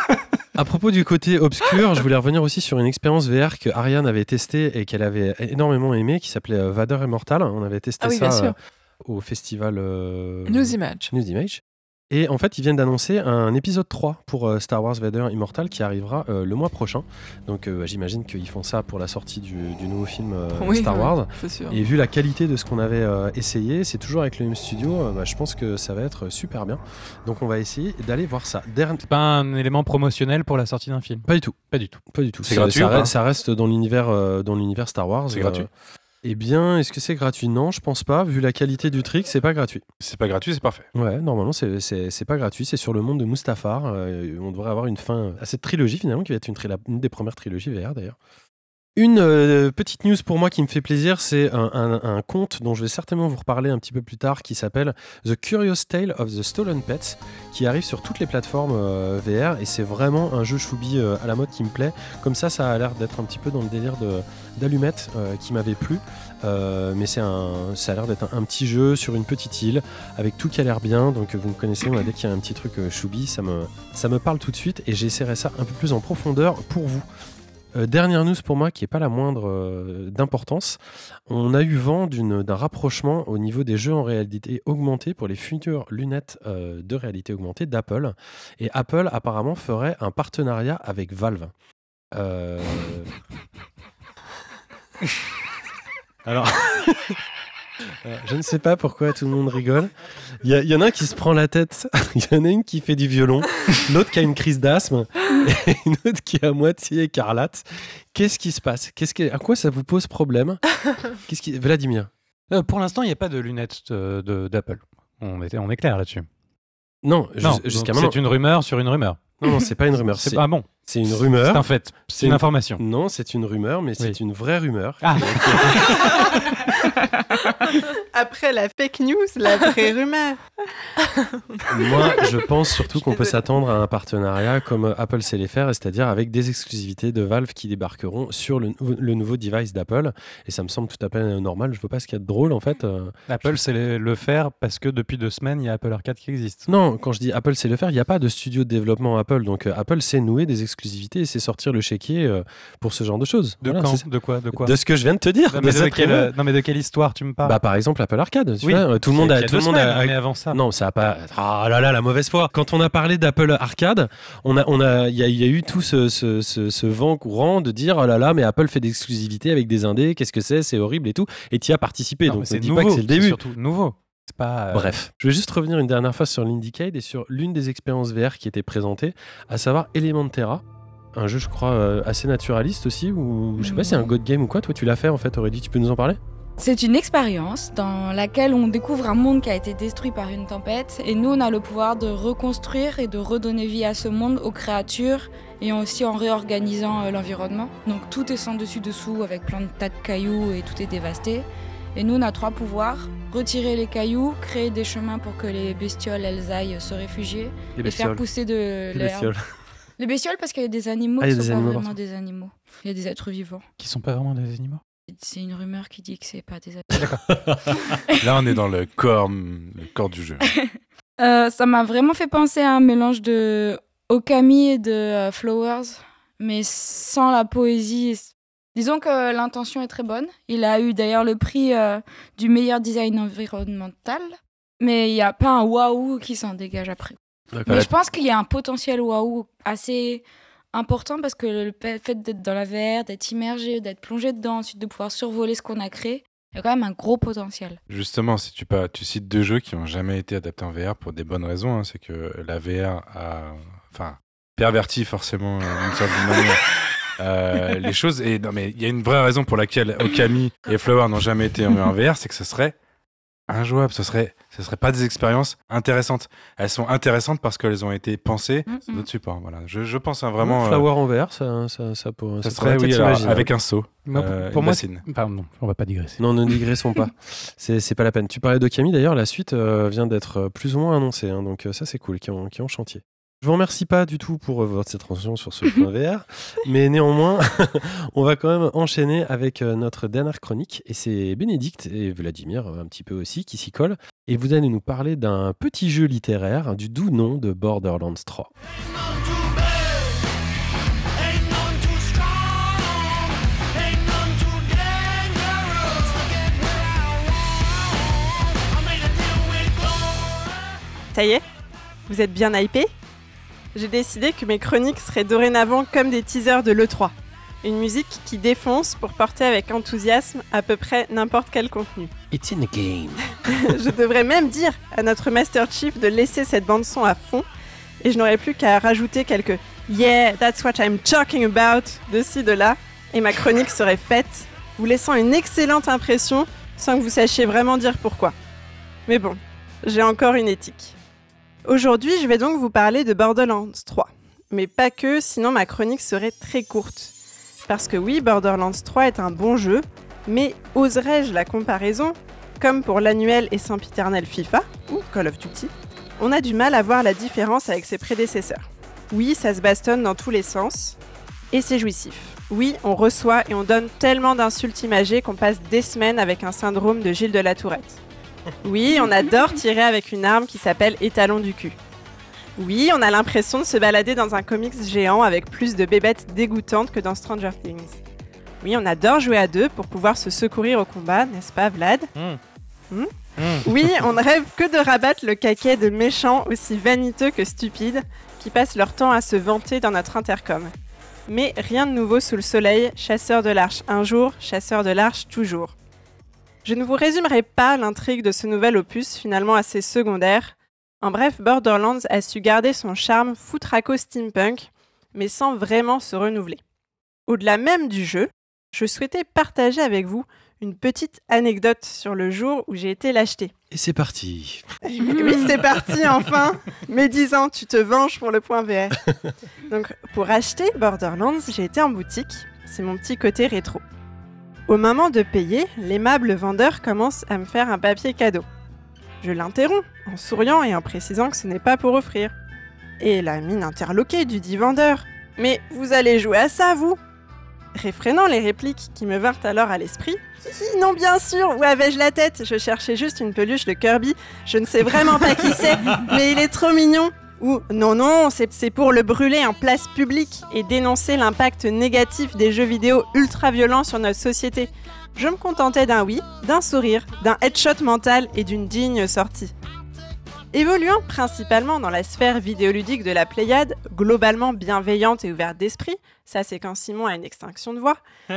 À propos du côté obscur, je voulais revenir aussi sur une expérience V R que Ariane avait testée et qu'elle avait énormément aimée, qui s'appelait Vader Immortal. On avait testé ah oui, ça euh, au festival euh, News Image. News Image. Et en fait, ils viennent d'annoncer un épisode trois pour euh, Star Wars Vader Immortal qui arrivera euh, le mois prochain. Donc euh, j'imagine qu'ils font ça pour la sortie du, du nouveau film euh, oui, Star oui, Wars. C'est sûr. Et vu la qualité de ce qu'on avait euh, essayé, c'est toujours avec le même studio, euh, bah, je pense que ça va être super bien. Donc on va essayer d'aller voir ça. Dern... C'est pas un élément promotionnel pour la sortie d'un film ? Pas du tout. Pas du tout. Pas du tout. C'est, c'est gratuit ça, ou pas ? ça reste dans l'univers, euh, dans l'univers Star Wars. C'est euh, gratuit. Eh bien, est-ce que c'est gratuit ? Non, je pense pas. Vu la qualité du trick, c'est pas gratuit. C'est pas gratuit, c'est parfait. Ouais, normalement, c'est, c'est, c'est pas gratuit. C'est sur le monde de Mustafar. Euh, on devrait avoir une fin à cette trilogie, finalement, qui va être une, tri- une des premières trilogies V R, d'ailleurs. Une euh, petite news pour moi qui me fait plaisir, c'est un, un, un conte dont je vais certainement vous reparler un petit peu plus tard, qui s'appelle The Curious Tale of the Stolen Pets, qui arrive sur toutes les plateformes euh, V R, et c'est vraiment un jeu choubi euh, à la mode qui me plaît. Comme ça, ça a l'air d'être un petit peu dans le délire de, d'allumettes euh, qui m'avait plu, euh, mais c'est un, ça a l'air d'être un, un petit jeu sur une petite île, avec tout qui a l'air bien, donc vous me connaissez, moi, dès qu'il y a un petit truc euh, choubi, ça me, ça me parle tout de suite, et j'essaierai ça un peu plus en profondeur pour vous. Euh, dernière news pour moi qui n'est pas la moindre euh, d'importance, on a eu vent d'une, d'un rapprochement au niveau des jeux en réalité augmentée pour les futures lunettes euh, de réalité augmentée d'Apple, et Apple apparemment ferait un partenariat avec Valve. Euh... Alors... Alors, je ne sais pas pourquoi tout le monde rigole. Il y, y en a un qui se prend la tête, il y en a une qui fait du violon, l'autre qui a une crise d'asthme, et une autre qui est à moitié écarlate. Qu'est-ce qui se passe ? Qu'est-ce que, à quoi ça vous pose problème ? Qu'est-ce qui... Vladimir ? euh, Pour l'instant, il n'y a pas de lunettes de, de, d'Apple. On, était, on est clair là-dessus. Non, non ju- jusqu'à maintenant. C'est une rumeur sur une rumeur. Non, non, c'est pas une rumeur. C'est, c'est pas bon. C'est une rumeur. C'est un fait. C'est, c'est une information. Non, c'est une rumeur, mais c'est oui. une vraie rumeur. Ah. Après la fake news, la vraie rumeur. Moi, je pense surtout qu'on peut s'attendre à un partenariat comme Apple sait les faire, c'est-à-dire avec des exclusivités de Valve qui débarqueront sur le, le nouveau device d'Apple. Et ça me semble tout à fait normal. Je vois pas ce qu'il y a de drôle en fait. Apple je... sait le faire parce que depuis deux semaines, il y a Apple Arcade qui existe. Non, quand je dis Apple sait le faire, il n'y a pas de studio de développement Apple. Donc euh, Apple sait nouer des exclusivités et sait sortir le chéquier euh, pour ce genre de choses. De voilà, quand ? De quoi ? De quoi ? De ce que je viens de te dire. Non, mais de, de quelle, euh, non mais de quelle histoire tu me parles ? Bah par exemple Apple Arcade. Tu oui, vois, tout le monde a, tout le monde semaines, a. Mais avant ça. Non, ça a pas. Ah là là, la mauvaise foi. Quand on a parlé d'Apple Arcade, on a, on a, il y, y a eu tout ce, ce, ce, ce vent courant de dire oh là là, mais Apple fait des exclusivités avec des indés. Qu'est-ce que c'est ? C'est horrible et tout. Et tu y as participé. Non, donc c'est ne dis nouveau, pas que c'est le début. C'est surtout nouveau. C'est pas. Euh... Bref, je vais juste revenir une dernière fois sur l'Indiecade et sur l'une des expériences V R qui était présentée, à savoir Elementera. Un jeu, je crois, euh, assez naturaliste aussi, ou je sais pas, c'est un God Game ou quoi. Toi, tu l'as fait en fait, Aurélie, tu peux nous en parler ? C'est une expérience dans laquelle on découvre un monde qui a été détruit par une tempête et nous, on a le pouvoir de reconstruire et de redonner vie à ce monde, aux créatures et aussi en réorganisant euh, l'environnement. Donc tout est sans dessus-dessous avec plein de tas de cailloux et tout est dévasté. Et nous, on a trois pouvoirs. Retirer les cailloux, créer des chemins pour que les bestioles, elles aillent se réfugier et faire pousser de les l'herbe. Bestioles. Les bestioles parce qu'il y a des animaux ah, qui ne sont pas animaux vraiment partout. Des animaux. Il y a des êtres vivants. Qui sont pas vraiment des animaux ? C'est une rumeur qui dit que c'est pas des animaux. D'accord. Là, on est dans le corps, le corps du jeu. euh, ça m'a vraiment fait penser à un mélange de Okami et de euh, Flowers, mais sans la poésie. Disons que l'intention est très bonne. Il a eu d'ailleurs le prix euh, du meilleur design environnemental, mais il n'y a pas un waouh qui s'en dégage après. D'accord. Mais je pense qu'il y a un potentiel waouh assez important parce que le fait d'être dans la V R, d'être immergé, d'être plongé dedans, ensuite de pouvoir survoler ce qu'on a créé, il y a quand même un gros potentiel. Justement, si tu, pas, tu cites deux jeux qui n'ont jamais été adaptés en V R pour des bonnes raisons, hein, c'est que la V R a enfin, perverti forcément une certaine manière euh, les choses. Et non, mais il y a une vraie raison pour laquelle Okami et Flower n'ont jamais été en V R, c'est que ce serait injouables. Ce serait, ce serait pas des expériences intéressantes. Elles sont intéressantes parce qu'elles ont été pensées Mm-hmm. sur d'autres supports. Voilà. Je, je pense hein, vraiment. Flower euh, en vert, ça, ça, ça, pour, ça ça serait pourrait oui, être alors, imaginable. avec un seau. Moi, euh, pour une moi, bassine. c'est- pardon, on va pas digresser. Non, ne digressons pas. C'est, c'est pas la peine. Tu parlais de Camille d'ailleurs, la suite euh, vient d'être euh, plus ou moins annoncée, hein, donc euh, ça c'est cool, qui est en, qui est en chantier. Je vous remercie pas du tout pour euh, votre attention sur ce point V R, mais néanmoins, on va quand même enchaîner avec euh, notre dernière chronique, et c'est Bénédicte et Vladimir euh, un petit peu aussi qui s'y collent, et vous allez nous parler d'un petit jeu littéraire du doux nom de Borderlands trois. Ça y est, vous êtes bien hypés ? J'ai décidé que mes chroniques seraient dorénavant comme des teasers de l'E trois. Une musique qui défonce pour porter avec enthousiasme à peu près n'importe quel contenu. It's in the game. Je devrais même dire à notre Master Chief de laisser cette bande-son à fond et je n'aurais plus qu'à rajouter quelques « Yeah, that's what I'm talking about » de ci, de là, et ma chronique serait faite, vous laissant une excellente impression sans que vous sachiez vraiment dire pourquoi. Mais bon, j'ai encore une éthique. Aujourd'hui, je vais donc vous parler de Borderlands trois. Mais pas que, sinon ma chronique serait très courte. Parce que oui, Borderlands trois est un bon jeu, mais oserais-je la comparaison ? Comme pour l'annuel et sempiternel FIFA, ou Call of Duty, on a du mal à voir la différence avec ses prédécesseurs. Oui, ça se bastonne dans tous les sens, et c'est jouissif. Oui, on reçoit et on donne tellement d'insultes imagées qu'on passe des semaines avec un syndrome de Gilles de la Tourette. Oui, on adore tirer avec une arme qui s'appelle étalon du cul. Oui, on a l'impression de se balader dans un comics géant avec plus de bébêtes dégoûtantes que dans Stranger Things. Oui, on adore jouer à deux pour pouvoir se secourir au combat, n'est-ce pas Vlad ? Mmh. Hmm Oui, on ne rêve que de rabattre le caquet de méchants aussi vaniteux que stupides qui passent leur temps à se vanter dans notre intercom. Mais rien de nouveau sous le soleil, chasseur de l'arche un jour, chasseur de l'arche toujours. Je ne vous résumerai pas l'intrigue de ce nouvel opus finalement assez secondaire. En bref, Borderlands a su garder son charme foutraco steampunk, mais sans vraiment se renouveler. Au-delà même du jeu, je souhaitais partager avec vous une petite anecdote sur le jour où j'ai été l'acheter. Et c'est parti. Oui, c'est parti enfin. Mes dix ans, tu te venges pour le point V R. Donc, pour acheter Borderlands, j'ai été en boutique. C'est mon petit côté rétro. Au moment de payer, l'aimable vendeur commence à me faire un papier cadeau. Je l'interromps en souriant et en précisant que ce n'est pas pour offrir. Et la mine interloquée du dit vendeur. « Mais vous allez jouer à ça, vous ?» Réfrénant les répliques qui me vinrent alors à l'esprit. « Non, bien sûr, où avais-je la tête ? Je cherchais juste une peluche de Kirby. Je ne sais vraiment pas qui c'est, mais il est trop mignon. » Ou « Non, non, c'est, c'est pour le brûler en place publique et dénoncer l'impact négatif des jeux vidéo ultra-violents sur notre société. » Je me contentais d'un oui, d'un sourire, d'un headshot mental et d'une digne sortie. Évoluant principalement dans la sphère vidéoludique de la Pléiade, globalement bienveillante et ouverte d'esprit, ça c'est quand Simon a une extinction de voix,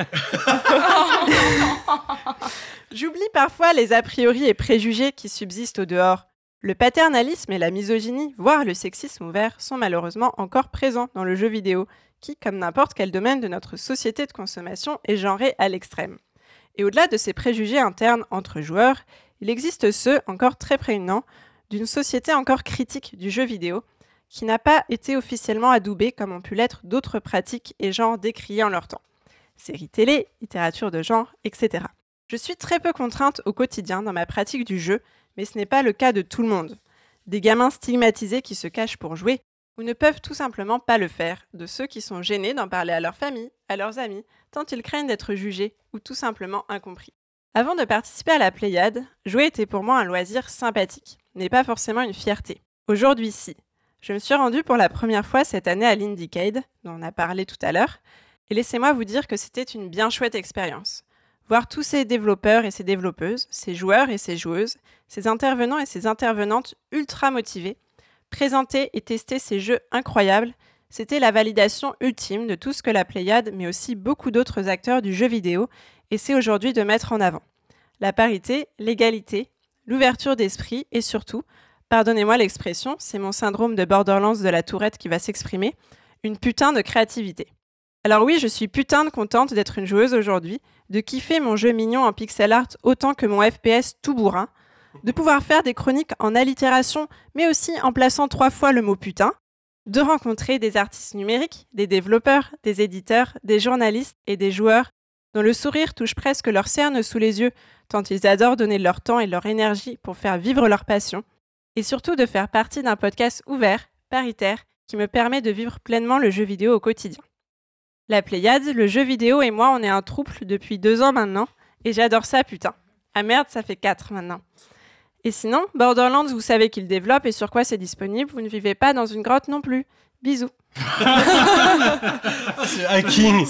j'oublie parfois les a priori et préjugés qui subsistent au dehors. Le paternalisme et la misogynie, voire le sexisme ouvert, sont malheureusement encore présents dans le jeu vidéo, qui, comme n'importe quel domaine de notre société de consommation, est genré à l'extrême. Et au-delà de ces préjugés internes entre joueurs, il existe ceux, encore très prégnants, d'une société encore critique du jeu vidéo, qui n'a pas été officiellement adoubée comme ont pu l'être d'autres pratiques et genres décriés en leur temps. Séries télé, littérature de genre, et cetera. Je suis très peu contrainte au quotidien dans ma pratique du jeu, mais ce n'est pas le cas de tout le monde. Des gamins stigmatisés qui se cachent pour jouer, ou ne peuvent tout simplement pas le faire, de ceux qui sont gênés d'en parler à leur famille, à leurs amis, tant ils craignent d'être jugés ou tout simplement incompris. Avant de participer à la Pléiade, jouer était pour moi un loisir sympathique, mais pas forcément une fierté. Aujourd'hui, si. Je me suis rendue pour la première fois cette année à l'Indiecade, dont on a parlé tout à l'heure, et laissez-moi vous dire que c'était une bien chouette expérience. Voir tous ces développeurs et ces développeuses, ces joueurs et ces joueuses, ces intervenants et ces intervenantes ultra motivés, présenter et tester ces jeux incroyables, c'était la validation ultime de tout ce que la Pléiade, mais aussi beaucoup d'autres acteurs du jeu vidéo, essaient aujourd'hui de mettre en avant. La parité, l'égalité, l'ouverture d'esprit et surtout, pardonnez-moi l'expression, c'est mon syndrome de Borderlands de la Tourette qui va s'exprimer, une putain de créativité. Alors oui, je suis putain de contente d'être une joueuse aujourd'hui, de kiffer mon jeu mignon en pixel art autant que mon F P S tout bourrin, de pouvoir faire des chroniques en allitération, mais aussi en plaçant trois fois le mot putain, de rencontrer des artistes numériques, des développeurs, des éditeurs, des journalistes et des joueurs dont le sourire touche presque leurs cernes sous les yeux, tant ils adorent donner leur temps et leur énergie pour faire vivre leur passion, et surtout de faire partie d'un podcast ouvert, paritaire, qui me permet de vivre pleinement le jeu vidéo au quotidien. La Pléiade, le jeu vidéo et moi, on est un trouble depuis deux ans maintenant, et j'adore ça, putain. Ah merde, ça fait quatre maintenant. Et sinon, Borderlands, vous savez qu'il développe et sur quoi c'est disponible, vous ne vivez pas dans une grotte non plus. Bisous. C'est hacking.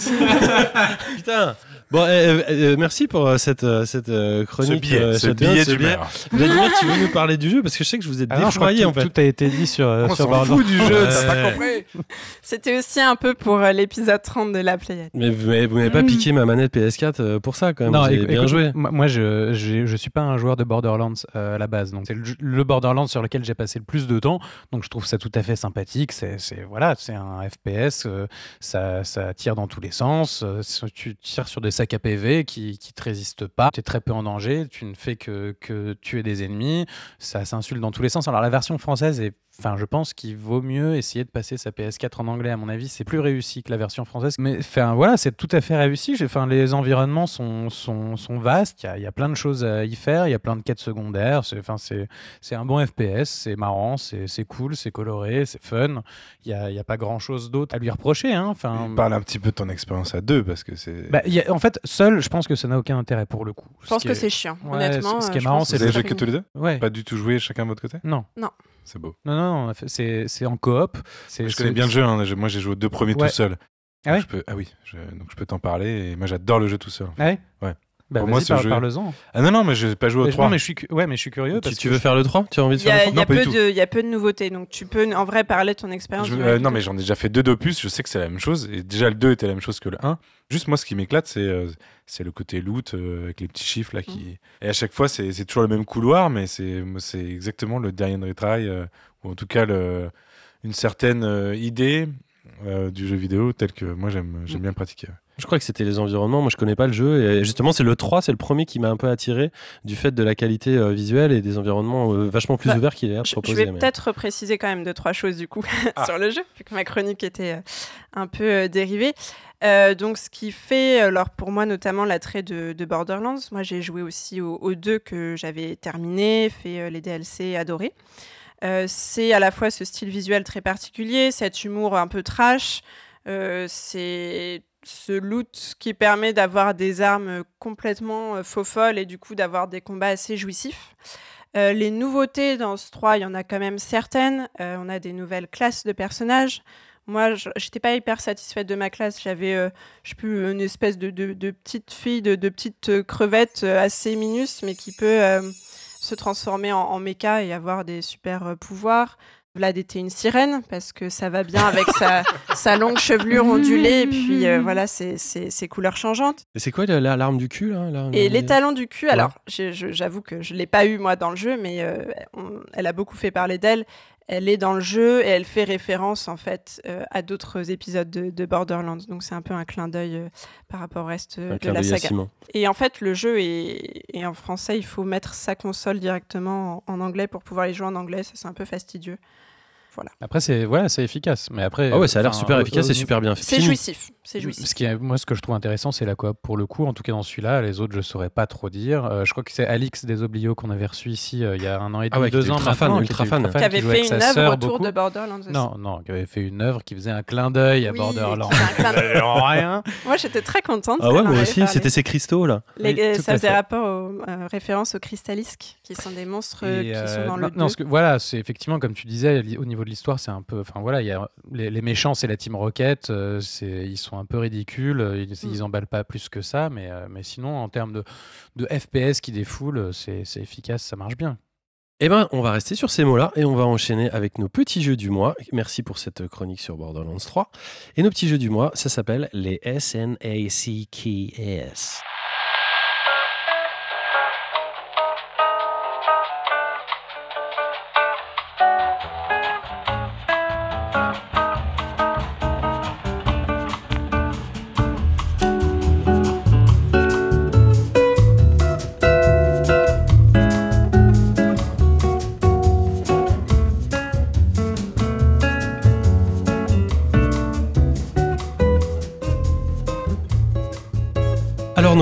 Putain. Bon, euh, euh, merci pour euh, cette, euh, cette euh, chronique. Ce billet, euh, ce châtelaine, billet ce d'humeur. Vladimir, tu veux nous parler du jeu parce que je sais que je vous ai Alors, défroyé en fait. Tout a été dit sur, euh, On sur s'en Borderlands. fout du jeu, Ouais. t'as pas compris. C'était aussi un peu pour euh, l'épisode trente de la Pléiade. Mais vous m'avez, vous m'avez pas Mm. piqué ma manette P S quatre euh, pour ça quand même. Non, vous avez écoute, bien joué. Moi, moi, je, je, je suis pas un joueur de Borderlands euh, à la base. Donc, c'est le, le Borderlands sur lequel j'ai passé le plus de temps. Donc, je trouve ça tout à fait sympathique. C'est, c'est, voilà, c'est un F P S. Euh, ça, ça tire dans tous les sens. Euh, tu tires sur des sacs à P V qui, qui te résistent pas. Tu es très peu en danger. Tu ne fais que, que tuer des ennemis. Ça s'insulte dans tous les sens. Alors, la version française est. Enfin, je pense qu'il vaut mieux essayer de passer sa P S quatre en anglais. À mon avis, c'est plus réussi que la version française. Mais enfin, voilà, c'est tout à fait réussi. J'ai- Enfin, les environnements sont, sont, sont vastes. Il y a, il y a plein de choses à y faire. Il y a plein de quêtes secondaires. C'est, enfin, c'est, c'est un bon F P S. C'est marrant, c'est, c'est cool, c'est coloré, c'est fun. Il n'y a, il y a pas grand-chose d'autre à lui reprocher. Hein. Enfin, Parle un petit peu de ton expérience à deux parce que c'est. bah, il y a- en fait, seul, je pense que ça n'a aucun intérêt pour le coup. Je pense Ce qui que est- c'est chiant. Ouais, Honnêtement, ce, ce qui euh, est je marrant, pense c'est Vous avez le- joué que tous les deux Ouais. Pas du tout joué chacun de votre côté Non. Non. C'est beau. Non, non, non, c'est, c'est en coop. C'est, Je connais c'est- bien le jeu, hein. Je- moi j'ai joué aux deux premiers Ouais. tout seul. Ah Donc ouais je peux... Ah oui, je... donc je peux t'en parler et moi j'adore le jeu tout seul. Ah ouais Ouais. Bah, Pour vas-y, moi ce parle- jeu. parle-en. Ah non, non, mais j'ai pas joué au Mais- trois. Non, mais je suis, cu- ouais, mais je suis curieux. Tu, parce tu que veux je- faire le trois? Tu as envie de Il y faire a, le il y trois? a pas du peu tout. de, il y a peu de nouveautés, donc tu peux en vrai parler de ton expérience. Je- du euh, jeu non, vidéo. mais j'en ai déjà fait deux d'opus, je sais que c'est la même chose. Et déjà, le deux était la même chose que le un. Juste, moi, ce qui m'éclate, c'est, euh, c'est le côté loot euh, avec les petits chiffres. Là, qui... Et à chaque fois, c'est, c'est toujours le même couloir, mais c'est, c'est exactement le Die and Retry, euh, ou en tout cas le, une certaine euh, idée euh, du jeu vidéo, tel que moi, j'aime, j'aime bien pratiquer. Je crois que c'était les environnements. Moi, je connais pas le jeu. Et justement, c'est le trois, c'est le premier qui m'a un peu attiré du fait de la qualité euh, visuelle et des environnements euh, vachement plus Bah, ouverts qu'il a l'air de Je, je proposer. vais mais- peut-être préciser quand même deux, trois choses du coup Ah. sur le jeu, vu que ma chronique était euh, un peu euh, dérivée. Euh, donc, ce qui fait, alors pour moi notamment, l'attrait de, de Borderlands, moi j'ai joué aussi au, au deux que j'avais terminé, fait euh, les D L C, adoré. Euh, c'est à la fois ce style visuel très particulier, cet humour un peu trash, euh, c'est ce loot qui permet d'avoir des armes complètement euh, faux-folles et du coup d'avoir des combats assez jouissifs. Euh, les nouveautés dans ce trois, il y en a quand même certaines. Euh, on a des nouvelles classes de personnages. Moi, je n'étais pas hyper satisfaite de ma classe. J'avais, euh, je sais plus, une espèce de, de, de petite fille, de, de petite euh, crevette euh, assez minus, mais qui peut euh, se transformer en, en méca et avoir des super euh, pouvoirs. Vlad était une sirène parce que ça va bien avec sa, sa longue chevelure ondulée et puis euh, voilà, ses, ses, ses couleurs changeantes. Et c'est quoi la- la- l'arme du cul là, l'arme- Et les talons du cul, Ouais. alors je- je- j'avoue que je ne l'ai pas eu moi dans le jeu, mais euh, on- elle a beaucoup fait parler d'elle. Elle est dans le jeu et elle fait référence en fait euh, à d'autres épisodes de, de Borderlands. Donc c'est un peu un clin d'œil euh, par rapport au reste euh, Un de clin la d'œil à saga. Simon. Et en fait, le jeu est, est en français. Il faut mettre sa console directement en, en anglais pour pouvoir les jouer en anglais. Ça, c'est un peu fastidieux. Voilà. Après, c'est voilà, c'est efficace. Mais après, Ah ouais, ça a l'air enfin, super au- efficace au et niveau- super bien fait. C'est fini. jouissif. C'est jouissif. Ce qui est, moi, ce que je trouve intéressant, c'est la coop pour le coup. En tout cas, dans celui-là, les autres, je saurais pas trop dire. Euh, je crois que c'est Alix des Oblios qu'on avait reçu ici euh, il y a un an et demi, Ah ouais, qui deux était ans ultra fan, maintenant, ultra qui était fan. Qui avait jouait fait avec une sa œuvre sœur autour beaucoup. de Borderlands aussi. Non, non, qui avait fait une œuvre qui faisait un clin d'œil à Oui, Borderlands. qui faisait un clin d'œil. En rien. Moi, j'étais très contente. Ah ouais, qu'elle en moi avait aussi. parlé. C'était ces cristaux là. Les- Oui, euh, tout ça à faisait fait. rapport aux euh, références aux cristalisques, qui sont des monstres euh, Et, qui euh, sont dans non, le non, deux. ce que- voilà, c'est effectivement comme tu disais, li- au niveau de l'histoire, c'est un peu, enfin voilà, il y a les, les méchants, c'est la Team Rocket, euh, c'est, ils sont un peu ridicules, euh, ils, Mm. ils emballent pas plus que ça, mais, euh, mais sinon en termes de, de F P S qui défoule, euh, c'est, c'est efficace, ça marche bien. Eh ben, on va rester sur ces mots-là et on va enchaîner avec nos petits jeux du mois. Merci pour cette chronique sur Borderlands trois. Et nos petits jeux du mois, ça s'appelle les S N A C K S.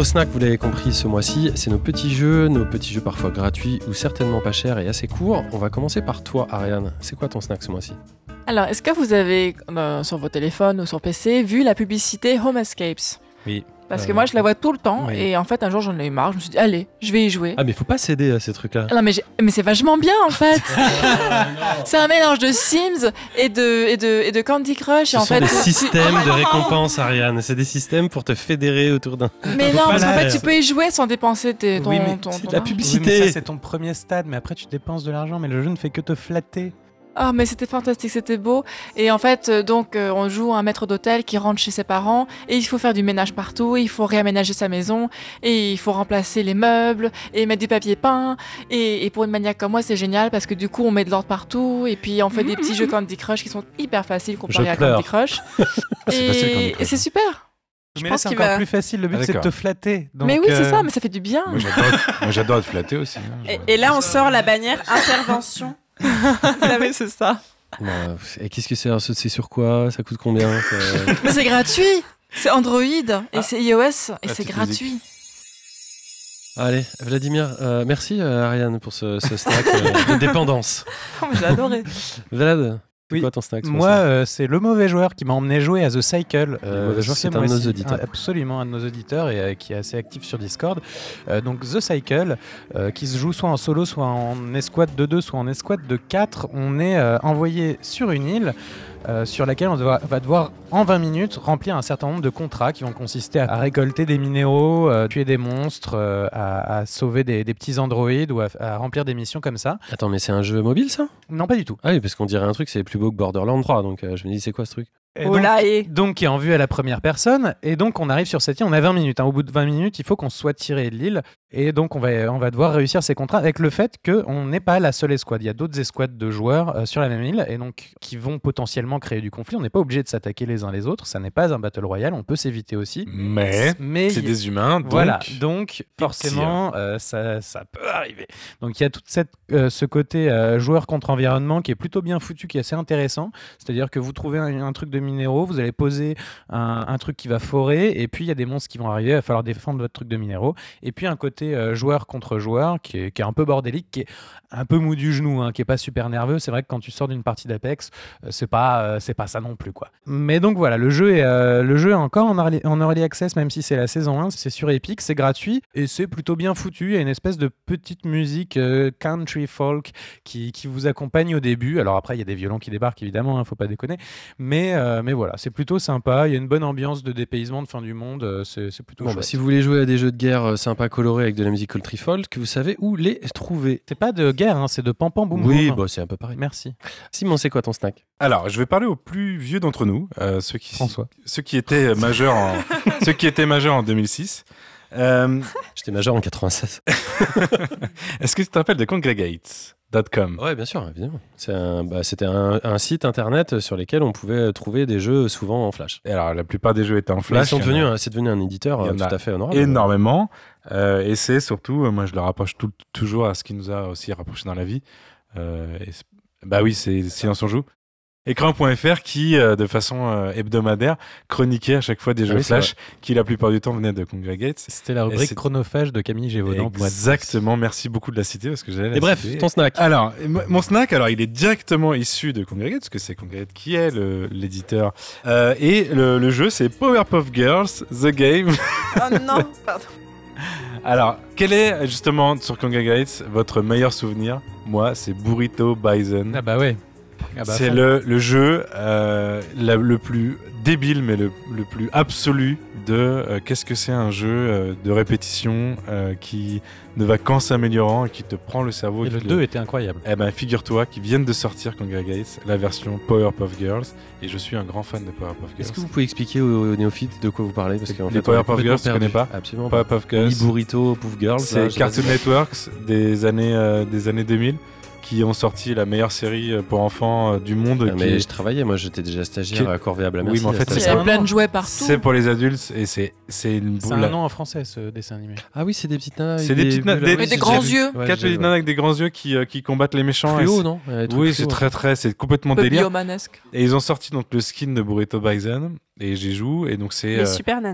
nos snacks, vous l'avez compris ce mois-ci, c'est nos petits jeux, nos petits jeux parfois gratuits ou certainement pas chers et assez courts. On va commencer par toi, Ariane. C'est quoi ton snack ce mois-ci ? Alors, est-ce que vous avez, euh, sur vos téléphones ou sur P C, vu la publicité Home Escapes ? Oui. Parce euh, que moi, je la vois tout le temps. oui. Et en fait, un jour, j'en ai eu marre. Je me suis dit, allez, je vais y jouer. Ah, mais faut pas céder à ces trucs-là. Non, mais, j'ai- mais c'est vachement bien, en fait. C'est un mélange de Sims et de, et de, et de Candy Crush. Ce et en sont fait, des tu- systèmes de récompense, Ariane. C'est des systèmes pour te fédérer autour d'un. Mais Faut non, pas parce qu'en le fait, faire. tu peux y jouer sans dépenser tes, ton, Oui, mais ton, c'est ton de la argent. publicité. Oui, mais ça, c'est ton premier stade, mais après tu dépenses de l'argent, mais le jeu ne fait que te flatter. Ah, mais c'était fantastique, c'était beau. Et en fait, euh, donc, euh, on joue un maître d'hôtel qui rentre chez ses parents et il faut faire du ménage partout, il faut réaménager sa maison et il faut remplacer les meubles et mettre du papier peint. Et, et pour une maniaque comme moi, c'est génial parce que du coup, on met de l'ordre partout et puis on fait des petits jeux Candy Crush qui sont hyper faciles comparés Je à pleure. Candy Crush. C'est et facile, Candy Crush. et c'est super. Je mais là, pense c'est qu'il encore va- plus facile. Le but, Ah, c'est de te d'accord. flatter. Donc, mais oui, c'est euh, ça, mais ça fait du bien. Moi, j'adore, moi, j'adore être flatté aussi. hein. Je- Et, et là, on sort la bannière intervention. Ah oui, c'est ça. Bah, et qu'est-ce que c'est alors, C'est sur quoi ? Ça coûte combien ça- Mais c'est gratuit. C'est Android et Ah. c'est iOS et Ah, c'est petite gratuit. Allez, Vladimir, euh, merci euh, Ariane pour ce, ce snack euh, de dépendance. Oh, mais j'ai adoré. Vlad, c'est Oui. quoi ton snack ce Moi, mois-ci euh, c'est le mauvais joueur qui m'a emmené jouer à The Cycle. Le mauvais joueur, ce c'est un de nos mois-ci. auditeurs. Ah, absolument, un de nos auditeurs et euh, qui est assez actif sur Discord. Euh, donc The Cycle, euh, qui se joue soit en solo, soit en escouade de deux, soit en escouade de quatre. On est euh, envoyé sur une île. euh, sur laquelle on deva- va devoir en vingt minutes remplir un certain nombre de contrats qui vont consister à, à récolter des minéraux, euh, tuer des monstres, euh, à, à sauver des, des petits androïdes ou à, à remplir des missions comme ça. Attends, mais c'est un jeu mobile ça ? Non, pas du tout. Ah oui, parce qu'on dirait un truc, c'est plus beau que Borderlands trois, donc euh, je me dis, c'est quoi ce truc ? Et Oh donc, là, et donc qui est en vue à la première personne, et donc on arrive sur cette île, on a vingt minutes, hein. Au bout de vingt minutes, il faut qu'on soit tiré de l'île, et donc on va, on va devoir réussir ces contrats avec le fait qu'on n'est pas la seule escouade, il y a d'autres escouades de joueurs euh, sur la même île, et donc qui vont potentiellement créer du conflit, on n'est pas obligé de s'attaquer les uns les autres, ça n'est pas un battle royale, on peut s'éviter aussi. Mais, Mais c'est il- des humains, donc Voilà, donc forcément, euh, ça, ça peut arriver. Donc il y a tout cette, euh, ce côté euh, joueur contre environnement qui est plutôt bien foutu, qui est assez intéressant. C'est-à-dire que vous trouvez un, un truc de minéraux, vous allez poser un, un truc qui va forer, et puis il y a des monstres qui vont arriver, il va falloir défendre votre truc de minéraux. Et puis un côté euh, joueur contre joueur qui est, qui est un peu bordélique, qui est un peu mou du genou, hein, qui est pas super nerveux. C'est vrai que quand tu sors d'une partie d'Apex, euh, c'est pas, euh, c'est pas ça non plus, quoi. Mais donc voilà, le jeu est, euh, le jeu est encore en early, en early access, même si c'est la saison un, c'est sur Epic, c'est gratuit et c'est plutôt bien foutu. Il y a une espèce de petite musique euh, country folk qui, qui vous accompagne au début. Alors après, il y a des violons qui débarquent, évidemment, hein, faut pas déconner. Mais, euh, mais voilà, c'est plutôt sympa. Il y a une bonne ambiance de dépaysement de fin du monde. euh, C'est, c'est plutôt Bon, chouette. bah, si vous voulez jouer à des jeux de guerre euh, sympas colorés avec de la musique country folk, vous savez où les trouver. C'est pas de guerre, hein, c'est de pam pam boum Oui, boum. bah, c'est un peu pareil. Merci. Simon, c'est quoi ton snack ? Alors, je vais parler aux plus vieux d'entre nous, euh, ceux qui François. ceux qui étaient majeurs en ceux qui étaient majeurs en deux mille six. Euh, J'étais majeur en quatre-vingt-seize. Est-ce que tu te rappelles de Congregate point com? Ouais, bien sûr, évidemment. C'est un, bah, c'était un, un site internet sur lequel on pouvait trouver des jeux souvent en Flash. Et alors, la plupart des jeux étaient en Mais Flash. ils sont il y en a- devenus un- c'est devenu un éditeur il y euh, en tout a à fait honorable. énormément. Euh, et c'est surtout, euh, moi je le rapproche tout- toujours à ce qui nous a aussi rapproché dans la vie. Euh, et c'est- bah oui, c'est Silence on joue. Écran point F R qui, euh, de façon euh, hebdomadaire, chroniquait à chaque fois des Ah jeux oui, c'est Flash qui, la plupart du temps, venaient de Congregate. C'était la Et rubrique c'est- chronophage de Camille Gévaudan. pour être Exactement, merci beaucoup de la citer parce que j'allais la Et bref, citer. ton snack. Alors, m- mon snack, alors il est directement issu de Congregate, parce que c'est Congregate qui est le- l'éditeur. Euh, et le, le jeu, c'est Powerpuff Girls, The Game. Oh non, pardon. Alors, quel est justement sur Congregate votre meilleur souvenir? Moi, c'est Burrito Bison. Ah bah ouais. Ah bah c'est fond. le, le jeu euh, la- le plus débile, mais le, le plus absolu de euh, qu'est-ce que c'est un jeu euh, de répétition euh, qui ne va qu'en s'améliorant et qui te prend le cerveau. Et qui le te deux était incroyable. Eh ben, figure-toi qu'ils viennent de sortir Congregate, la version Powerpuff Girls, et je suis un grand fan de Powerpuff Girls. Est-ce que vous pouvez expliquer aux, aux néophytes de quoi vous parlez parce qu'en Les fait, Powerpuff on est Girls, tu complètement connais pas? perdu. Absolument pas. Powerpuff Girls. Oui, Burrito, Puff Girls. là, C'est je- Cartoon vas-y. Networks des années, euh, des années deux mille qui ont sorti la meilleure série euh, pour enfants euh, du monde. Ah, qui mais est- je travaillais, moi j'étais déjà stagiaire qui- à Corvéable à Oui, Merci. mais en fait, à Il cette y a époque. plein de jouets partout. C'est pour les adultes et c'est c'est une C'est boule. un nom en français ce dessin animé. Ah oui, c'est des petites nanas. avec C'est des petites na- bulles. des- Ouais, Et des j'ai grands déjà vu. yeux. Ouais, Quatre j'ai- petites nanas avec des grands yeux qui, euh, qui combattent les méchants. et Fluo, c'est- non Ouais, des Oui, trucs c'est fluo, très très, c'est complètement Peu délire. biomanesque. Et ils ont sorti donc le skin de Burrito Bison et j'y joue et donc c'est Les euh, super nanas.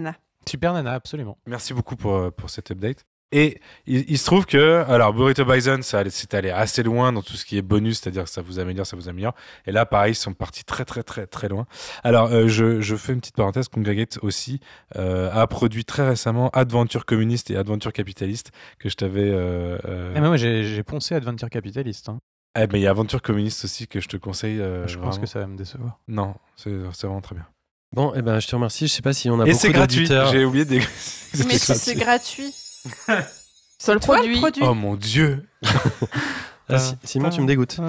Super nana, absolument. Merci beaucoup pour, pour cette update. Et il, il se trouve que, alors Burrito Bison, ça allait- c'est allé assez loin dans tout ce qui est bonus, c'est-à-dire que ça vous améliore, ça vous améliore. Et là, pareil, ils sont partis très, très, très, très loin. Alors, euh, je, je fais une petite parenthèse. Congregate aussi euh, a produit très récemment Adventure communiste et Adventure capitaliste que je t'avais. Euh, euh... Eh ben moi, j'ai, j'ai poncé Adventure capitaliste. Hein. Eh ben, il y a Aventure communiste aussi que je te conseille. euh, Je pense vraiment. que ça va me décevoir. Non, c'est, c'est vraiment très bien. Bon, eh ben, je te remercie. Je sais pas si on a Et beaucoup c'est gratuit. d'auditeurs. J'ai oublié des. Mais c'est c'est gratuit. Seul Toi, le produit. produit. Oh mon dieu. Ah, si- Simon, tu me dégoûtes.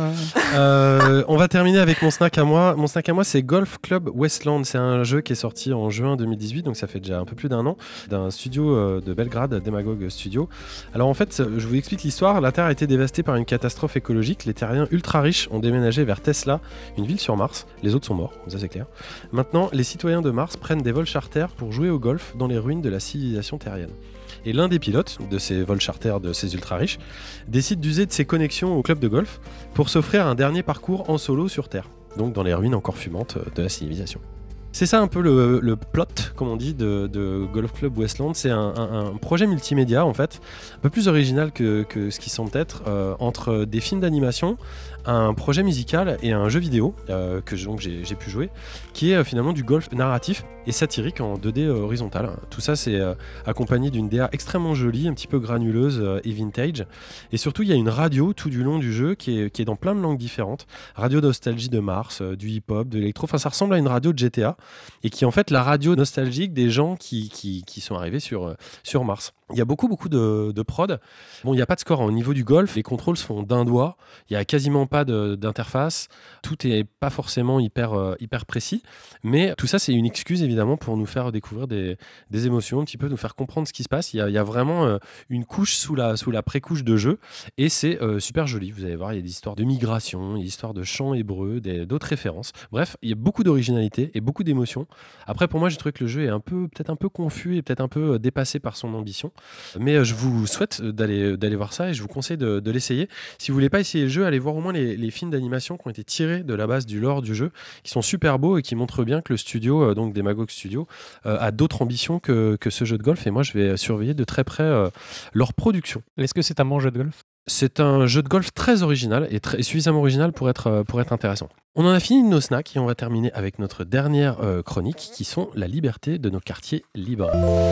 Euh, on va terminer avec mon snack à moi. Mon snack à moi, c'est Golf Club Westland. C'est un jeu qui est sorti en juin deux mille dix-huit, donc ça fait déjà un peu plus d'un an, d'un studio euh, de Belgrade, Demagog Studio. Alors en fait, je vous explique l'histoire. La Terre a été dévastée par une catastrophe écologique. Les terriens ultra riches ont déménagé vers Tesla, une ville sur Mars. Les autres sont morts, ça c'est clair. Maintenant, les citoyens de Mars prennent des vols charters pour jouer au golf dans les ruines de la civilisation terrienne. Et l'un des pilotes de ces vols charters de ces ultra riches décide d'user de ses connexions au club de golf pour s'offrir un dernier parcours en solo sur Terre, donc dans les ruines encore fumantes de la civilisation. C'est ça un peu le, le plot, comme on dit, de, de Golf Club Westland. C'est un, un- un projet multimédia, en fait, un peu plus original que, que ce qui semble être, euh, entre des films d'animation, un projet musical et un jeu vidéo euh, que donc j'ai, j'ai pu jouer, qui est euh, finalement du golf narratif et satirique en deux D euh, horizontal. Tout ça, c'est euh, accompagné d'une D A extrêmement jolie, un petit peu granuleuse euh, et vintage. Et surtout, il y a une radio tout du long du jeu qui est, qui est dans plein de langues différentes. Radio nostalgie de Mars, euh, du hip-hop, de l'électro. Enfin, ça ressemble à une radio de G T A et qui est en fait la radio nostalgique des gens qui, qui, qui sont arrivés sur, euh, sur Mars. Il y a beaucoup, beaucoup de, de prod. Bon, il n'y a pas de score. Au niveau du golf, les contrôles se font d'un doigt. Il n'y a quasiment pas de- d'interface. Tout n'est pas forcément hyper, euh, hyper précis. Mais tout ça, c'est une excuse, évidemment, pour nous faire découvrir des, des émotions, un petit peu nous faire comprendre ce qui se passe. Il y a, il y a vraiment euh, une couche sous la, sous la pré-couche de jeu. Et c'est euh, super joli. Vous allez voir, il y a des histoires de migration, il y a des histoires de chants hébreux, des- d'autres références. Bref, il y a beaucoup d'originalité et beaucoup d'émotions. Après, pour moi, j'ai trouvé que le jeu est un peu, peut-être un peu confus et peut-être un peu euh, dépassé par son ambition. Mais euh, je vous souhaite euh, d'aller, d'aller voir ça et je vous conseille de, de l'essayer. Si vous voulez pas essayer le jeu, allez voir au moins les, les films d'animation qui ont été tirés de la base du lore du jeu, qui sont super beaux et qui montrent bien que le studio, euh, donc Demagog Studio, euh, a d'autres ambitions que, que ce jeu de golf. Et moi, je vais surveiller de très près euh, leur production. Est-ce que c'est un bon jeu de golf ? C'est un jeu de golf très original et, très, et suffisamment original pour être, euh, pour être intéressant. On en a fini de nos snacks et on va terminer avec notre dernière euh, chronique qui sont la liberté de nos quartiers libres.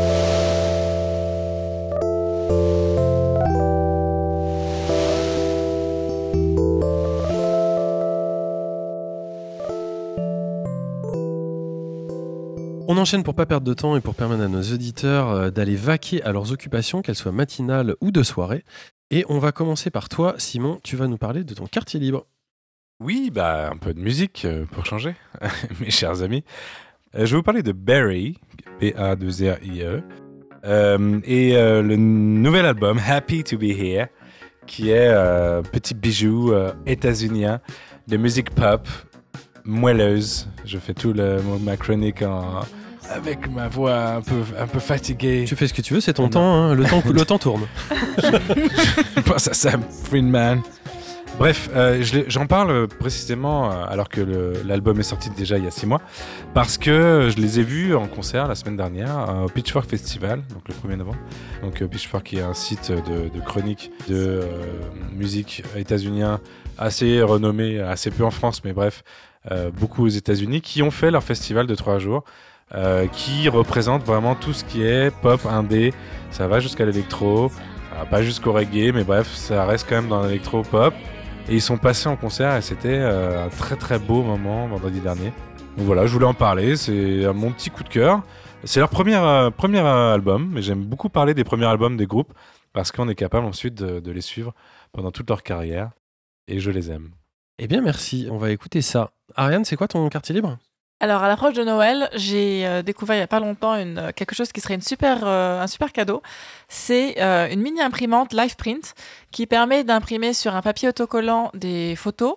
On enchaîne pour pas perdre de temps et pour permettre à nos auditeurs euh, d'aller vaquer à leurs occupations, qu'elles soient matinales ou de soirée. Et on va commencer par toi, Simon, tu vas nous parler de ton quartier libre. Oui, bah un peu de musique euh, pour changer, mes chers amis. Euh, je vais vous parler de Barry, B A deux R I E, euh, et euh, le nouvel album Happy to Be Here, qui est euh, petit bijou euh, états-unien de musique pop moelleuse. Je fais tout le, ma chronique en, avec ma voix un peu, un peu fatiguée. Tu fais ce que tu veux, c'est ton temps, hein, le, temps le temps tourne. Je pense à Sam Friedman. Bref, euh, je l'ai- j'en parle précisément euh, alors que le- l'album est sorti déjà il y a six mois, parce que je les ai vus en concert la semaine dernière euh, au Pitchfork Festival, donc le premier novembre. Donc euh, Pitchfork qui est un site de, de chronique de euh, musique états-unien assez renommé, assez peu en France, mais bref, euh, beaucoup aux États-Unis, qui ont fait leur festival de trois jours, euh, qui représente vraiment tout ce qui est pop, indé, ça va jusqu'à l'électro, ça va pas jusqu'au reggae, mais bref, ça reste quand même dans l'électro-pop. Et ils sont passés en concert et c'était euh, un très très beau moment vendredi dernier. Donc voilà, je voulais en parler, c'est euh, mon petit coup de cœur. C'est leur premier, euh, premier euh, album, mais j'aime beaucoup parler des premiers albums des groupes parce qu'on est capable ensuite de, de les suivre pendant toute leur carrière et je les aime. Eh bien, merci, on va écouter ça. Ariane, c'est quoi ton quartier libre ? Alors, à l'approche de Noël, j'ai euh, découvert il n'y a pas longtemps une, euh, quelque chose qui serait une super, euh, un super cadeau. C'est euh, une mini-imprimante Live Print qui permet d'imprimer sur un papier autocollant des photos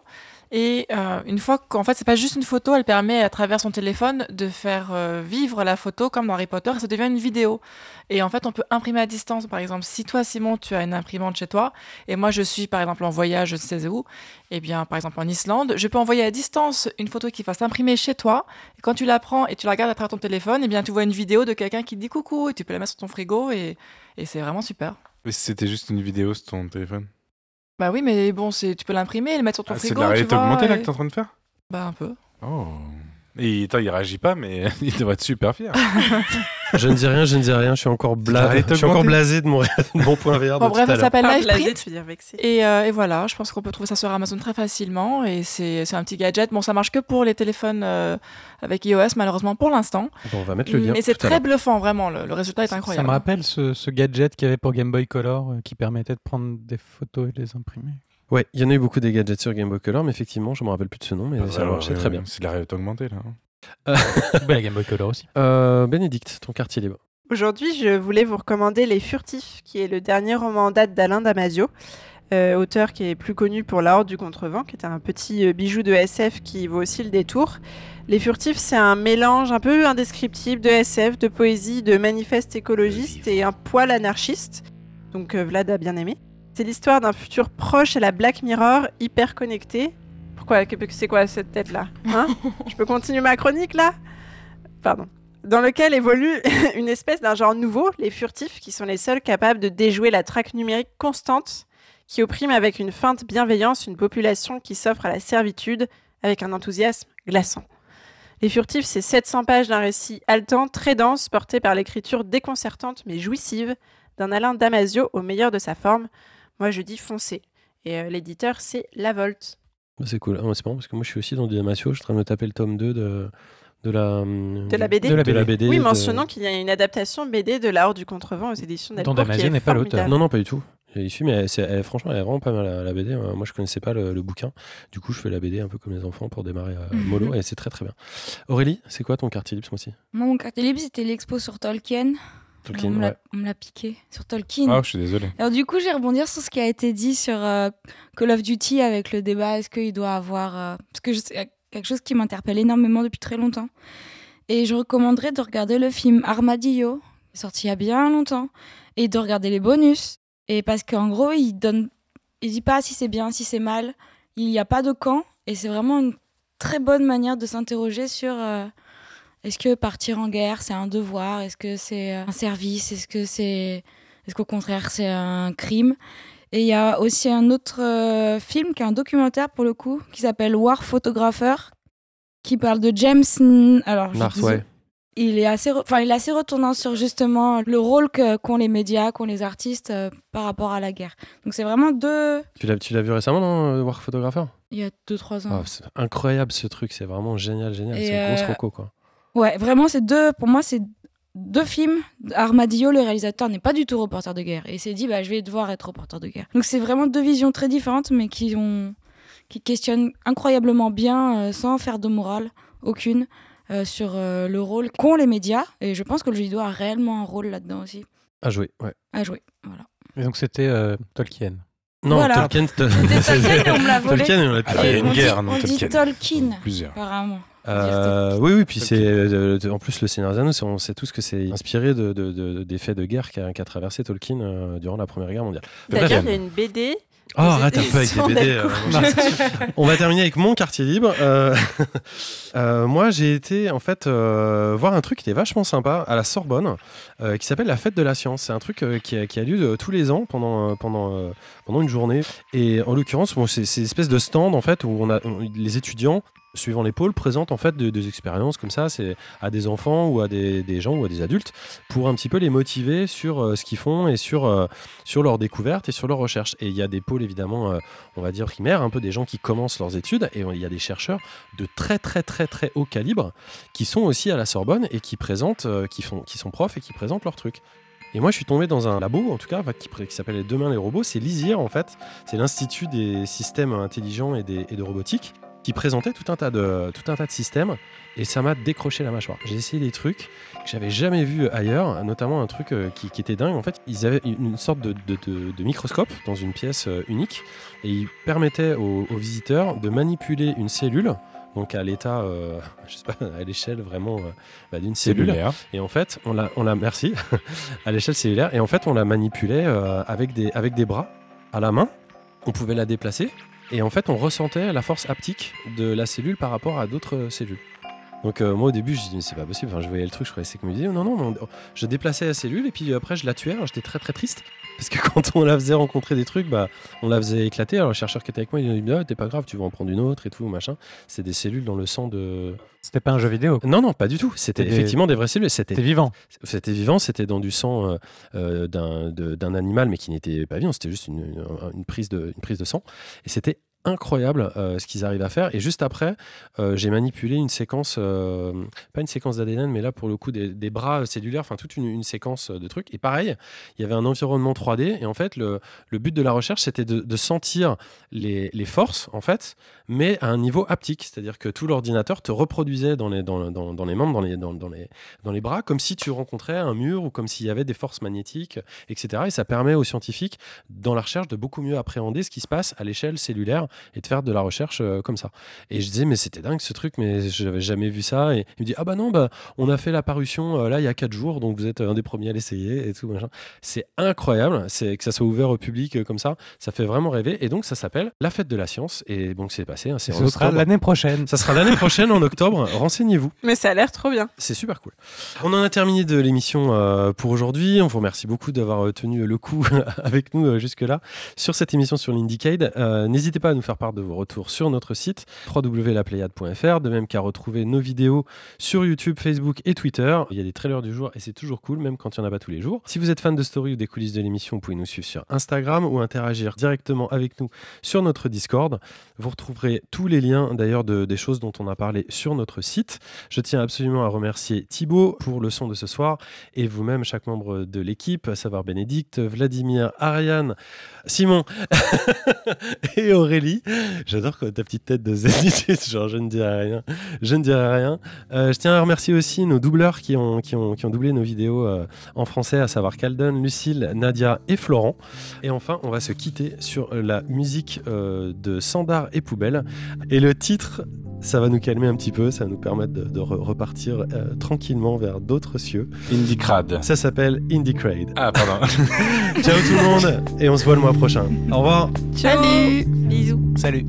Et euh, une fois qu'en fait, c'est pas juste une photo, elle permet à travers son téléphone de faire euh, vivre la photo comme dans Harry Potter, et ça devient une vidéo. Et en fait, on peut imprimer à distance. Par exemple, si toi, Simon, tu as une imprimante chez toi, et moi, je suis par exemple en voyage, je ne sais où, et bien, par exemple en Islande, je peux envoyer à distance une photo qui va s'imprimer chez toi. Et quand tu la prends et tu la regardes à travers ton téléphone, et bien, tu vois une vidéo de quelqu'un qui te dit coucou, et tu peux la mettre sur ton frigo, et, et c'est vraiment super. Et si c'était juste une vidéo sur ton téléphone? Bah oui, mais bon, c'est, tu peux l'imprimer et le mettre sur ton Ah, frigo. c'est de la réalité tu vois, augmentée là et- que t'es en train de faire? Bah un peu. Oh. Et attends, il réagit pas, mais il devrait être super fier. Je ne dis rien, je ne dis rien, je suis encore, bla... T'arrêtes je suis encore d'augmenter. blasé de mon, de mon point V R. Bon, de bref, tout à ça l'heure. s'appelle Pas LivePrint. blasé, tu veux dire vexé. Et, euh, et voilà, je pense qu'on peut trouver ça sur Amazon très facilement. Et c'est, c'est un petit gadget. Bon, ça marche que pour les téléphones euh, avec iOS, malheureusement, pour l'instant. Bon, on va mettre le lien. Mais c'est tout à très l'heure. bluffant, vraiment. Le, le résultat est Ça incroyable. me rappelle ce, ce gadget qu'il y avait pour Game Boy Color euh, qui permettait de prendre des photos et de les imprimer. Ouais, il y en a eu beaucoup des gadgets sur Game Boy Color, mais effectivement, je me rappelle plus de ce nom, mais Ah, ça ouais, marchait ouais, très ouais, bien. C'est de la réalité augmentée là. hein. Euh, Bah, la Game Boy Color aussi. euh, Bénédicte, ton quartier libre. Aujourd'hui, je voulais vous recommander Les Furtifs, qui est le dernier roman en date d'Alain Damasio, euh, auteur qui est plus connu pour La Horde du Contrevent, qui est un petit euh, bijou de S F qui vaut aussi le détour. Les Furtifs, c'est un mélange un peu indescriptible de S F, de poésie, de manifeste écologiste et un poil anarchiste. Donc euh, Vlad a bien aimé. C'est l'histoire d'un futur proche à la Black Mirror, hyper connecté. Pourquoi? Que- C'est quoi cette tête-là, hein? Je peux continuer ma chronique là? Pardon. Dans lequel évolue une espèce d'un genre nouveau, les furtifs, qui sont les seuls capables de déjouer la traque numérique constante qui opprime avec une feinte bienveillance une population qui s'offre à la servitude avec un enthousiasme glaçant. Les furtifs, c'est sept cents pages d'un récit haletant, très dense, porté par l'écriture déconcertante mais jouissive d'un Alain Damasio au meilleur de sa forme. Moi, je dis foncez. Et euh, l'éditeur, c'est La Volte. Bah, c'est cool. Ah, moi, c'est marrant parce que moi, je suis aussi dans du Damasio. Je suis en train de me taper le tome deux de, de la... De la B D De la B D. Oui, de- mentionnons qu'il y a une adaptation B D de La Horde du Contrevent aux éditions Delcourt. Dont Damasio qui est n'est pas l'auteur. formidable. Non, non, pas du tout. Il suit, mais elle, c'est- elle- franchement, elle est vraiment pas mal la, la B D. Euh, Moi, je connaissais pas le, le bouquin. Du coup, je fais la B D un peu comme les enfants pour démarrer euh, mollo et c'est très très bien. Aurélie, c'est quoi ton quartier libre ce mois-ci? Moi, mon quartier libre, c'était l'expo sur Tolkien. Tolkien, on me l'a- ouais. on me l'a piqué sur Tolkien. Ah, je suis désolé. Alors du coup, je vais rebondir sur ce qui a été dit sur euh, Call of Duty avec le débat, est-ce qu'il doit avoir... euh, parce que je- c'est quelque chose qui m'interpelle énormément depuis très longtemps. Et je recommanderais de regarder le film Armadillo, sorti il y a bien longtemps, et de regarder les bonus. Et parce qu'en gros, il donne, il dit pas si c'est bien, si c'est mal. Il n'y a pas de camp, et c'est vraiment une très bonne manière de s'interroger sur... euh, est-ce que partir en guerre, c'est un devoir? Est-ce que c'est un service? Est-ce que c'est... Est-ce qu'au contraire, c'est un crime? Et il y a aussi un autre euh, film qui est un documentaire pour le coup, qui s'appelle War Photographer, qui parle de James... N- Alors, je Mars, dis- ouais. il est assez, re- enfin, il est assez retournant sur justement le rôle que, qu'ont les médias, qu'ont les artistes euh, par rapport à la guerre. Donc c'est vraiment deux... Tu l'as, tu l'as vu récemment dans euh, War Photographer? Il y a deux, trois ans. Ah, c'est incroyable ce truc, c'est vraiment génial, génial. Et C'est une grosse euh, roco, quoi. Ouais, vraiment, c'est deux. Pour moi, c'est deux films. Armadillo, le réalisateur, n'est pas du tout reporter de guerre. Et il s'est dit, bah, je vais devoir être reporter de guerre. Donc, c'est vraiment deux visions très différentes, mais qui, ont... qui questionnent incroyablement bien, euh, sans faire de morale aucune, euh, sur euh, le rôle qu'ont les médias. Et je pense que le jeu vidéo a réellement un rôle là-dedans aussi. À jouer, ouais. À jouer, voilà. Et donc c'était euh, Tolkien. Non, Voilà. Tolkien, t- C'était Tolkien et on me l'a volé. Tolkien, on l'a Ah, il y a piqué. une on guerre, dit, non, on dit Tolkien. Tolkien, Plusieurs. apparemment. Euh, oui, oui, puis c'est euh, en plus le Seigneur des Anneaux, c'est- on sait tous que c'est inspiré de, de, de- des faits de guerre qu'a, qu'a traversé Tolkien euh, durant la Première Guerre mondiale. D'ailleurs, il y a une B D. Oh, arrête un peu avec les B D. euh, moi, je- on va terminer avec mon quartier libre. Euh, euh, moi, j'ai été en fait euh, voir un truc qui était vachement sympa à la Sorbonne, euh, qui s'appelle la Fête de la Science. C'est un truc euh, qui, a, qui a lieu euh, tous les ans pendant, euh, pendant, euh, pendant une journée. Et en l'occurrence, bon, c'est, c'est une espèce de stand en fait où on a on- les étudiants, suivant les pôles, présentent en fait de- des expériences comme ça, c'est à des enfants ou à des, des gens ou à des adultes pour un petit peu les motiver sur euh, ce qu'ils font et sur, euh, sur leurs découvertes et sur leurs recherches. Et il y a des pôles évidemment, euh, on va dire primaires, un peu des gens qui commencent leurs études, et il y a des chercheurs de très très très très haut calibre qui sont aussi à la Sorbonne et qui présentent, euh, qui, font, qui sont profs et qui présentent leurs trucs. Et moi, je suis tombé dans un labo, en tout cas, qui, pré- qui s'appelle Demain les robots. C'est l'ISIR, en fait. C'est l'Institut des systèmes intelligents et, des, et de robotique, qui présentait tout un tas de, tout un tas de systèmes et ça m'a décroché la mâchoire. J'ai essayé des trucs que j'avais jamais vus ailleurs, notamment un truc euh, qui, qui était dingue. En fait, ils avaient une sorte de, de, de, de microscope dans une pièce euh, unique et ils permettaient aux, aux visiteurs de manipuler une cellule. Donc à l'état, euh, je sais pas, à l'échelle vraiment euh, bah, d'une cellule. Cellulaire. Et en fait, on l'a, on l'a, merci, à l'échelle cellulaire. Et en fait, on la manipulait euh, avec des, avec des bras à la main. On pouvait la déplacer. Et en fait, on ressentait la force haptique de la cellule par rapport à d'autres cellules. Donc euh, moi au début je me dis c'est pas possible, enfin, je voyais le truc, je croyais que c'était comme disait non non, non on, je déplaçais la cellule et puis après je la tuais, alors j'étais très très triste parce que quand on la faisait rencontrer des trucs, bah on la faisait éclater. Alors le chercheur qui était avec moi il dit ah, t'es pas grave, tu vas en prendre une autre et tout machin. C'est des cellules dans le sang de. C'était pas un jeu vidéo. Non non pas du tout, c'était des... effectivement des vraies cellules. C'était, c'était vivant. C'était vivant, c'était dans du sang euh, euh, d'un, de, d'un animal mais qui n'était pas vivant, c'était juste une, une, une, prise de, une prise de sang et c'était incroyable euh, ce qu'ils arrivent à faire. Et juste après, euh, j'ai manipulé une séquence, euh, pas une séquence d'A D N, mais là pour le coup des, des bras cellulaires, enfin toute une, une séquence de trucs. Et pareil, il y avait un environnement trois D. Et en fait, le, le but de la recherche, c'était de, de sentir les, les forces, en fait, mais à un niveau haptique. C'est-à-dire que tout l'ordinateur te reproduisait dans les, dans, dans, dans les membres, dans les, dans, dans, les, dans les bras, comme si tu rencontrais un mur ou comme s'il y avait des forces magnétiques, et cetera. Et ça permet aux scientifiques, dans la recherche, de beaucoup mieux appréhender ce qui se passe à l'échelle cellulaire et de faire de la recherche euh, comme ça. Et je disais, mais c'était dingue ce truc, mais je n'avais jamais vu ça. Et il me dit, ah bah non, bah, on a fait la parution euh, là il y a quatre jours, donc vous êtes un des premiers à l'essayer et tout. Machin. C'est incroyable, c'est, que ça soit ouvert au public euh, comme ça, ça fait vraiment rêver. Et donc ça s'appelle La Fête de la Science. Et donc c'est passé, hein, c'est Ce sera l'année prochaine. Ça sera l'année prochaine en octobre, renseignez-vous. Mais ça a l'air trop bien. C'est super cool. On en a terminé de l'émission euh, pour aujourd'hui. On vous remercie beaucoup d'avoir tenu le coup avec nous euh, jusque-là sur cette émission sur l'Indiecade. Euh, n'hésitez pas à nous faire part de vos retours sur notre site w w w point la pléiade point f r, de même qu'à retrouver nos vidéos sur YouTube, Facebook et Twitter. Il y a des trailers du jour et c'est toujours cool, même quand il n'y en a pas tous les jours. Si vous êtes fan de story ou des coulisses de l'émission, vous pouvez nous suivre sur Instagram ou interagir directement avec nous sur notre Discord. Vous retrouverez tous les liens d'ailleurs de, des choses dont on a parlé sur notre site. Je tiens absolument à remercier Thibaut pour le son de ce soir et vous-même, chaque membre de l'équipe, à savoir Bénédicte, Vladimir, Ariane, Simon et Aurélie. J'adore quand ta petite tête de zénitude, genre je ne dirai rien, je ne dirai rien. Euh, je tiens à remercier aussi nos doubleurs qui ont, qui ont, qui ont doublé nos vidéos euh, en français, à savoir Calden, Lucille, Nadia et Florent. Et enfin, on va se quitter sur la musique euh, de Sandar et Poubelle. Et le titre, ça va nous calmer un petit peu, ça va nous permettre de, de re- repartir euh, tranquillement vers d'autres cieux. Indicrade. Ça s'appelle Indicrade. Ah, pardon. Ciao tout le monde et on se voit le mois prochain. Au revoir. Salut. Bisous. Salut.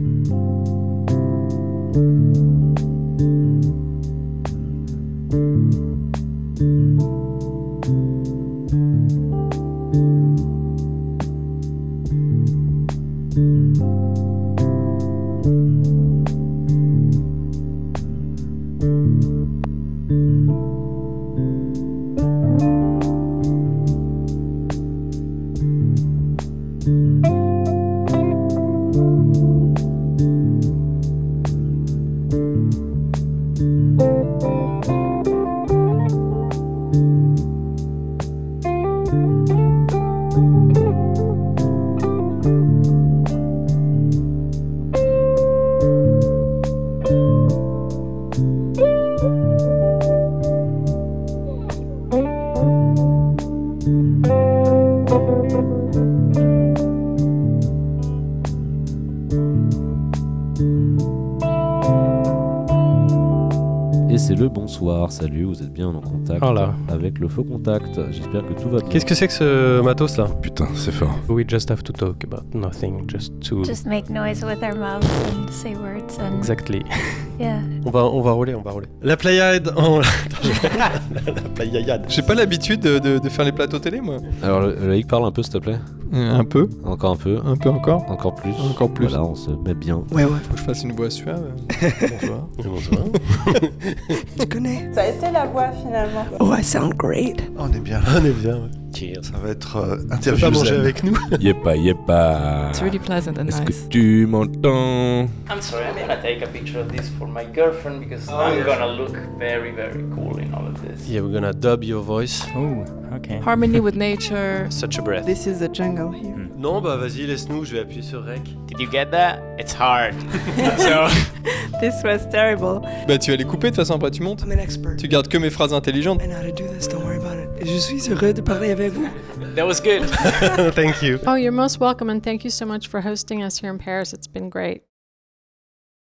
Bonsoir, salut, vous êtes bien en contact voilà. avec le faux contact. J'espère que tout va bien. Qu'est-ce que c'est que ce matos là? Putain, c'est fort. We just have to talk about nothing, just to... Just make noise with our mouths and say words and... Exactly. Yeah. On va, on va rouler, on va rouler. La Pléiade en... la Pléiade. J'ai pas l'habitude de, de, de faire les plateaux télé, moi. Alors, Loïc, parle un peu, s'il te plaît. Euh, un peu. Encore un peu. Un peu encore. Encore plus. Encore plus. Voilà, on se met bien. Ouais, ouais. Faut que je fasse une voix suave. Bonsoir. Bonsoir. Tu connais? Ça a été la voix, finalement. Oh, I sound great. On est bien là. On est bien, ouais. Ça va être euh, Tu veux interview pas manger zen. avec nous? Yeppa, yeppa. It's really pleasant and Est-ce nice. que tu m'entends? I'm sorry, I'm gonna take a picture of this for my girlfriend because Oh, I'm yeah. gonna look very, very cool in all of this. Yeah, we're gonna dub your voice. Oh, okay. Harmony with nature. Such a breath. This is the jungle here. Non, bah vas-y, laisse-nous, je vais appuyer sur rec. Did you get that? It's hard. so, This was terrible. Bah tu vas les couper de toute façon, après tu montes. I'm an expert. Tu gardes que mes phrases intelligentes. I know how to do this, don't worry about it. Et je suis heureux de parler avec vous. that was good. Thank you. Oh, you're most welcome, and thank you so much for hosting us here in Paris. It's been great.